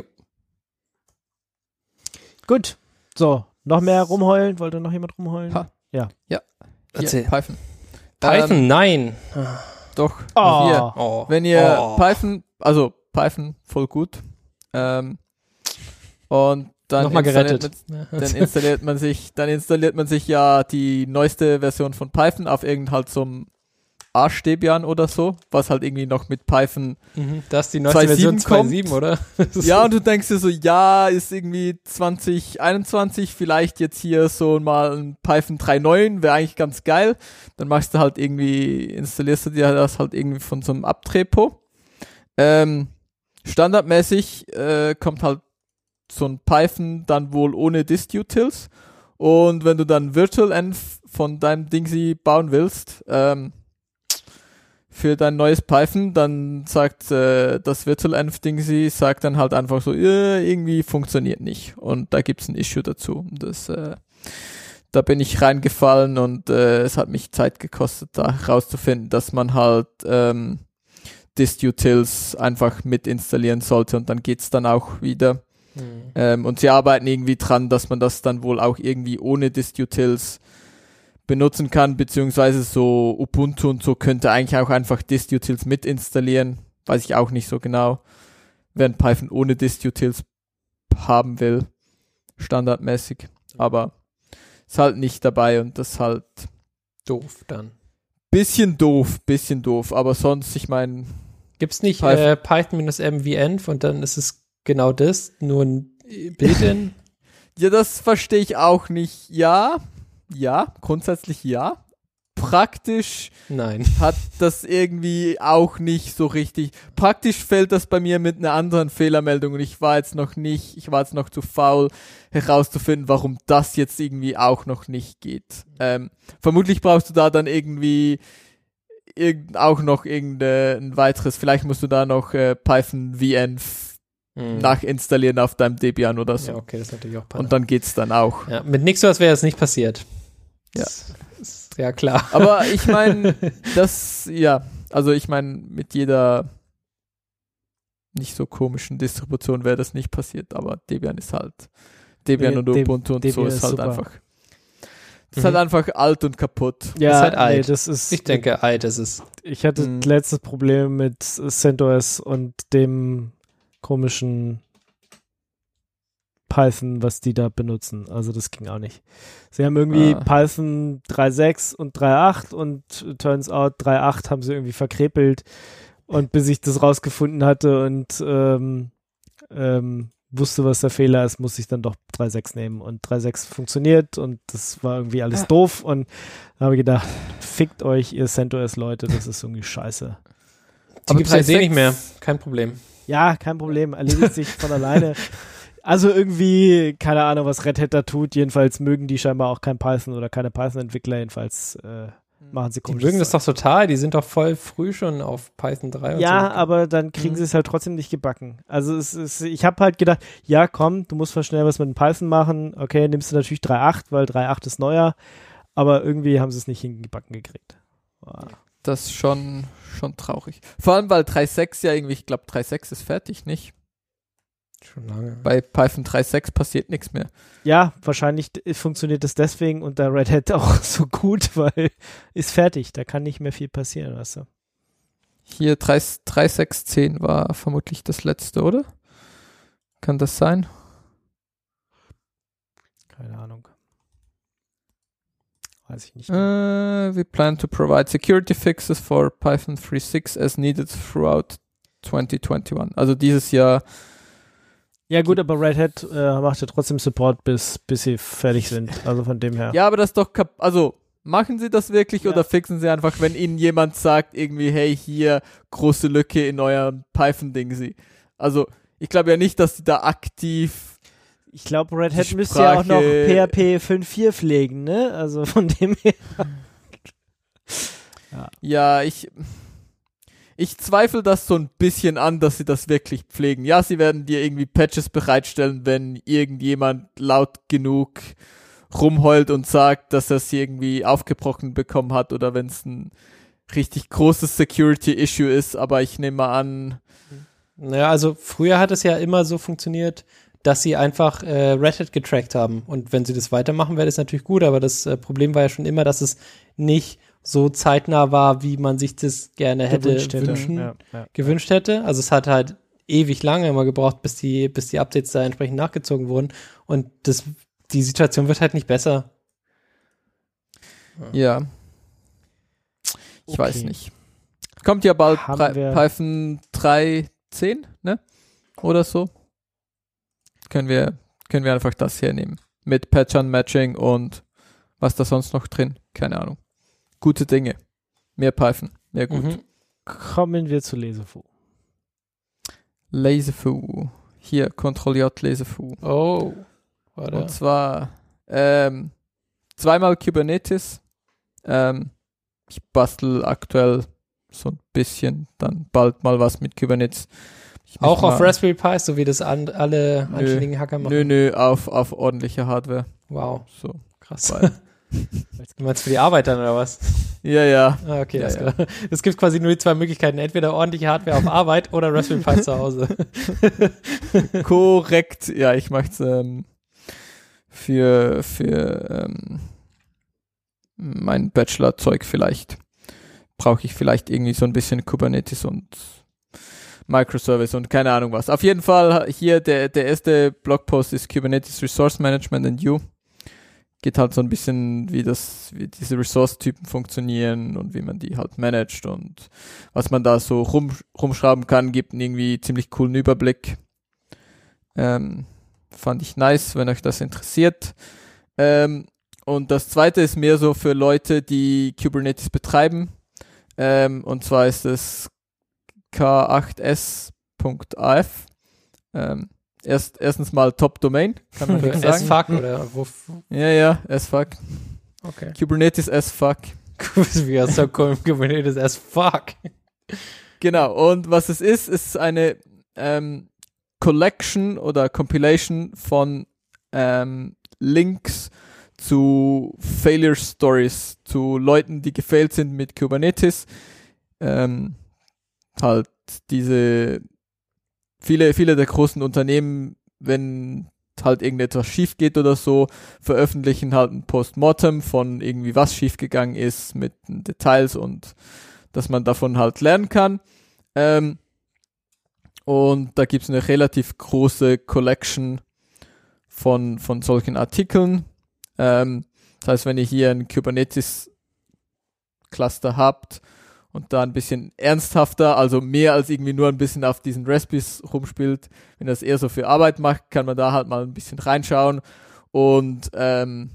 Gut. So, noch mehr rumheulen? Wollte noch jemand rumheulen? Ha. Ja. Ja. Erzähl. Hier, Python. Python, Ähm, nein. doch. Oh. Hier. Oh. Wenn ihr Oh. Python, also Python, voll gut. Ähm, und dann Nochmal installiert gerettet. man- dann installiert man sich, dann installiert man sich ja die neueste Version von Python auf irgend halt so einem Arschdebian oder so, was halt irgendwie noch mit Python. Mhm. Das ist die neueste zwei Punkt sieben Version zwei Punkt kommt. sieben, oder? Das ist Ja, und du denkst dir so, ja, ist irgendwie zwanzig einundzwanzig, vielleicht jetzt hier so mal ein Python drei Punkt neun, wäre eigentlich ganz geil. Dann machst du halt irgendwie, installierst du dir das halt irgendwie von so einem Abtrepo. Ähm, standardmäßig äh, kommt halt so ein Python dann wohl ohne Dist-Utils. Und wenn du dann virtualenv von deinem Dingsy bauen willst, ähm, für dein neues Python, dann sagt äh, das virtualenv-Dingsy, sagt dann halt einfach so, äh, irgendwie funktioniert nicht. Und da gibt's ein Issue dazu. Das, äh, da bin ich reingefallen und äh, es hat mich Zeit gekostet, da rauszufinden, dass man halt ähm, Dist-Utils einfach mit installieren sollte und dann geht's dann auch wieder. Mhm. Ähm, und sie arbeiten irgendwie dran, dass man das dann wohl auch irgendwie ohne Dist-Utils benutzen kann, beziehungsweise so Ubuntu und so könnte eigentlich auch einfach Dist-Utils mit installieren. Weiß ich auch nicht so genau. Während Python ohne Dist-Utils haben will, standardmäßig. Aber ist halt nicht dabei und das ist halt Doof dann. bisschen doof, bisschen doof. Aber sonst, ich meine, Gibt's nicht Python. äh, Python-mvenv und dann ist es genau das, nur ein Built-in? ja, das verstehe ich auch nicht. Ja, ja, grundsätzlich ja. praktisch Nein. hat das irgendwie auch nicht so richtig. Praktisch fällt das bei mir mit einer anderen Fehlermeldung und ich war jetzt noch nicht, ich war jetzt noch zu faul herauszufinden, warum das jetzt irgendwie auch noch nicht geht. Ähm, vermutlich brauchst du da dann irgendwie irgend, auch noch irgendein weiteres, vielleicht musst du da noch äh, Python V N f hm. nachinstallieren auf deinem Debian oder so. Ja, okay, das ist natürlich auch Und dann geht's dann auch. Ja, mit NixOS wäre es nicht passiert. Ja. Das ist ja klar. Aber ich meine, das, ja, also ich meine, mit jeder nicht so komischen Distribution wäre das nicht passiert, aber Debian ist halt, Debian Nee, und De- Ubuntu und Debian so ist ist halt super. einfach, das ist Mhm. halt einfach alt und kaputt. Ja, ist halt nee, alt. das ist, Ich denke, alt ist es. ich hatte Mhm. letztes Problem mit CentOS und dem komischen Python, was die da benutzen. Also das ging auch nicht. Sie haben irgendwie Ah. Python drei Punkt sechs und drei Punkt acht und turns out drei Punkt acht haben sie irgendwie verkrepelt und bis ich das rausgefunden hatte und ähm, ähm, wusste, was der Fehler ist, musste ich dann doch drei Punkt sechs nehmen und drei Punkt sechs funktioniert und das war irgendwie alles Ah. doof und da habe ich gedacht, fickt euch, ihr CentOS-Leute, das ist irgendwie scheiße. Die Aber gibt es jetzt eh drei nicht mehr. Punkt sechs Kein Problem. Ja, kein Problem, erledigt sich von alleine. Also irgendwie, keine Ahnung, was Red Hat da tut, jedenfalls mögen die scheinbar auch kein Python oder keine Python-Entwickler, jedenfalls äh, machen sie Die komisches mögen das Zeug. doch total. Die sind doch voll früh schon auf Python drei und Ja, so. aber dann kriegen Mhm. sie es halt trotzdem nicht gebacken. Also es ist, ich habe halt gedacht, ja komm, du musst mal schnell was mit dem Python machen. Okay, nimmst du natürlich drei Punkt acht, weil drei Punkt acht ist neuer, aber irgendwie haben sie es nicht hingebacken gekriegt. Wow. Das ist schon, schon traurig. Vor allem, weil drei Punkt sechs ja irgendwie, ich glaube drei Punkt sechs ist fertig, nicht? Schon lange. Bei Python drei Punkt sechs passiert nichts mehr. Ja, wahrscheinlich d- funktioniert es deswegen unter Red Hat auch so gut, weil ist fertig, da kann nicht mehr viel passieren, weißt du. Hier drei Punkt sechs zehn war vermutlich das letzte, oder? Kann das sein? Keine Ahnung. Weiß ich nicht. Uh, we plan to provide security fixes for Python drei Punkt sechs as needed throughout twenty twenty-one. Also dieses Jahr. Ja gut, aber Red Hat äh, macht ja trotzdem Support, bis, bis sie fertig sind. Also von dem her. Ja, aber das ist doch kap also machen sie das wirklich Ja. oder fixen sie einfach, wenn ihnen jemand sagt, irgendwie, hey, hier, große Lücke in eurem Python-Ding sie. Also, ich glaube ja nicht, dass sie da aktiv. Ich glaube, Red Die Hat müsste ja auch noch Sprache- P H P fünf Punkt vier pflegen, ne? Also von dem her. Ja, ich. Ich zweifle das so ein bisschen an, dass sie das wirklich pflegen. Ja, sie werden dir irgendwie Patches bereitstellen, wenn irgendjemand laut genug rumheult und sagt, dass er es irgendwie aufgebrochen bekommen hat oder wenn es ein richtig großes Security-Issue ist. Aber ich nehme mal an, Naja, also früher hat es ja immer so funktioniert, dass sie einfach äh, Red Hat getrackt haben. Und wenn sie das weitermachen, wäre das natürlich gut. Aber das äh, Problem war ja schon immer, dass es nicht so zeitnah war, wie man sich das gerne hätte gewünscht hätte. wünschen, Ja, ja. gewünscht hätte. Also es hat halt ewig lange immer gebraucht, bis die, bis die Updates da entsprechend nachgezogen wurden. Und das, die Situation wird halt nicht besser. ja. Ich Okay. weiß nicht. Kommt ja bald Haben Pri- wir- Python drei Punkt zehn, ne? Oder so. Können wir, können wir einfach das hernehmen. Mit Patch-Unmatching und was da sonst noch drin? Keine Ahnung. Gute Dinge. Mehr Python. Mehr gut. Mhm. Kommen wir zu Lesefu. Laserfu. Hier, Ctrl-J Laserfu. Oh. Warte. Und zwar ähm, zweimal Kubernetes. Ähm, ich bastel aktuell so ein bisschen, dann bald mal was mit Kubernetes. Ich Auch muss auf mal- Raspberry Pi, so wie das an, alle Nö. anständigen Hacker machen. Nö, nö, auf, auf ordentliche Hardware. Wow, So. krass. Weil- Du meinst für die Arbeit dann oder was? Ja, ja. Ah, okay, Ja, das ja. es gibt quasi nur die zwei Möglichkeiten, entweder ordentliche Hardware auf Arbeit oder Raspberry Pi zu Hause. Korrekt. Ja, ich mache es ähm, für, für ähm, mein Bachelor-Zeug vielleicht. Brauche ich vielleicht irgendwie so ein bisschen Kubernetes und Microservice und keine Ahnung was. Auf jeden Fall hier der, der erste Blogpost ist Kubernetes Resource Management and You. Geht halt so ein bisschen, wie das, wie diese Resource-Typen funktionieren und wie man die halt managt und was man da so rum, rumschrauben kann, gibt einen irgendwie ziemlich coolen Überblick. Ähm, fand ich nice, wenn euch das interessiert. Ähm, und das zweite ist mehr so für Leute, die Kubernetes betreiben. Ähm, und zwar ist es K acht S Punkt A F. Ähm, erst, erstens mal Top-Domain, kann man nicht sagen. S-Fuck oder wo? Ja, ja, S-Fuck. Okay. Kubernetes S-Fuck. Wie hast du Kubernetes S-Fuck? Genau, und was es ist, ist eine ähm, Collection oder Compilation von ähm, Links zu Failure Stories, zu Leuten, die gefailt sind mit Kubernetes. Ähm, halt diese viele, viele der großen Unternehmen, wenn halt irgendetwas schief geht oder so, veröffentlichen halt ein Postmortem von irgendwie was schiefgegangen ist mit Details und dass man davon halt lernen kann. Ähm, und da gibt es eine relativ große Collection von, von solchen Artikeln. Ähm, das heißt, wenn ihr hier ein Kubernetes-Cluster habt und da ein bisschen ernsthafter, also mehr als irgendwie nur ein bisschen auf diesen Recipes rumspielt, wenn das eher so für Arbeit macht, kann man da halt mal ein bisschen reinschauen und ähm,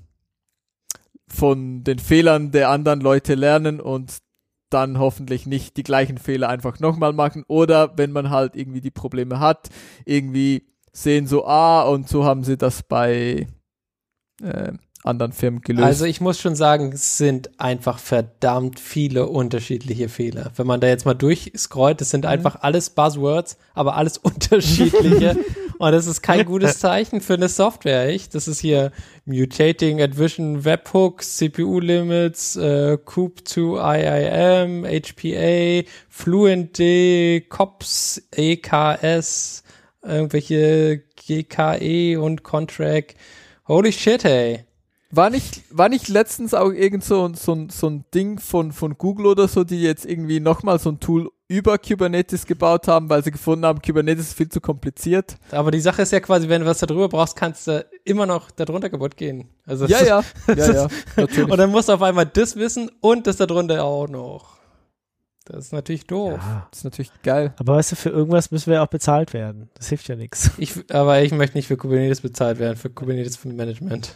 von den Fehlern der anderen Leute lernen und dann hoffentlich nicht die gleichen Fehler einfach nochmal machen, oder wenn man halt irgendwie die Probleme hat, irgendwie sehen so, ah, und so haben sie das bei äh, anderen Firmen gelöst. Also ich muss schon sagen, es sind einfach verdammt viele unterschiedliche Fehler. Wenn man da jetzt mal durchscrollt, das sind mhm. einfach alles Buzzwords, aber alles unterschiedliche. Und das ist kein gutes Zeichen für eine Software, echt? Das ist hier Mutating Advision Webhooks, C P U-Limits, äh, Coop zwei I I M, H P A, FluentD, C O P S, E K S, irgendwelche G K E und Contract. Holy shit, hey. War nicht, war nicht letztens auch irgend so, so, so ein Ding von, von Google oder so, die jetzt irgendwie nochmal so ein Tool über Kubernetes gebaut haben, weil sie gefunden haben, Kubernetes ist viel zu kompliziert? Aber die Sache ist ja quasi, wenn du was da drüber brauchst, kannst du immer noch darunter kaputt gehen. Also ja, ja, ja, ja, natürlich. Und dann musst du auf einmal das wissen und das da drunter auch noch. Das ist natürlich doof. Ja. Das ist natürlich geil. Aber weißt du, für irgendwas müssen wir ja auch bezahlt werden. Das hilft ja nichts. Ich, aber ich möchte nicht für Kubernetes bezahlt werden, für Kubernetes für Management.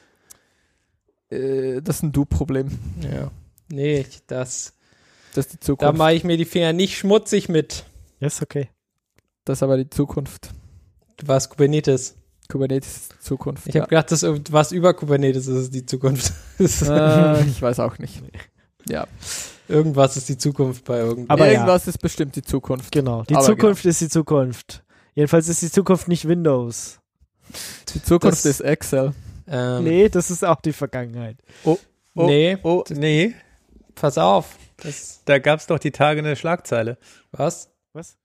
Das ist ein Du-Problem. Ja. Nee, ich, das, das ist die da Zukunft. mache ich mir die Finger nicht schmutzig mit. Ja, ist okay. Das ist aber die Zukunft. Du warst Kubernetes. Kubernetes ist die Zukunft. Ich ja. habe gedacht, das was über Kubernetes ist die Zukunft. äh, ich weiß auch nicht. Ja. Irgendwas ist die Zukunft bei irgendwas. Aber irgendwas ja. ist bestimmt die Zukunft. Genau. Die aber Zukunft genau. ist die Zukunft. Jedenfalls ist die Zukunft nicht Windows. Die Zukunft Das- ist Excel. Ähm, Nee, das ist auch die Vergangenheit. Oh, oh, Nee. oh, nee. Pass auf. Das, Da gab es doch die Tage eine Schlagzeile. was? Was?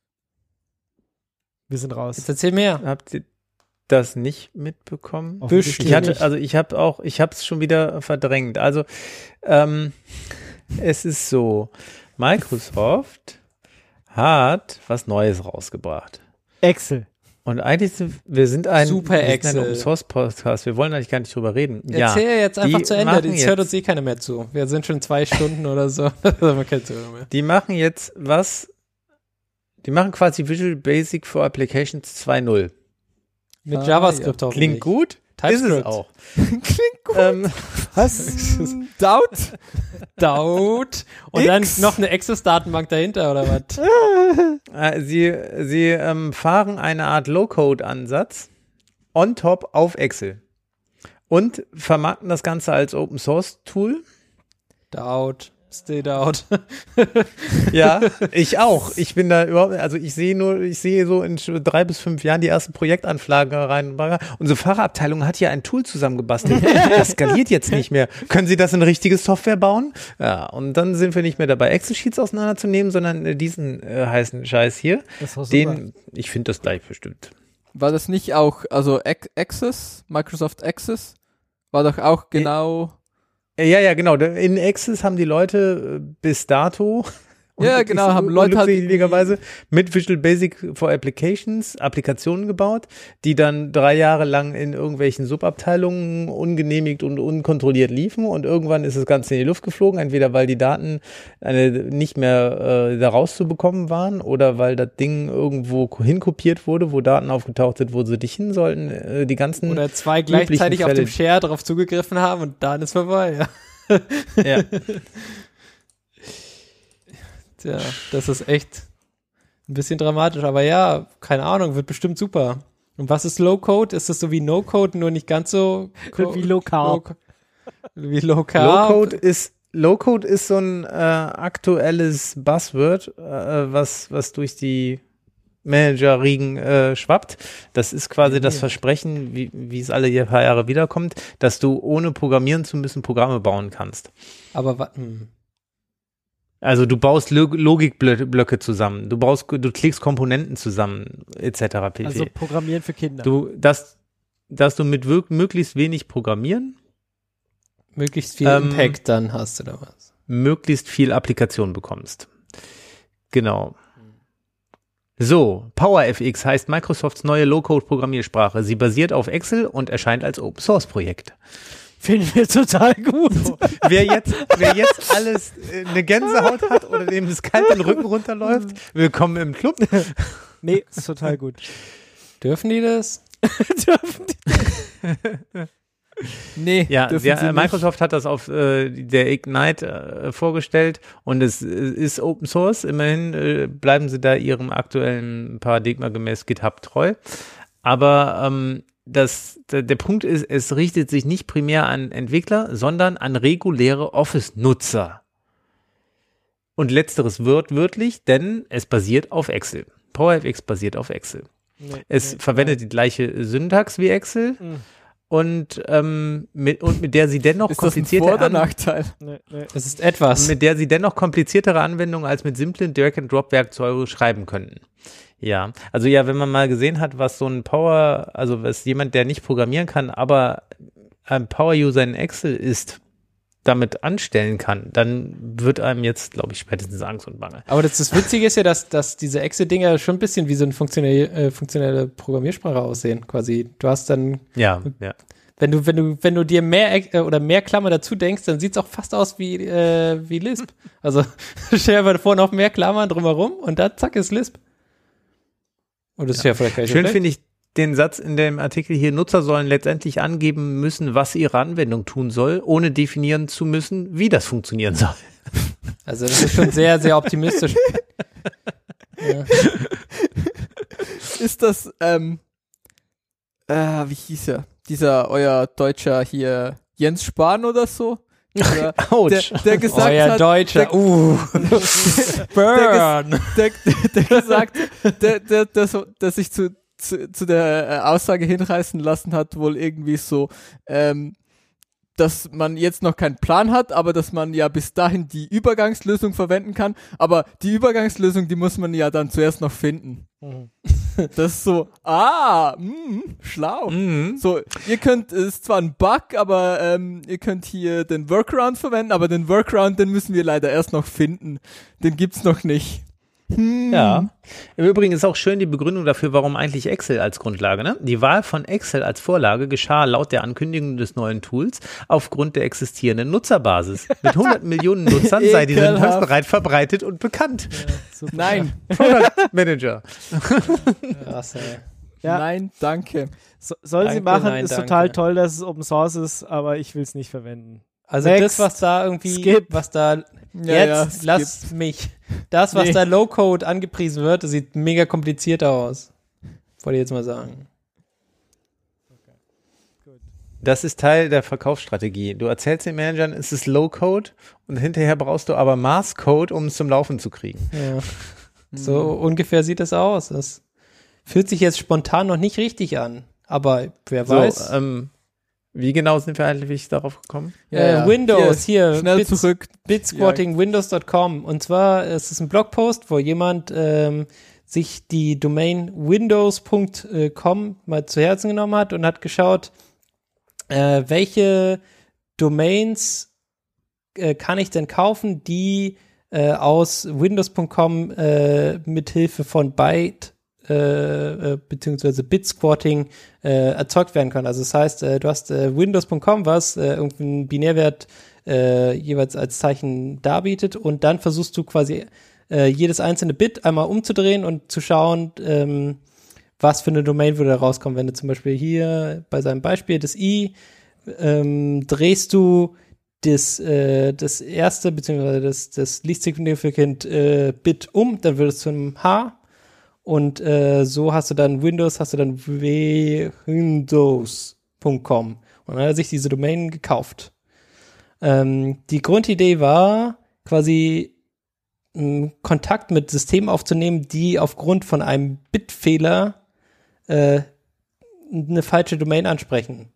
Wir sind raus. Jetzt erzähl mehr. Habt ihr das nicht mitbekommen? Offensichtlich Ich hatte, nicht. also ich habe auch, ich habe es schon wieder verdrängt. Also ähm, es ist so, Microsoft hat was Neues rausgebracht. Excel. Und eigentlich sind wir sind ein, Super wir sind Excel. ein Open Source Podcast. Wir wollen eigentlich gar nicht drüber reden. Erzähl ja, jetzt einfach die zu Ende. machen Jetzt hört jetzt- uns eh keiner mehr zu. Wir sind schon zwei Stunden oder so. Da haben wir keine Zuhörer mehr. Die machen jetzt was. Die machen quasi Visual Basic for Applications zwei Punkt null. Mit Ah, JavaScript Klingt hoffentlich. gut? TypeScript. Ist es auch. Klingt gut. Ähm, Was? Doubt? Daut. Und X. dann noch eine Access-Datenbank dahinter, oder was? äh, sie sie ähm, fahren eine Art Low-Code-Ansatz on top auf Excel und vermarkten das Ganze als Open Source Tool. Daut. Stay Daut. Ja, ich auch. Ich bin da überhaupt, also ich sehe nur, ich sehe so in sch- drei bis fünf Jahren die ersten Projektanfragen rein. Unsere Fahrerabteilung hat hier ein Tool zusammengebastelt. Das skaliert jetzt nicht mehr. Können Sie das in richtige Software bauen? Ja, und dann sind wir nicht mehr dabei, Excel-Sheets auseinanderzunehmen, sondern äh, diesen äh, heißen Scheiß hier. Das ist doch super. Den, ich finde das gleich bestimmt. War das nicht auch, also Ac- Access, Microsoft Access, war doch auch genau, Äh, Ja, ja, genau. In Access haben die Leute äh, bis dato Ja, genau, haben Leute halt unglücklicherweise mit Visual Basic for Applications Applikationen gebaut, die dann drei Jahre lang in irgendwelchen Subabteilungen ungenehmigt und unkontrolliert liefen und irgendwann ist das Ganze in die Luft geflogen, entweder weil die Daten eine, nicht mehr äh, da rauszubekommen waren oder weil das Ding irgendwo hinkopiert wurde, wo Daten aufgetaucht sind, wo sie nicht hin sollten. Äh, die ganzen Oder zwei gleichzeitig auf Fälle. dem Share drauf zugegriffen haben und dann ist vorbei, ja. Ja. Tja, das ist echt ein bisschen dramatisch, aber ja, keine Ahnung, wird bestimmt super. Und was ist Low-Code? Ist das so wie No-Code, nur nicht ganz so Wie Low Carb. Low, wie Low Carb? Low-Code ist, Low-Code ist so ein äh, aktuelles Buzzword, äh, was, was durch die Manager-Riegen äh, schwappt. Das ist quasi das Versprechen, wie, wie es alle paar Jahre wiederkommt, dass du ohne programmieren zu müssen Programme bauen kannst. Aber wa- hm. Also du baust Log- Logikblöcke zusammen, du baust, du klickst Komponenten zusammen, et cetera pp. Also Programmieren für Kinder. Du, dass, dass du mit wirk- möglichst wenig Programmieren möglichst viel Ähm, Impact dann hast oder was? möglichst viel Applikation bekommst. Genau. So, PowerFX heißt Microsofts neue Low-Code-Programmiersprache. Sie basiert auf Excel und erscheint als Open-Source-Projekt. Finden wir total gut. Wer jetzt, wer jetzt alles äh, eine Gänsehaut hat oder dem das kalt den Rücken runterläuft, willkommen im Club. Nee, ist total gut. Dürfen die das? Dürfen die- Nee, Ja, dürfen der, sie nicht. Microsoft hat das auf äh, der Ignite äh, vorgestellt und es äh, ist Open Source. Immerhin äh, bleiben sie da ihrem aktuellen Paradigma gemäß GitHub treu. Aber ähm, das, der, der Punkt ist, es richtet sich nicht primär an Entwickler, sondern an reguläre Office-Nutzer. Und letzteres wird wörtlich, denn es basiert auf Excel. PowerFX basiert auf Excel. Nee, Es nee, verwendet die gleiche Syntax wie Excel. Mhm. Und, ähm, mit, und mit der sie dennoch Ist das ein komplizierte Vor- oder An- Nachteil? nee, nee. Es ist etwas. mit der sie dennoch kompliziertere Anwendungen als mit simplen Drag-and-Drop-Werkzeugen schreiben könnten. Ja, also ja, wenn man mal gesehen hat, was so ein Power, also was jemand, der nicht programmieren kann, aber ein Power-User in Excel ist, damit anstellen kann, dann wird einem jetzt, glaube ich, spätestens Angst und Bange. Aber das, das Witzige ist ja, dass, dass diese Excel-Dinger schon ein bisschen wie so eine funktionelle, äh, funktionelle Programmiersprache aussehen, quasi. Du hast dann, Ja, ja. wenn du, wenn du, wenn du dir mehr äh, oder mehr Klammer dazu denkst, dann sieht es auch fast aus wie, äh, wie Lisp. Also stell dir mal vor, noch mehr Klammern drumherum und dann zack ist Lisp. Und das ist ja vielleicht gar nicht so Schön schlecht. finde ich den Satz in dem Artikel hier, Nutzer sollen letztendlich angeben müssen, was ihre Anwendung tun soll, ohne definieren zu müssen, wie das funktionieren soll. Also das ist schon sehr, sehr optimistisch. Ja. Ist das, ähm, äh, wie hieß er? Dieser, euer Deutscher hier, Jens Spahn oder so? Oder Autsch. der, der gesagt Euer hat, Deutscher, der, uh, burn. der, der gesagt, der, der, der, so, der sich zu, zu, zu der äh, Aussage hinreißen lassen hat, wohl irgendwie so, ähm, dass man jetzt noch keinen Plan hat, aber dass man ja bis dahin die Übergangslösung verwenden kann. Aber die Übergangslösung, die muss man ja dann zuerst noch finden. Mhm. Das ist so, ah, mh, schlau. Mhm. So, ihr könnt, es ist zwar ein Bug, aber ähm, ihr könnt hier den Workaround verwenden, aber den Workaround, den müssen wir leider erst noch finden. Den gibt's noch nicht. Hm. Ja. Im Übrigen ist auch schön die Begründung dafür, warum eigentlich Excel als Grundlage. Ne? Die Wahl von Excel als Vorlage geschah laut der Ankündigung des neuen Tools aufgrund der existierenden Nutzerbasis. Mit hundert Millionen Nutzern sei die Ekelhaft. Syntax bereits verbreitet und bekannt. Super. Nein, Product Manager. Krass, ey. Ja. nein, danke. So, soll sie Danke, machen, nein, ist danke. total toll, dass es Open Source ist, aber ich will es nicht verwenden. Also Next. das, was da irgendwie, Skip. was da Ja, ja, jetzt, skip. lass mich. Das, was Nee. da Low-Code angepriesen wird, das sieht mega kompliziert aus. Wollte ich jetzt mal sagen. Das ist Teil der Verkaufsstrategie. Du erzählst den Managern, es ist Low-Code und hinterher brauchst du aber Mass-Code, um es zum Laufen zu kriegen. Ja. So ungefähr sieht es aus. Das fühlt sich jetzt spontan noch nicht richtig an. Aber wer weiß. So, ähm, wie genau sind wir eigentlich darauf gekommen? äh, Windows, hier, schnell Bits, zurück. bitsquatting windows dot com. Und zwar ist es ein Blogpost, wo jemand ähm, sich die Domain windows punkt com mal zu Herzen genommen hat und hat geschaut, äh, welche Domains äh, kann ich denn kaufen, die äh, aus Windows Punkt com äh, mit Hilfe von Byte äh, äh, beziehungsweise Bit-Squatting äh, erzeugt werden können. Also das heißt, äh, du hast äh, Windows Punkt com, was äh, irgendeinen Binärwert äh, jeweils als Zeichen darbietet und dann versuchst du quasi äh, jedes einzelne Bit einmal umzudrehen und zu schauen, ähm, was für eine Domain würde da rauskommen. Wenn du zum Beispiel hier bei seinem Beispiel das I ähm, drehst du das, äh, das erste beziehungsweise das, das least significant äh, Bit um, dann wird es zu einem H und äh, so hast du dann Windows, hast du dann windows Punkt com und dann hat er sich diese Domain gekauft. Ähm, die Grundidee war quasi einen Kontakt mit Systemen aufzunehmen, die aufgrund von einem Bitfehler äh, eine falsche Domain ansprechen.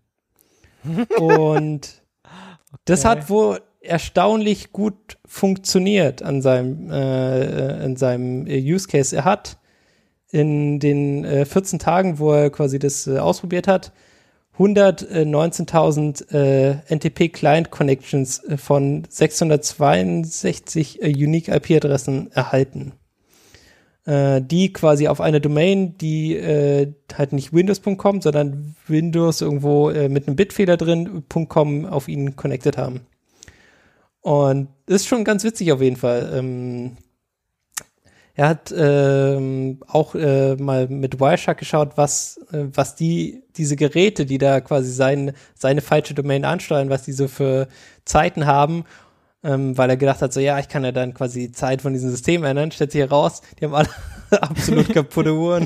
Und das Okay. hat wohl erstaunlich gut funktioniert an seinem, äh, in seinem Use Case. Er hat in den äh, vierzehn Tagen, wo er quasi das äh, ausprobiert hat, hundertneunzehntausend äh, N T P-Client-Connections äh, von sechshundertzweiundsechzig äh, Unique I P-Adressen erhalten. Äh, die quasi auf eine Domain, die äh, halt nicht Windows Punkt com, sondern Windows irgendwo äh, mit einem Bitfehler drin, .com auf ihn connected haben. Und ist schon ganz witzig auf jeden Fall. Ähm, er hat ähm, auch äh, mal mit Wireshark geschaut, was, äh, was die, diese Geräte, die da quasi sein, seine falsche Domain ansteuern, was die so für Zeiten haben. Ähm, weil er gedacht hat, so ja, ich kann ja dann quasi die Zeit von diesem System ändern. Stellt sich heraus, die haben alle absolut kaputte Uhren.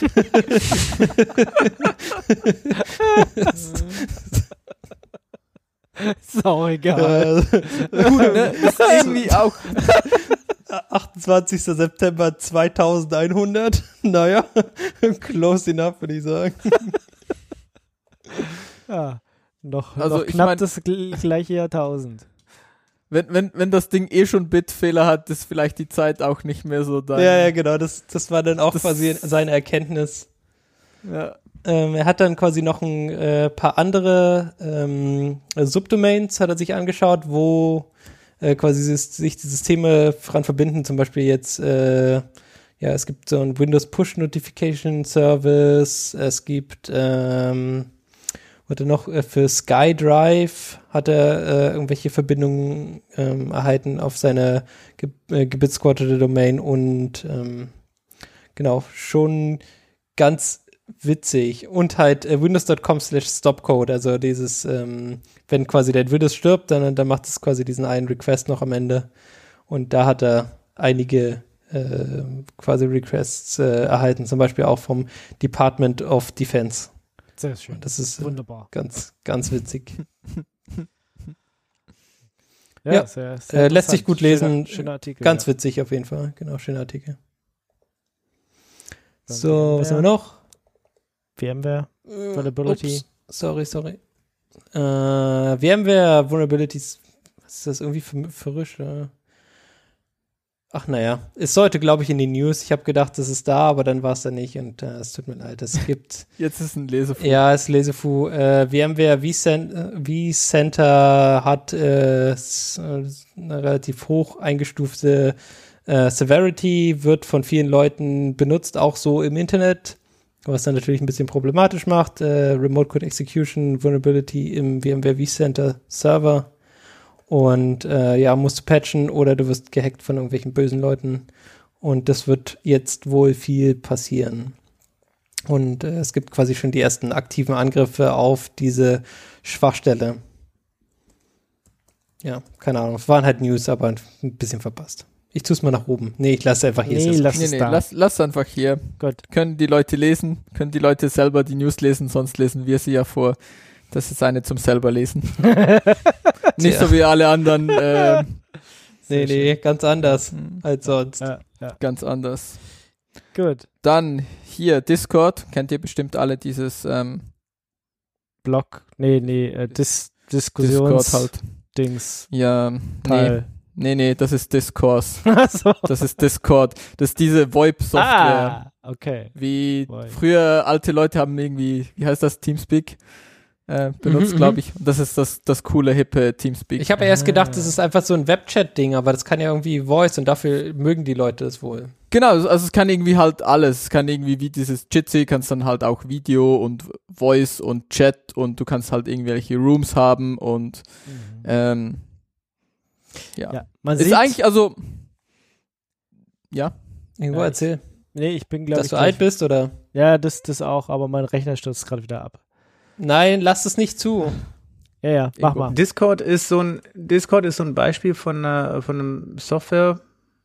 Sau egal. Gut, ne? Das ist irgendwie auch. achtundzwanzigster September zweitausendeinhundert. Naja, close enough, würde ich sagen. Ja, noch, Also noch ich knapp mein- das gl- gleiche Jahrtausend. Wenn, wenn, wenn das Ding eh schon Bitfehler hat, ist vielleicht die Zeit auch nicht mehr so da. Ja, ja, genau. Das, das war dann auch Das- quasi seine Erkenntnis. Ja. Ähm, er hat dann quasi noch ein äh, paar andere ähm, Subdomains hat er sich angeschaut, wo äh, quasi sich, sich die Systeme dran verbinden. Zum Beispiel jetzt, äh, ja, es gibt so ein Windows Push Notification Service. Es gibt, ähm, wurde noch äh, für SkyDrive hat er äh, irgendwelche Verbindungen ähm, erhalten auf seine ge äh, gebitsquartete Domain und ähm, genau, schon ganz witzig. Und halt äh, windows Punkt com slash stopcode, also dieses, ähm, wenn quasi dein Windows stirbt, dann, dann macht es quasi diesen einen Request noch am Ende. Und da hat er einige äh, quasi Requests äh, erhalten, zum Beispiel auch vom Department of Defense. Sehr schön. Das ist äh, Wunderbar. ganz, ganz witzig. Ja, ja, sehr, sehr äh, lässt sich interessant. gut lesen. Schöner, schöner Artikel. Ganz ja. witzig auf jeden Fall. Genau, schöner Artikel. Dann So, was haben wir noch? VMware, Vulnerability. Ups, sorry, sorry. Äh, VMware Vulnerabilities, was ist das irgendwie ver verrückt? Äh? Ach naja, es sollte, glaube ich, in die News. Ich habe gedacht, das ist da, aber dann war es da nicht und äh, es tut mir leid. Es gibt, Jetzt ist ein Lesefuß. ja, es ist Lesefu. Äh, VMware vCen- vCenter hat äh, s- äh, eine relativ hoch eingestufte äh, Severity, wird von vielen Leuten benutzt, auch so im Internet. Was dann natürlich ein bisschen problematisch macht. Äh, Remote Code Execution Vulnerability im VMware vCenter Server. Und äh, ja, musst du patchen oder du wirst gehackt von irgendwelchen bösen Leuten. Und das wird jetzt wohl viel passieren. Und äh, es gibt quasi schon die ersten aktiven Angriffe auf diese Schwachstelle. Ja, keine Ahnung. Es waren halt News, aber ein bisschen verpasst. Ich tue es mal nach oben. Nee, ich lasse einfach hier. Nee, Ist das- lass Nee, es nee, da. lass, lass einfach hier. Gut. Können die Leute lesen, können die Leute selber die News lesen, sonst lesen wir sie ja vor. Das ist eine zum selber lesen. Nicht Tja. so wie alle anderen, äh, nee, nee, ganz anders hm, als sonst. Ja, ja. ganz anders. Gut. Dann hier Discord, kennt ihr bestimmt alle dieses ähm, Blog. Nee, nee, äh, Dis Discord Diskussionsdings. halt. Ja, Teil. nee, nee, nee, das ist Discourse. Achso. Das ist Discord. Das ist diese VoIP-Software. Ah, okay. Wie VoIP. früher alte Leute haben irgendwie, wie heißt das, Teamspeak? äh, benutzt, Mhm, glaube ich. Und das ist das, das coole, hippe Teamspeak. Ich habe ja erst gedacht, das ist einfach so ein Webchat-Ding, aber das kann ja irgendwie Voice und dafür mögen die Leute das wohl. Genau, also es kann irgendwie halt alles. Es kann irgendwie wie dieses Jitsi, kannst dann halt auch Video und Voice und Chat und du kannst halt irgendwelche Rooms haben und Mhm. ähm, ja. Ja, man Ist sieht, eigentlich, also ja. Ingo, Ja, erzähl, nee, ich bin glaube dass ich du gleich- alt bist, oder? Ja, das, das auch, aber mein Rechner stürzt gerade wieder ab. Nein, lass es nicht zu. Ja, ja, mach Ingo. mal. Discord ist so ein Discord ist so ein Beispiel von einer, von einem Software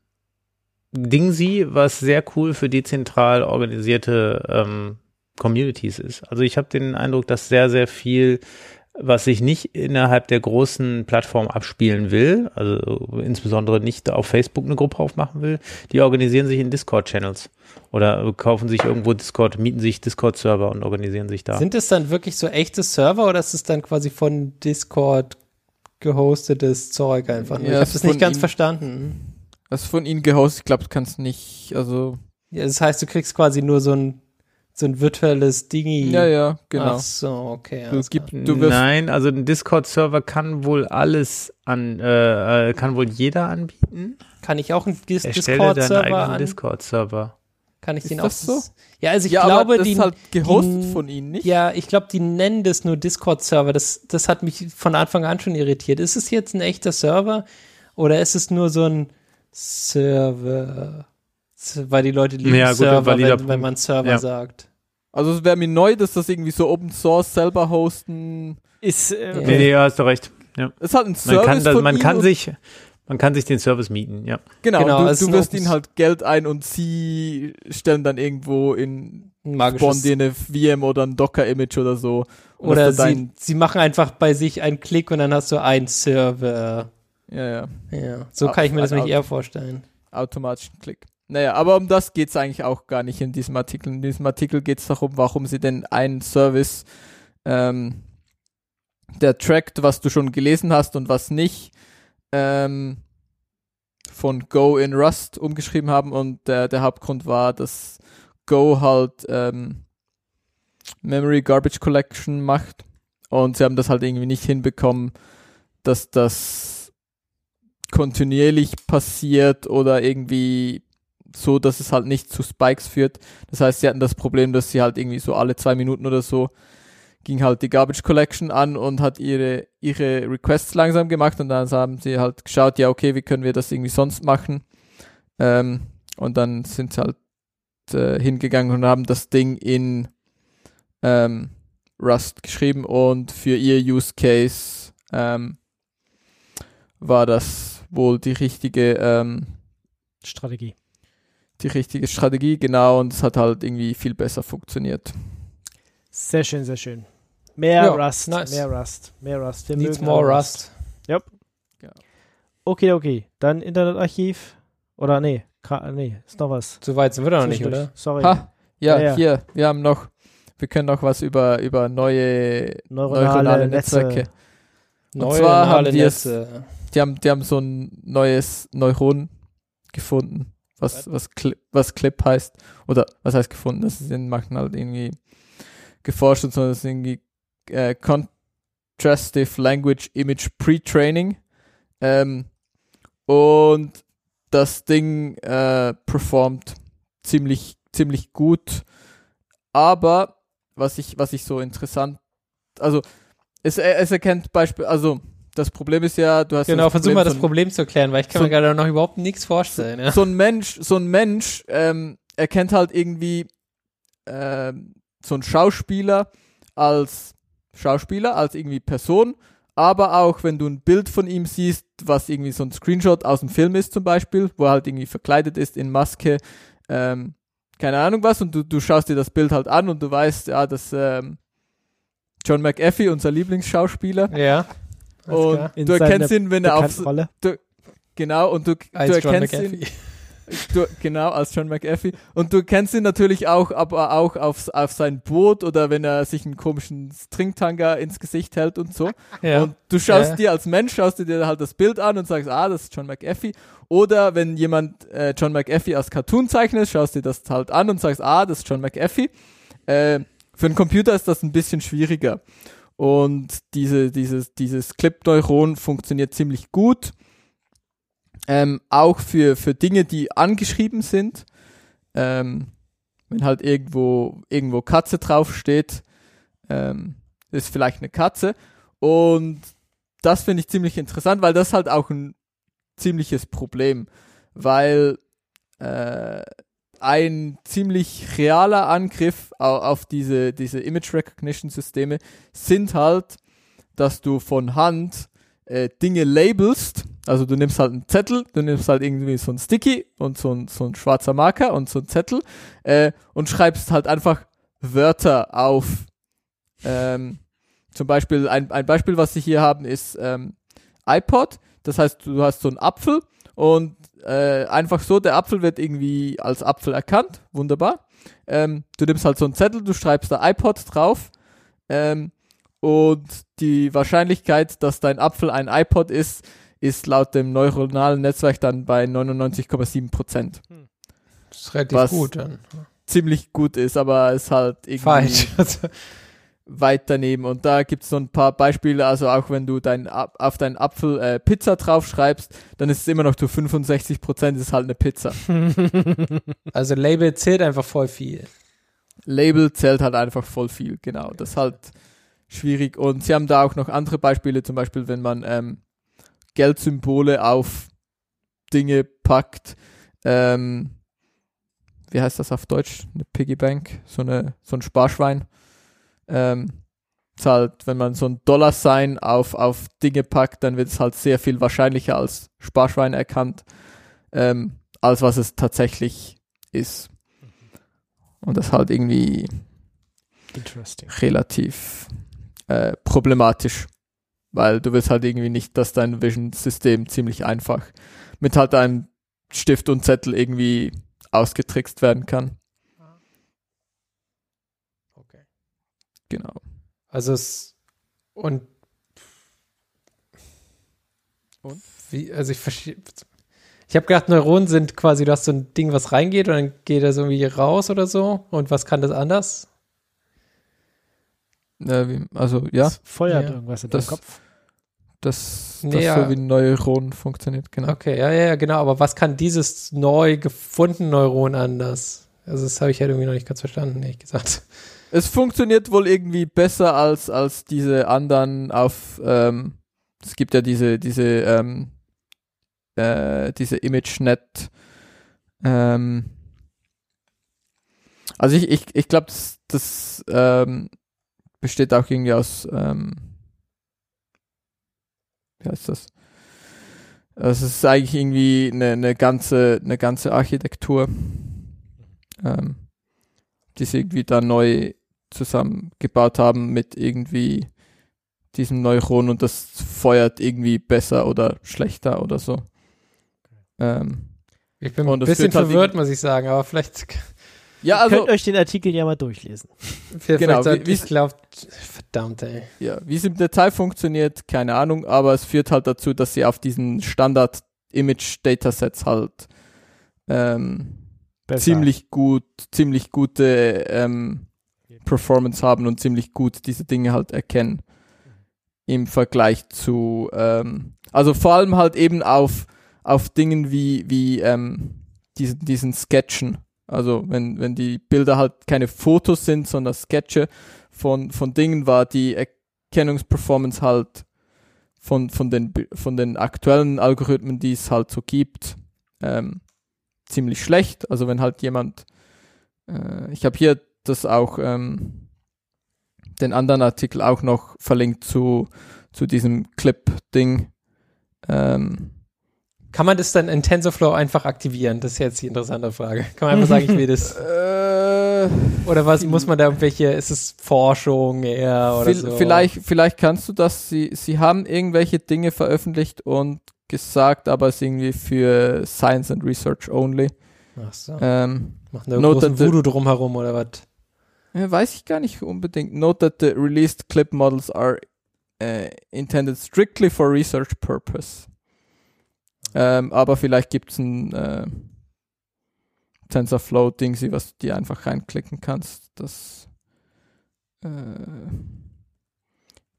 Dingsi, was sehr cool für dezentral organisierte ähm, Communities ist. Also ich habe den Eindruck, dass sehr, sehr viel, was sich nicht innerhalb der großen Plattform abspielen will, also insbesondere nicht auf Facebook eine Gruppe aufmachen will, die organisieren sich in Discord-Channels oder kaufen sich irgendwo Discord, mieten sich Discord-Server und organisieren sich da. Sind es dann wirklich so echte Server oder ist es dann quasi von Discord gehostetes Zeug einfach? nur? Ja, ich habe ist das nicht von ganz ihnen. verstanden. Das ist von ihnen gehostet, ich glaube, du kannst nicht, also Ja, das heißt, du kriegst quasi nur so ein so ein virtuelles Dingi. ja, ja, genau. Ach so, okay. Du, alles gib, klar. du wirst, Nein, also ein Discord-Server kann wohl alles an, äh, äh, kann wohl jeder anbieten. Kann ich auch einen Dis Erstelle deinen Discord-Server eigenen an? Discord-Server. Kann ich Ist den das auch? so? Ja, also ich ja, glaube, aber das die, ist halt gehostet die, von ihnen, nicht? Ja, ich glaube, die nennen das nur Discord-Server. Das, das hat mich von Anfang an schon irritiert. Ist es jetzt ein echter Server oder ist es nur so ein Server? Weil die Leute lieben Ja, gut, Server, valider wenn, Punkt. wenn man Server Ja. sagt. Also es wäre mir neu, dass das irgendwie so Open Source selber hosten. Ist, äh, Ja. Nee, okay. nee, hast du recht. Ja. Es ist halt ein Man Service kann, das, von man ihnen kann und- sich, man kann sich den Service mieten, ja. Genau, Genau, und es ist du, ein du wirst Open- ihnen halt Geld ein und sie stellen dann irgendwo in Ein spawnen magisches. dir eine V M oder ein Docker-Image oder so. Und Oder dass du sie, dein, sie machen einfach bei sich einen Klick und dann hast du einen Server. ja, ja, Ja, so Ah, kann ich mir das ein nicht Auto. eher vorstellen. automatischen Klick. Naja, aber um das geht's eigentlich auch gar nicht in diesem Artikel. In diesem Artikel geht's darum, warum sie denn einen Service, ähm, der trackt, was du schon gelesen hast und was nicht, ähm, von Go in Rust umgeschrieben haben. Und der, der Hauptgrund war, dass Go halt ähm, Memory Garbage Collection macht. Und sie haben das halt irgendwie nicht hinbekommen, dass das kontinuierlich passiert oder irgendwie so, dass es halt nicht zu Spikes führt. Das heißt, sie hatten das Problem, dass sie halt irgendwie so alle zwei Minuten oder so ging halt die Garbage Collection an und hat ihre, ihre Requests langsam gemacht und dann haben sie halt geschaut, ja okay, wie können wir das irgendwie sonst machen? Ähm, und dann sind sie halt äh, hingegangen und haben das Ding in ähm, Rust geschrieben und für ihr Use Case ähm, war das wohl die richtige ähm, Strategie. die richtige Strategie, genau, und es hat halt irgendwie viel besser funktioniert. Sehr schön, sehr schön. Mehr Ja, Rust, nice. mehr Rust, mehr Rust. Wir Needs mögen more alle Rust. Okay, okay. Dann Internetarchiv. Oder nee, Kra nee, ist noch was. So weit sind wir doch noch nicht, Zwischendurch. oder? Sorry. Ha, ja, Ja, ja. hier, wir haben noch, wir können noch was über, über neue Neuronale, neuronale Netze. Netzwerke. Und Neue zwar haben neuronale die es- Netze. Die haben, die haben so ein neues Neuron gefunden, was, was, Cli- was Clip heißt. Oder was heißt gefunden? Das ist in machen halt irgendwie geforscht und so, das ist irgendwie äh, Contrastive Language Image Pre-Training. Ähm, und das Ding äh, performt ziemlich, ziemlich gut. Aber was ich, was ich so interessant, also es, es erkennt Beispiel, also das Problem ist ja, du hast Genau, das versuch Problem, mal das so ein- Problem zu erklären, weil ich kann so- mir gerade noch überhaupt nichts vorstellen. Ja. so ein Mensch, so ein Mensch ähm, erkennt halt irgendwie ähm, so ein Schauspieler als Schauspieler, als irgendwie Person, aber auch wenn du ein Bild von ihm siehst, was irgendwie so ein Screenshot aus dem Film ist zum Beispiel, wo er halt irgendwie verkleidet ist in Maske, ähm, keine Ahnung was, und du, du schaust dir das Bild halt an und du weißt, ja, das ähm, John McAfee, unser Lieblingsschauspieler, Ja. alles und klar. In du erkennst seiner ihn, wenn er auf, bekannten Rolle. genau, und du, du Als John erkennst ihn, McAfee. Du, genau, als John McAfee. Und du kennst ihn natürlich auch, aber auch auf, auf sein Boot oder wenn er sich einen komischen Stringtanga ins Gesicht hält und so. Ja. Und du schaust Ja. dir als Mensch, schaust du dir halt das Bild an und sagst, ah, das ist John McAfee. Oder wenn jemand äh, John McAfee als Cartoon zeichnet, schaust dir das halt an und sagst, ah, das ist John McAfee. Äh, für einen Computer ist das ein bisschen schwieriger. Und diese, dieses, dieses Clip-Neuron funktioniert ziemlich gut. Ähm, auch für, für Dinge, die angeschrieben sind. Ähm, wenn halt irgendwo, irgendwo Katze draufsteht, ähm, ist vielleicht eine Katze. Und das finde ich ziemlich interessant, weil das halt auch ein ziemliches Problem. Weil äh, ein ziemlich realer Angriff auf, auf diese, diese Image Recognition Systeme sind halt, dass du von Hand äh, Dinge labelst. Also du nimmst halt einen Zettel, du nimmst halt irgendwie so ein Sticky und so ein, so ein schwarzer Marker und so ein Zettel äh, und schreibst halt einfach Wörter auf. Ähm, zum Beispiel, ein, ein Beispiel, was sie hier haben, ist ähm, iPod. Das heißt, du hast so einen Apfel und äh, einfach so, der Apfel wird irgendwie als Apfel erkannt. Wunderbar. Ähm, du nimmst halt so einen Zettel, du schreibst da iPod drauf ähm, und die Wahrscheinlichkeit, dass dein Apfel ein iPod ist, ist laut dem neuronalen Netzwerk dann bei neunundneunzig Komma sieben Prozent. Das ist relativ was gut dann. Ziemlich gut ist, aber ist halt irgendwie Falsch. weit daneben. Und da gibt es so ein paar Beispiele, also auch wenn du dein, auf deinen Apfel äh, Pizza draufschreibst, dann ist es immer noch zu fünfundsechzig Prozent ist halt eine Pizza. Also Label zählt einfach voll viel. Label zählt halt einfach voll viel, genau. Das ist halt schwierig. Und sie haben da auch noch andere Beispiele, zum Beispiel wenn man ähm, Geldsymbole auf Dinge packt, ähm, wie heißt das auf Deutsch? Eine Piggy Bank, so, eine, so ein Sparschwein. Ähm, ist halt, wenn man so ein Dollar-Sign auf, auf Dinge packt, dann wird es halt sehr viel wahrscheinlicher als Sparschwein erkannt, ähm, als was es tatsächlich ist. Und das ist halt irgendwie relativ äh, problematisch, weil du willst halt irgendwie nicht, dass dein Vision-System ziemlich einfach mit halt einem Stift und Zettel irgendwie ausgetrickst werden kann. Okay. Genau. Also es und, und? Wie, also ich verstehe. Ich habe gedacht, Neuronen sind quasi, du hast so ein Ding, was reingeht und dann geht das irgendwie raus oder so. Und was kann das anders? Äh, wie, also ja. Das feuert Ja. irgendwas in Das- deinem Kopf. Das, das Nee, ja. so wie Neuronen funktioniert, genau. Okay, ja, ja, ja, genau. Aber was kann dieses neu gefundene Neuron anders? Also das habe ich halt irgendwie noch nicht ganz verstanden, ehrlich gesagt. Es funktioniert wohl irgendwie besser als, als diese anderen auf, ähm, es gibt ja diese, diese, ähm, äh, diese ImageNet, ähm, also ich, ich, ich glaube, das, das ähm, besteht auch irgendwie aus, ähm, wie heißt das? Also es ist eigentlich irgendwie eine, eine ganze, eine ganze Architektur, ähm, die sie irgendwie da neu zusammengebaut haben mit irgendwie diesem Neuron und das feuert irgendwie besser oder schlechter oder so. Ähm, Ich bin Und ein das bisschen führt halt verwirrt, irgendwie- muss ich sagen, aber vielleicht, ja, Ihr also könnt euch den Artikel ja mal durchlesen. vielleicht Genau, sollte- wie- wie- ich glaube, verdammt, ey. ja, wie es im Detail funktioniert, keine Ahnung, aber es führt halt dazu, dass sie auf diesen Standard-Image-Datasets halt ähm, Besser. ziemlich gut, ziemlich gute ähm, Performance haben und ziemlich gut diese Dinge halt erkennen im Vergleich zu, ähm, also vor allem halt eben auf, auf Dingen wie, wie ähm, diesen, diesen Sketchen. Also wenn, wenn die Bilder halt keine Fotos sind, sondern Sketche von, von Dingen, war die Erkennungsperformance halt von, von, den, von den aktuellen Algorithmen, die es halt so gibt, ähm, ziemlich schlecht. Also wenn halt jemand, äh, ich habe hier das auch, ähm, den anderen Artikel auch noch verlinkt zu, zu diesem Clip-Ding. Ähm, Kann man das dann in TensorFlow einfach aktivieren? Das ist jetzt die interessante Frage. Kann man einfach sagen, ich will das. äh, Oder was muss man da irgendwelche, ist es Forschung eher oder Vil- so? Vielleicht, vielleicht kannst du das, sie, sie haben irgendwelche Dinge veröffentlicht und gesagt, aber es ist irgendwie für Science and Research only. Ach so. Ähm, Machen da Note großen that the- Voodoo drumherum oder was? ja, weiß ich gar nicht unbedingt. Note that the released clip models are äh, intended strictly for research purpose. Ähm, aber vielleicht gibt es ein äh, TensorFlow-Ding, was du dir einfach reinklicken kannst. Das äh,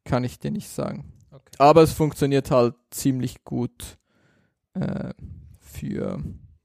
kann ich dir nicht sagen. Okay. Aber es funktioniert halt ziemlich gut äh, für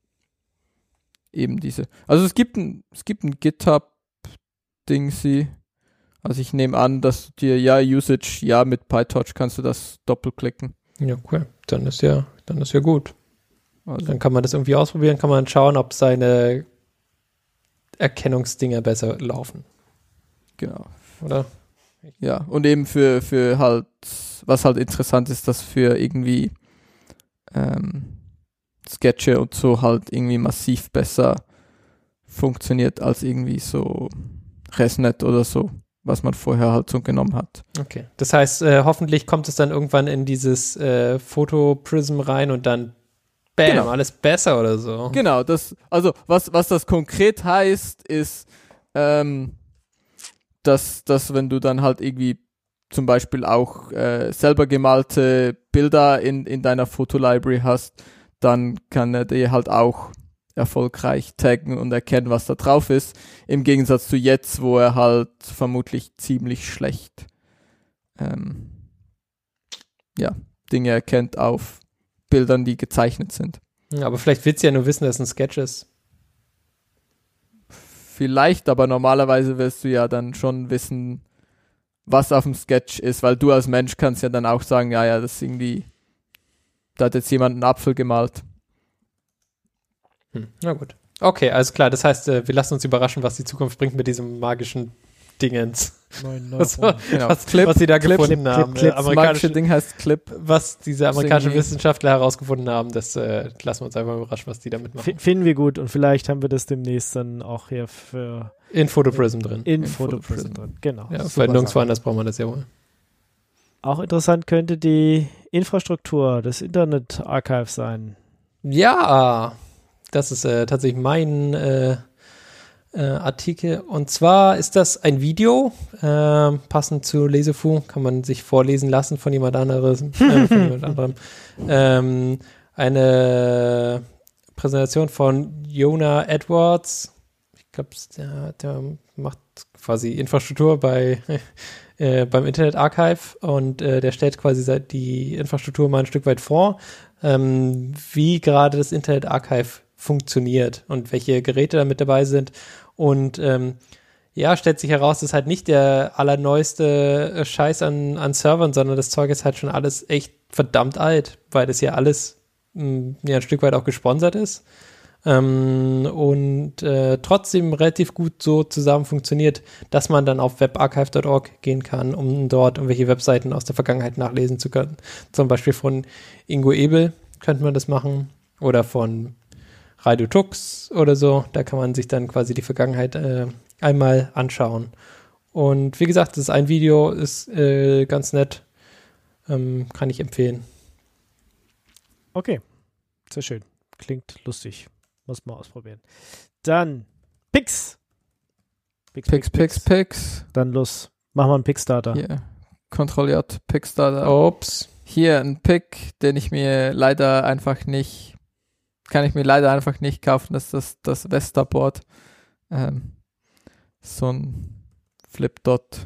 eben diese. Also es gibt ein, es gibt ein GitHub-Dingsy. Also ich nehme an, dass du dir ja Usage, ja mit PyTorch kannst du das doppelklicken. Ja, cool. Dann ist ja, dann ist ja gut. Also, Dann kann man das irgendwie ausprobieren, kann man schauen, ob seine Erkennungsdinger besser laufen, genau. oder? Ja, und eben für, für halt, was halt interessant ist, dass für irgendwie ähm, Sketche und so halt irgendwie massiv besser funktioniert als irgendwie so ResNet oder so, was man vorher halt so genommen hat. Okay. Das heißt, äh, hoffentlich kommt es dann irgendwann in dieses äh, Foto-Prism rein und dann bam, Genau. alles besser oder so. Genau, das, also was, was das konkret heißt, ist, ähm, dass, dass wenn du dann halt irgendwie zum Beispiel auch äh, selber gemalte Bilder in, in deiner Fotolibrary hast, dann kann er dir halt auch erfolgreich taggen und erkennen, was da drauf ist, im Gegensatz zu jetzt, wo er halt vermutlich ziemlich schlecht ähm, ja, Dinge erkennt auf Bildern, die gezeichnet sind. Ja, aber vielleicht willst du ja nur wissen, dass es ein Sketch ist. Vielleicht, aber normalerweise wirst du ja dann schon wissen, was auf dem Sketch ist, weil du als Mensch kannst ja dann auch sagen, ja, ja, das ist irgendwie, da hat jetzt jemand einen Apfel gemalt. Hm, na gut. Okay, alles klar. Das heißt, äh, wir lassen uns überraschen, was die Zukunft bringt mit diesem magischen Dingens. Was, Genau. was, Clip, was sie da Clip, gefunden Clip, haben. Clip, Äh, Das magische amerikanische, Ding heißt Clip. was diese amerikanischen irgendwie- Wissenschaftler herausgefunden haben, das äh, lassen wir uns einfach überraschen, was die damit machen. F- Finden wir gut und vielleicht haben wir das demnächst dann auch hier für In Photoprism drin. in, In Photoprism Photoprism. drin. Genau. Ja, Super weil nirgendwo Sache. anders braucht man das ja wohl. Auch interessant könnte die Infrastruktur des Internet Archive sein. Ja, das ist äh, tatsächlich mein äh, äh, Artikel. Und zwar ist das ein Video, äh, passend zu Lesefu, kann man sich vorlesen lassen von jemand anderes, äh, von jemand anderem. Ähm, eine Präsentation von Jonah Edwards. Ich glaube, der, der macht quasi Infrastruktur bei äh, beim Internet Archive und äh, der stellt quasi seit die Infrastruktur mal ein Stück weit vor, ähm, wie gerade das Internet Archive funktioniert und welche Geräte da mit dabei sind. Und ähm, ja, stellt sich heraus, das ist halt nicht der allerneueste äh, Scheiß an, an Servern, sondern das Zeug ist halt schon alles echt verdammt alt, weil das ja alles mh, ja, ein Stück weit auch gesponsert ist. Ähm, und äh, trotzdem relativ gut so zusammen funktioniert, dass man dann auf webarchive punkt org gehen kann, um dort irgendwelche Webseiten aus der Vergangenheit nachlesen zu können. Zum Beispiel von Ingo Ebel könnte man das machen oder von Radio Tux oder so. Da kann man sich dann quasi die Vergangenheit äh, einmal anschauen. Und wie gesagt, das ist ein Video, ist äh, ganz nett. Ähm, kann ich empfehlen. Okay, sehr schön. Klingt lustig. Muss mal ausprobieren. Dann Pix. Pix, Pix, Pix, Pix. Dann los. Machen wir einen Pix-Starter. Hier. Kontrolliert Pickstarter. Ups. Hier ein Pick, den ich mir leider einfach nicht, kann ich mir leider einfach nicht kaufen. Das ist das, das Vesterboard. Ähm, so ein Flip-Dot.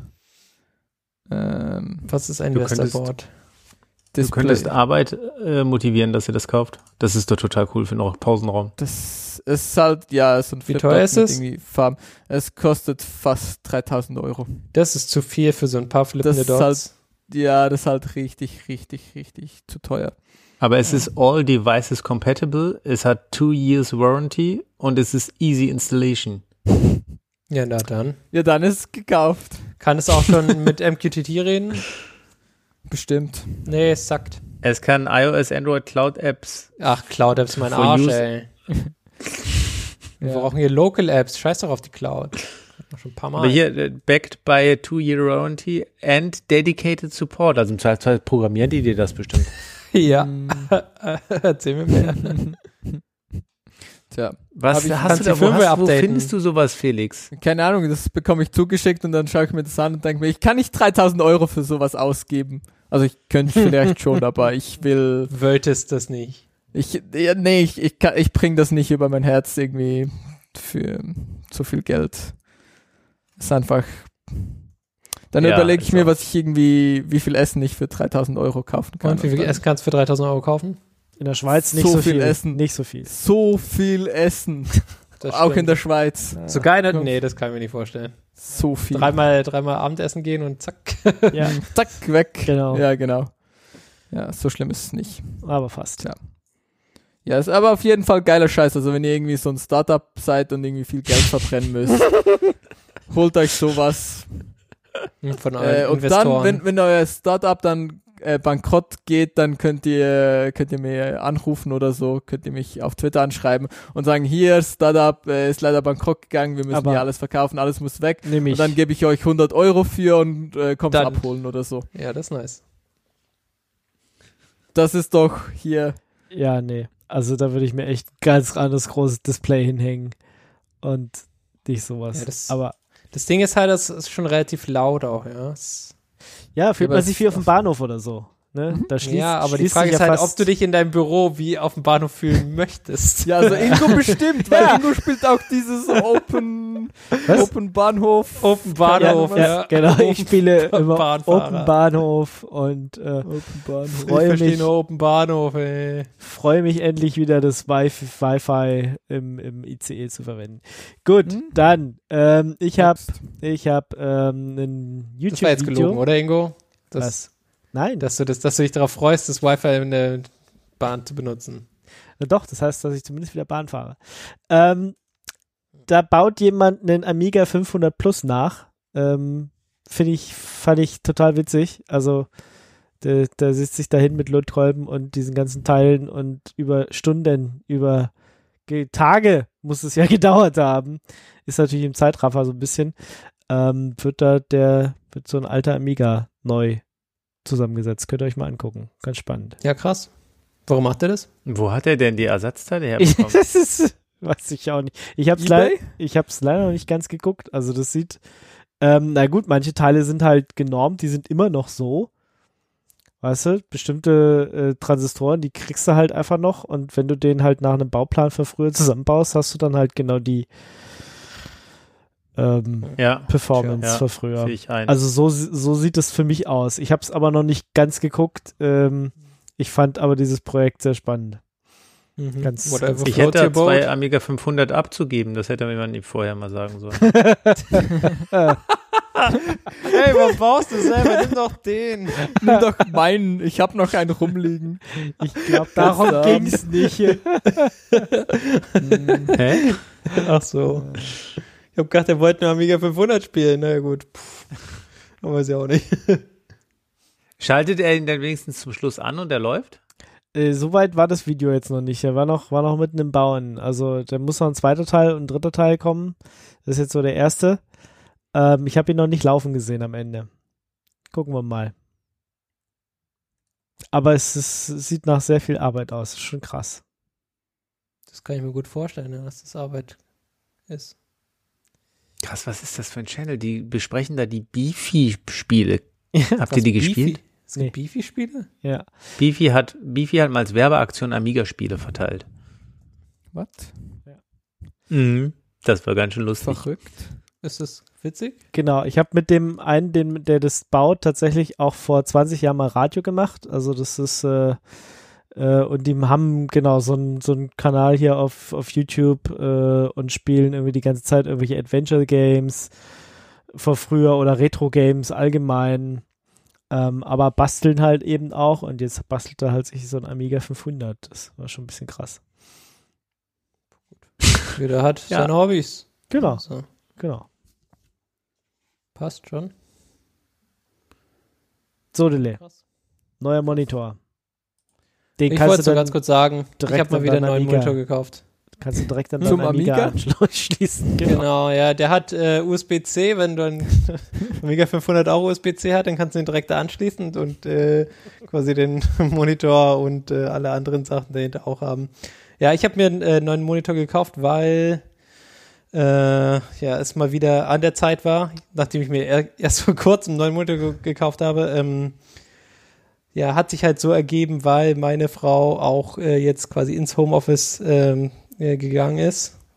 Ähm, Was ist ein Du könntest- Westerboard? Du Display. könntest Arbeit äh, motivieren, dass ihr das kauft. Das ist doch total cool für noch Pausenraum. Das ist halt, ja, so ein Wie Flip-Dot teuer ist mit es? irgendwie Farben. Es kostet fast dreitausend Euro. Das ist zu viel für so ein paar flippende ist Dots. halt- Ja, das ist halt richtig, richtig, richtig zu teuer. Aber es ist all devices compatible, es hat two years warranty und es ist easy installation. Ja, na dann. Ja, dann ist es gekauft. Kann es auch schon mit M Q T T reden? Bestimmt. Nee, es sackt. Es kann iOS, Android, Cloud Apps. Ach, Cloud Apps, mein For Arsch, use- ey. Wir Ja. brauchen hier Local Apps. Scheiß doch auf die Cloud. Noch schon ein paar Mal. Aber hier, äh, backed by a two-year warranty and dedicated support. Also im Zweifelsfall programmieren die dir das bestimmt. Ja. Hm, Erzähl mir mehr. Tja, Was Hab ich- hast kannst du da, die wo, Firmware hast, wo updaten. findest du sowas, Felix? keine Ahnung, das bekomme ich zugeschickt und dann schaue ich mir das an und denke mir, ich kann nicht dreitausend Euro für sowas ausgeben. Also ich könnte vielleicht schon, aber ich will, Wolltest das nicht. ich, ja, nee, ich, ich, kann- ich bringe das nicht über mein Herz irgendwie für zu viel Geld. Es ist einfach, Dann Ja, überlege ich ist mir, auch- was ich irgendwie, wie viel Essen ich für dreitausend Euro kaufen kann. Und wie viel dann- Essen kannst du für dreitausend Euro kaufen? In der Schweiz nicht So so, viel viel. Essen. Nicht so viel. So viel Essen. Das Auch in stimmt. der Schweiz. So geil, ne? Nee, das kann ich mir nicht vorstellen. So viel. Dreimal, dreimal Abendessen gehen und zack. Ja, Zack, weg. genau. Ja, genau. Ja, so schlimm ist es nicht. Aber fast. Ja. Ja, ist aber auf jeden Fall geiler Scheiß. Also wenn ihr irgendwie so ein Startup seid und irgendwie viel Geld verbrennen müsst, holt euch sowas. Von euren Äh, und Investoren. dann, wenn, wenn euer Startup dann äh, bankrott geht, dann könnt ihr, könnt ihr mir anrufen oder so, könnt ihr mich auf Twitter anschreiben und sagen, hier, Startup äh, ist leider bankrott gegangen, wir müssen Aber- hier alles verkaufen, alles muss weg. Nehme ich. Und dann gebe ich euch hundert Euro für und äh, kommt Dann- abholen oder so. ja, das ist nice. Das ist doch hier. Ja, nee. Also da würde ich mir echt ein ganz anderes großes Display hinhängen und nicht sowas. Ja, das- aber Das Ding ist halt, das ist schon relativ laut auch, ja. Es- ja, fühlt aber man es- sich wie auf dem Bahnhof oder so. Ne? Da schließt, ja, aber die schließt Frage sich ist ja halt, fast- ob du dich in deinem Büro wie auf dem Bahnhof fühlen möchtest. Ja, also Ingo bestimmt, weil Ingo spielt auch dieses Open, Was? Open Bahnhof. Open Bahnhof, ja, ja. ja, genau. Ich spiele immer Bahnfahrer. Open Bahnhof und äh, Open Bahnhof. Ich freue verstehe mich, nur Open Bahnhof, ey. freue mich endlich wieder das Wi-Fi, Wi-Fi im, im I C E zu verwenden. Gut, Hm? dann ähm, ich habe ich habe ähm, ein Das war jetzt gelogen, YouTube-Video. oder Ingo? Das, Was? Nein, dass, du das, dass du dich darauf freust, das Wi-Fi in der Bahn zu benutzen. Na doch, das heißt, dass ich zumindest wieder Bahn fahre. Ähm, da baut jemand einen Amiga fünfhundert Plus nach. Ähm, Finde ich, fand ich total witzig. Also, der, der sitzt sich dahin mit Lötkolben und diesen ganzen Teilen und über Stunden, über Ge- Tage muss es ja gedauert haben. Ist natürlich im Zeitraffer so ein bisschen. Ähm, wird da der, wird so ein alter Amiga neu zusammengesetzt. Könnt ihr euch mal angucken. Ganz spannend. Ja, krass. Warum macht er das? Wo hat er denn die Ersatzteile herbekommen? Das ist, weiß ich auch nicht. Ich habe es leider, eBay? ich hab's leider noch nicht ganz geguckt. Also das sieht, ähm, na gut, manche Teile sind halt genormt, die sind immer noch so. Weißt du, bestimmte äh, Transistoren, die kriegst du halt einfach noch und wenn du den halt nach einem Bauplan von früher zusammenbaust, hast du dann halt genau die ähm, Ja, Performance Ja, von früher. sehe ich ein. Also so, so sieht es für mich aus. Ich habe es aber noch nicht ganz geguckt. Ähm, ich fand aber dieses Projekt sehr spannend. Mhm. Ganz- Whatever ich floats hätte your da zwei boat. Amiga fünfhundert abzugeben, das hätte mir nicht vorher mal sagen sollen. Hey, warum baust du selber? Nimm doch den. Nimm doch meinen, ich habe noch einen rumliegen. Ich glaube, darum Seltsam. ging es nicht. Hä? Ach so. Ich hab gedacht, er wollte nur Amiga fünfhundert spielen. Na ja, gut. Puh. Aber weiß ja auch nicht. Schaltet er ihn dann wenigstens zum Schluss an und er läuft? Äh, Soweit war das Video jetzt noch nicht. Er war noch, war noch mitten im Bauen. Also da muss noch ein zweiter Teil und ein dritter Teil kommen. Das ist jetzt so der erste. Ähm, ich habe ihn noch nicht laufen gesehen am Ende. Gucken wir mal. Aber es, ist, es sieht nach sehr viel Arbeit aus. Ist schon krass. Das kann ich mir gut vorstellen, ja, dass das Arbeit ist. Krass, was ist das für ein Channel? Die besprechen da die Beefy-Spiele. Habt Was, ihr die Beefy? gespielt? Es gibt Nee. Beefy-Spiele? Ja. Beefy hat, Beefy hat mal als Werbeaktion Amiga-Spiele verteilt. Was? Mhm. Das war ganz schön lustig. Verrückt. Ist das witzig? Genau, ich habe mit dem einen, den, der das baut, tatsächlich auch vor zwanzig Jahren mal Radio gemacht. Also das ist, äh, äh, und die haben genau so einen so einen Kanal hier auf, auf YouTube äh, und spielen irgendwie die ganze Zeit irgendwelche Adventure-Games von früher oder Retro-Games allgemein. Ähm, aber basteln halt eben auch und jetzt bastelt er halt sich so ein Amiga fünfhundert. Das war schon ein bisschen krass. Jeder hat Ja. seine Hobbys. Genau, So, genau. passt schon. So, Dele, Krass. neuer Monitor. Den Ich kannst wollte du nur dann ganz kurz sagen, ich direkt habe mal an wieder einen deinen neuen Amiga. Monitor gekauft. Kannst du direkt an Zum deinen Amiga, Amiga? anschließen. Genau. Genau, ja, der hat äh, U S B C, wenn du ein Amiga fünfhundert auch U S B C hat, dann kannst du ihn direkt da anschließen und äh, quasi den Monitor und äh, alle anderen Sachen dahinter auch haben. Ja, ich habe mir einen äh, neuen Monitor gekauft, weil äh, ja, es mal wieder an der Zeit war, nachdem ich mir er, erst vor kurzem einen neuen Monitor ge gekauft habe. Ähm, ja, hat sich halt so ergeben, weil meine Frau auch äh, jetzt quasi ins Homeoffice ähm, äh, gegangen ist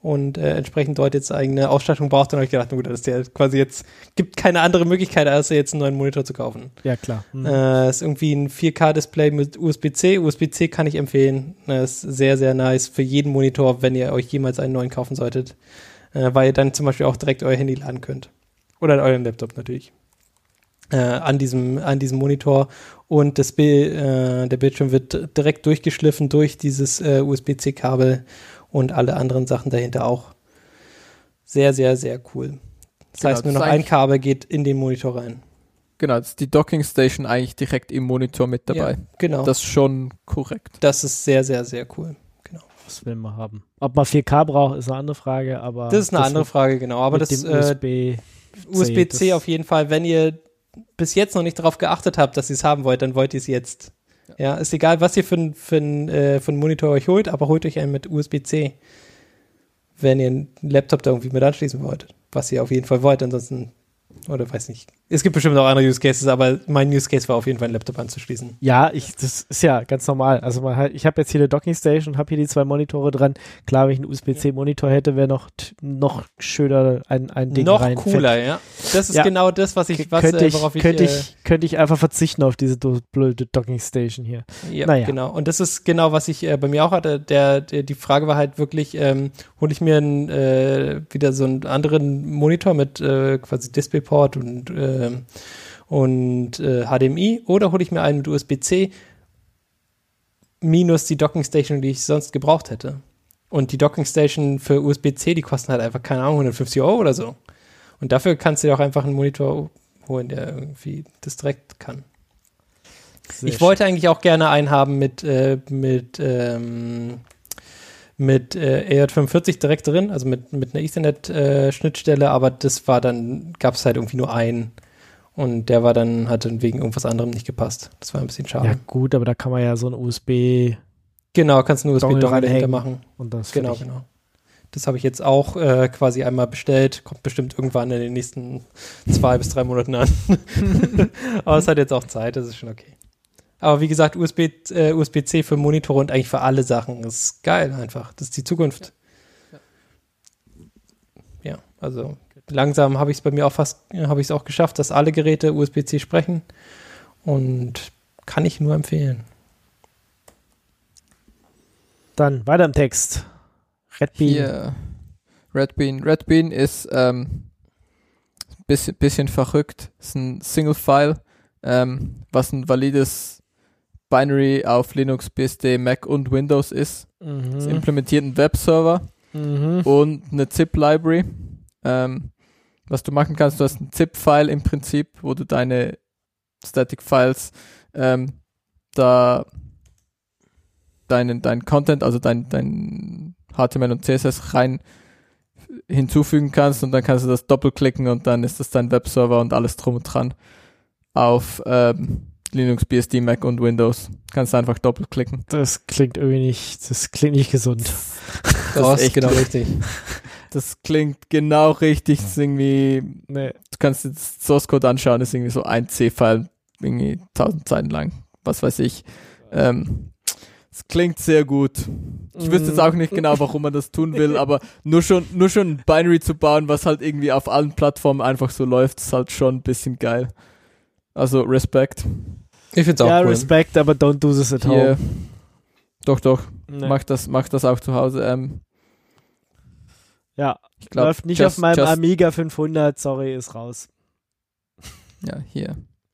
und äh, entsprechend dort jetzt eigene Ausstattung braucht, dann habe ich gedacht, gut, das ist ja quasi jetzt, gibt keine andere Möglichkeit, als jetzt einen neuen Monitor zu kaufen. Ja, klar. Mhm. Äh, ist irgendwie ein vier K-Display mit U S B C. U S B C kann ich empfehlen. Äh, ist sehr, sehr nice für jeden Monitor, wenn ihr euch jemals einen neuen kaufen solltet. Äh, weil ihr dann zum Beispiel auch direkt euer Handy laden könnt. Oder euren Laptop natürlich. Äh, an diesem, an diesem Monitor. Und das Bild, äh, der Bildschirm wird direkt durchgeschliffen durch dieses äh, U S B C-Kabel und alle anderen Sachen dahinter auch. Sehr, sehr, sehr cool. Das Genau, heißt, nur das noch ist ein Kabel geht in den Monitor rein. Genau, das ist die Docking Station eigentlich direkt im Monitor mit dabei. Ja, genau. Das ist schon korrekt. Das ist sehr, sehr, sehr cool. Genau. Das will man haben. Ob man vier K braucht, ist eine andere Frage, aber Das ist eine andere mit, Frage, genau. Aber mit das dem äh, U S B U S B C auf jeden Fall, wenn ihr bis jetzt noch nicht darauf geachtet habt, dass ihr es haben wollt, dann wollt ihr es jetzt. Ja. ja, ist egal, was ihr für einen für äh, für ein Monitor euch holt, aber holt euch einen mit U S B C, wenn ihr einen Laptop da irgendwie mit anschließen wollt. Was ihr auf jeden Fall wollt, ansonsten, oder weiß nicht. Es gibt bestimmt auch andere Use Cases, aber mein Use Case war auf jeden Fall, einen Laptop anzuschließen. Ja, ich, das ist ja ganz normal. Also man hat, ich habe jetzt hier eine Docking Station und habe hier die zwei Monitore dran. Klar, wenn ich einen U S B C-Monitor hätte, wäre noch noch schöner ein, ein Ding noch rein. cooler, Fett. ja. Das ist Ja. genau das, was ich, was, könnte äh, ich, worauf ich, könnte äh, ich, könnte ich einfach verzichten auf diese do- blöde Docking Station hier. Ja, Naja. genau. Und das ist genau, was ich äh, bei mir auch hatte. Der, der, die Frage war halt wirklich, ähm, hole ich mir einen, äh, wieder so einen anderen Monitor mit äh, quasi DisplayPort und, äh, und äh, H D M I oder hole ich mir einen mit U S B C minus die Docking Station, die ich sonst gebraucht hätte. Und die Docking Station für U S B C, die kosten halt einfach, keine Ahnung, hundertfünfzig Euro oder so. Und dafür kannst du dir auch einfach einen Monitor holen, der irgendwie das direkt kann. Sehr Ich wollte eigentlich auch gerne einen haben mit, äh, mit, ähm, mit äh, E J fünfundvierzig direkt drin, also mit, mit einer Ethernet-Schnittstelle, äh, aber das war dann, gab es halt irgendwie nur einen. Und der war dann, hat dann wegen irgendwas anderem nicht gepasst. Das war ein bisschen schade. Ja gut, aber da kann man ja so ein U S B Genau, kannst du einen U S B-Dongle dahinter reinhängen machen. und das Genau, fertig. genau. Das habe ich jetzt auch äh, quasi einmal bestellt. Kommt bestimmt irgendwann in den nächsten zwei bis drei Monaten an. Aber es hat jetzt auch Zeit, das ist schon okay. Aber wie gesagt, U S B, äh, U S B C für Monitore und eigentlich für alle Sachen ist geil einfach. Das ist die Zukunft. Ja, ja also langsam habe ich es bei mir auch fast, habe ich es auch geschafft, dass alle Geräte U S B C sprechen und kann ich nur empfehlen. Dann weiter im Text. Redbean. Hier, Redbean. Redbean ist ähm, bisschen, bisschen verrückt. Ist ein Single-File, ähm, was ein valides Binary auf Linux, B S D, Mac und Windows ist. Mhm. Es implementiert einen Webserver Mhm. und eine ZIP-Library. Ähm, was du machen kannst, du hast ein ZIP-File im Prinzip, wo du deine Static-Files ähm, da deinen, deinen Content, also dein, dein H T M L und C S S rein hinzufügen kannst und dann kannst du das doppelklicken und dann ist das dein Webserver und alles drum und dran auf ähm, Linux, B S D, Mac und Windows. Kannst du einfach doppelklicken. Das klingt irgendwie nicht, das klingt nicht gesund. Das ist echt genau gut. richtig. Das klingt genau richtig. Das ist irgendwie, Nee. du kannst das Source Code anschauen, das ist irgendwie so ein C-File, irgendwie tausend Zeilen lang, was weiß ich. Ähm, es klingt sehr gut. Ich wüsste jetzt auch nicht genau, warum man das tun will, aber nur schon, nur schon ein Binary zu bauen, was halt irgendwie auf allen Plattformen einfach so läuft, ist halt schon ein bisschen geil. Also Respekt. Ich finde es auch Ja, cool. Respect, aber don't do this at Hier, home. doch, doch, Nee. mach das, mach das auch zu Hause. Ähm, Ja, ich glaub, läuft nicht just- auf meinem just- Amiga fünfhundert, sorry, ist raus. Ja, hier.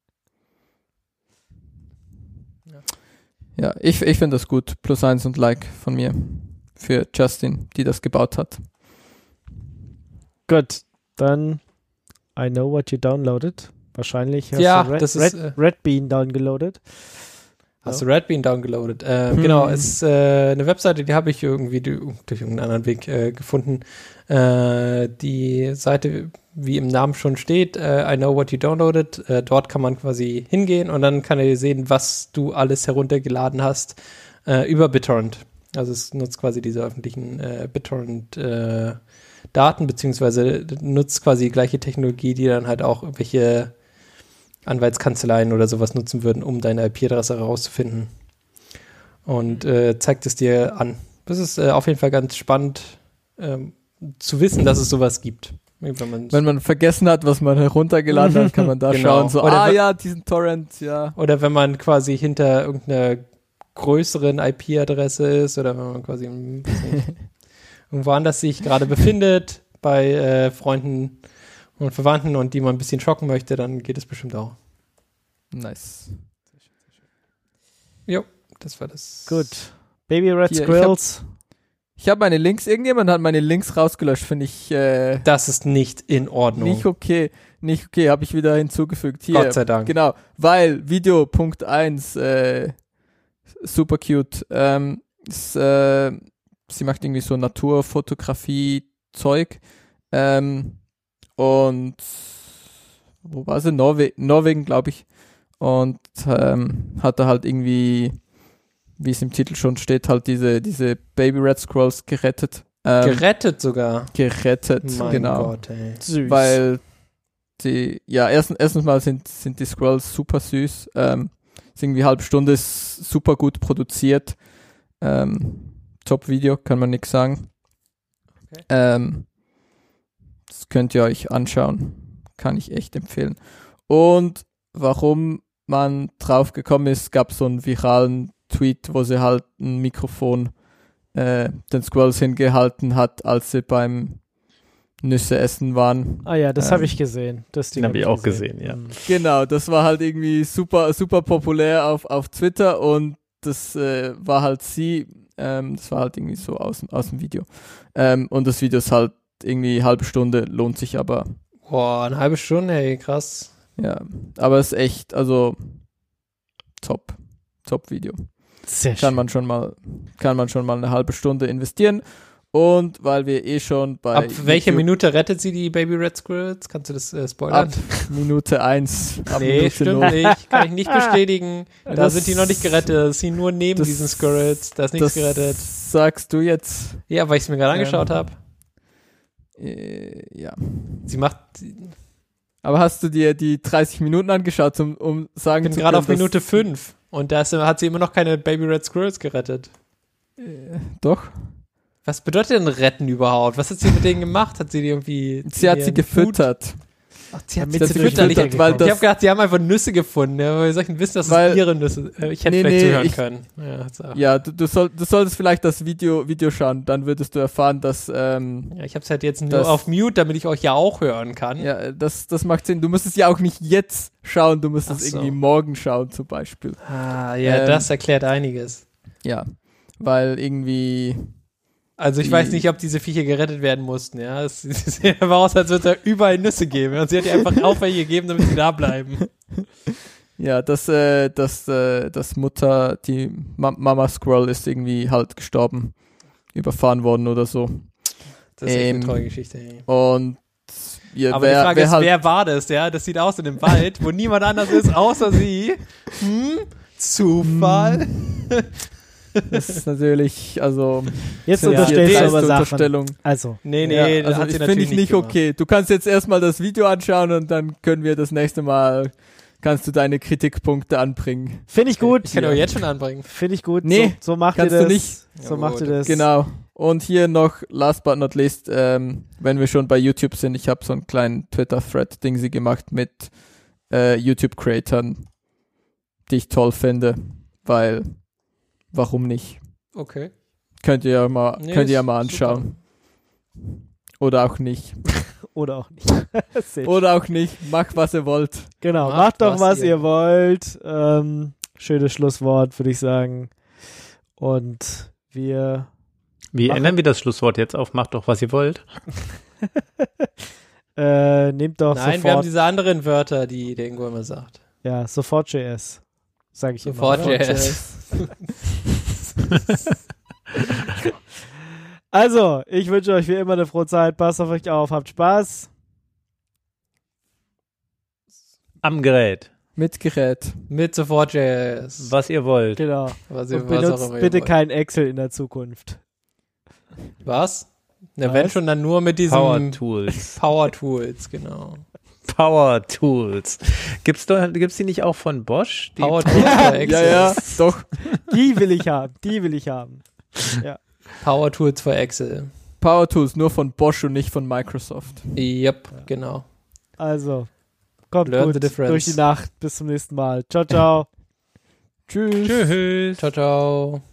Ja, ich, ich finde das gut. Plus eins und Like von mir. Für Justin, die das gebaut hat. Gut, dann I know what you downloaded. Wahrscheinlich hast Ja, du Red, das Red, ist, äh, Redbean downgeloadet. Hast du Redbean downgeloadet? Äh, Genau, es ist äh, eine Webseite, die habe ich irgendwie durch, durch irgendeinen anderen Weg äh, gefunden. Äh, die Seite, wie im Namen schon steht, äh, I know what you downloaded. Äh, dort kann man quasi hingehen und dann kann er sehen, was du alles heruntergeladen hast äh, über BitTorrent. Also es nutzt quasi diese öffentlichen äh, BitTorrent-Daten, beziehungsweise nutzt quasi die gleiche Technologie, die dann halt auch irgendwelche Anwaltskanzleien oder sowas nutzen würden, um deine I P-Adresse herauszufinden. Und äh, zeigt es dir an. Das ist äh, auf jeden Fall ganz spannend. Ähm, zu wissen, dass es sowas gibt. Wenn man, Wenn man vergessen hat, was man heruntergeladen hat, kann man da Genau. schauen, so, Oder ah wenn- ja, diesen Torrent, ja. oder wenn man quasi hinter irgendeiner größeren I P-Adresse ist oder wenn man quasi ein bisschen irgendwo anders sich gerade befindet bei äh, Freunden und Verwandten und die man ein bisschen schocken möchte, dann geht es bestimmt auch. Nice. Jo, das war das. Gut. Baby Red Hier, ich Squirrels. Ich habe meine Links, irgendjemand hat meine Links rausgelöscht, finde ich äh, Das ist nicht in Ordnung. nicht okay. Nicht okay, habe ich wieder hinzugefügt. Hier, Gott sei Dank. genau, weil Video Punkt eins, äh, super cute. Ähm, ist, äh, sie macht irgendwie so Naturfotografie-Zeug. Ähm, und wo war sie? Norwe Norwegen, glaube ich. Und ähm, hat da halt irgendwie, wie es im Titel schon steht, halt diese, diese Baby Red Squirrels gerettet. Ähm, Gerettet sogar. gerettet, Mein genau. Gott, ey. Süß. Weil die, ja, erstens, erstens mal sind, sind die Squirrels super süß. Ähm, ist irgendwie halbe Stunde, ist super gut produziert. Ähm, Top-Video, kann man nichts sagen. Okay. Ähm, das könnt ihr euch anschauen. Kann ich echt empfehlen. Und warum man drauf gekommen ist, gab so einen viralen Tweet, wo sie halt ein Mikrofon äh, den Squirrels hingehalten hat, als sie beim Nüsse essen waren. Ah ja, das Ähm, habe ich gesehen. Das Ding den hab hab ich auch gesehen, ja. Mhm. Genau, das war halt irgendwie super, super populär auf, auf Twitter und das äh, war halt sie, ähm, das war halt irgendwie so aus, dem- aus dem Video. Ähm, und das Video ist halt irgendwie eine halbe Stunde, lohnt sich aber, Boah, eine halbe Stunde, ey, krass. ja, aber es ist echt, also top, top Video. Sehr schön. Kann man schon mal, kann man schon mal eine halbe Stunde investieren. Und weil wir eh schon bei Ab welcher YouTube- Minute rettet sie die Baby Red Squirrels? Kannst du das äh, spoilern? Ab Minute eins. Ab Nee, Minute stimmt null. nicht. Kann ich nicht bestätigen. Da Das- sind die noch nicht gerettet. Das sind nur neben das- diesen Squirrels. Da ist nichts Das gerettet. sagst du jetzt. Ja, weil ich es mir gerade Ähm, angeschaut habe. Äh, ja. Sie macht, Aber hast du dir die dreißig Minuten angeschaut, um, um sagen ich bin zu gerade können, auf Minute dass- fünf und da ist- hat sie immer noch keine Baby Red Squirrels gerettet. Äh, doch. Was bedeutet denn retten überhaupt? Was hat sie mit denen gemacht? Hat sie die irgendwie... Sie hat sie ihren gefüttert. Food- Ach, sie hat Damit sie sie durch gefüttert. Futter Ich, weil gekommen. ich habe gedacht, sie haben einfach Nüsse gefunden. Ja, weil wir sollten wissen, dass Weil- es ihre Nüsse äh, Ich hätte Nee, vielleicht nee, zuhören ich- können. Ja, so. Ja, du, du, soll, du solltest vielleicht das Video, Video schauen, dann würdest du erfahren, dass ähm, Ja, ich habe es halt jetzt nur Das- auf Mute, damit ich euch ja auch hören kann. ja, das, das macht Sinn. Du musst es ja auch nicht jetzt schauen, du musst Ach es so. irgendwie morgen schauen zum Beispiel. Ah, ja, Ähm, das erklärt einiges. Ja, weil irgendwie Also ich die- weiß nicht, ob diese Viecher gerettet werden mussten, ja. Es es sieht aber aus, als würde es da überall Nüsse geben. Und sie hat ihr einfach auf welche gegeben, damit sie da bleiben. ja, das, äh, das, äh, das Mutter, die Ma Mama Squirrel ist irgendwie halt gestorben, überfahren worden oder so. Das ist echt Ähm, eine tolle Geschichte. Ey. Und ja, Aber wer, die Frage wer ist, halt, wer war das, ja? Das sieht aus in dem Wald, wo niemand anders ist, außer sie. Hm? Zufall? das ist natürlich, also Jetzt das ist unterstellst jetzt du als aber Sachen. Unterstellung. Also, Nee, nee, ja, das also hat ich sie finde natürlich ich nicht gemacht. okay. Du kannst jetzt erstmal das Video anschauen und dann können wir das nächste Mal, kannst du deine Kritikpunkte anbringen. finde ich gut. Ich kann aber jetzt schon anbringen. Finde ich gut. Nee, so, so macht ihr kannst du das. nicht. So Ja, macht gut. ihr das. Genau. Und hier noch, last but not least, ähm, wenn wir schon bei YouTube sind, ich habe so einen kleinen Twitter-Thread-Ding sie gemacht mit äh, YouTube-Creatern, die ich toll finde, weil, warum nicht? Okay. Könnt ihr ja mal, Nee, könnt ihr ja ist mal anschauen. Oder auch nicht. Oder auch nicht. Sehr Oder auch nicht. Macht, was ihr wollt. Genau, Macht, macht doch, was was, ihr ihr wollt. Ähm, schönes Schlusswort, würde ich sagen. Und wir Wie Machen- ändern wir das Schlusswort jetzt auf? Macht doch, was ihr wollt. äh, nehmt doch Nein, wir haben sofort, diese anderen Wörter, die der Ingo immer sagt. ja, sofort J S. Sage ich Sofort immer. J S. Also, ich wünsche euch wie immer eine frohe Zeit. Passt auf euch auf, habt Spaß. Am Gerät. Mit Gerät. Mit sofort J S. Was ihr wollt. Genau. Was, ihr- Und was auch benutzt immer ihr bitte wollt. kein Excel in der Zukunft. Was? Na, Was? wenn schon, dann nur mit diesem Power Tools. Power Tools, genau. Power Tools. Gibt's doch, gibt's die nicht auch von Bosch? Die Power Tools für Excel. Ja, ja, doch. Die will ich haben. Die will ich haben. Power Tools für Excel. Power Tools nur von Bosch und nicht von Microsoft. Yep, genau. Also, kommt Learn gut the difference. durch die Nacht. Bis zum nächsten Mal. Ciao, ciao. Tschüss. Tschüss. Ciao, ciao.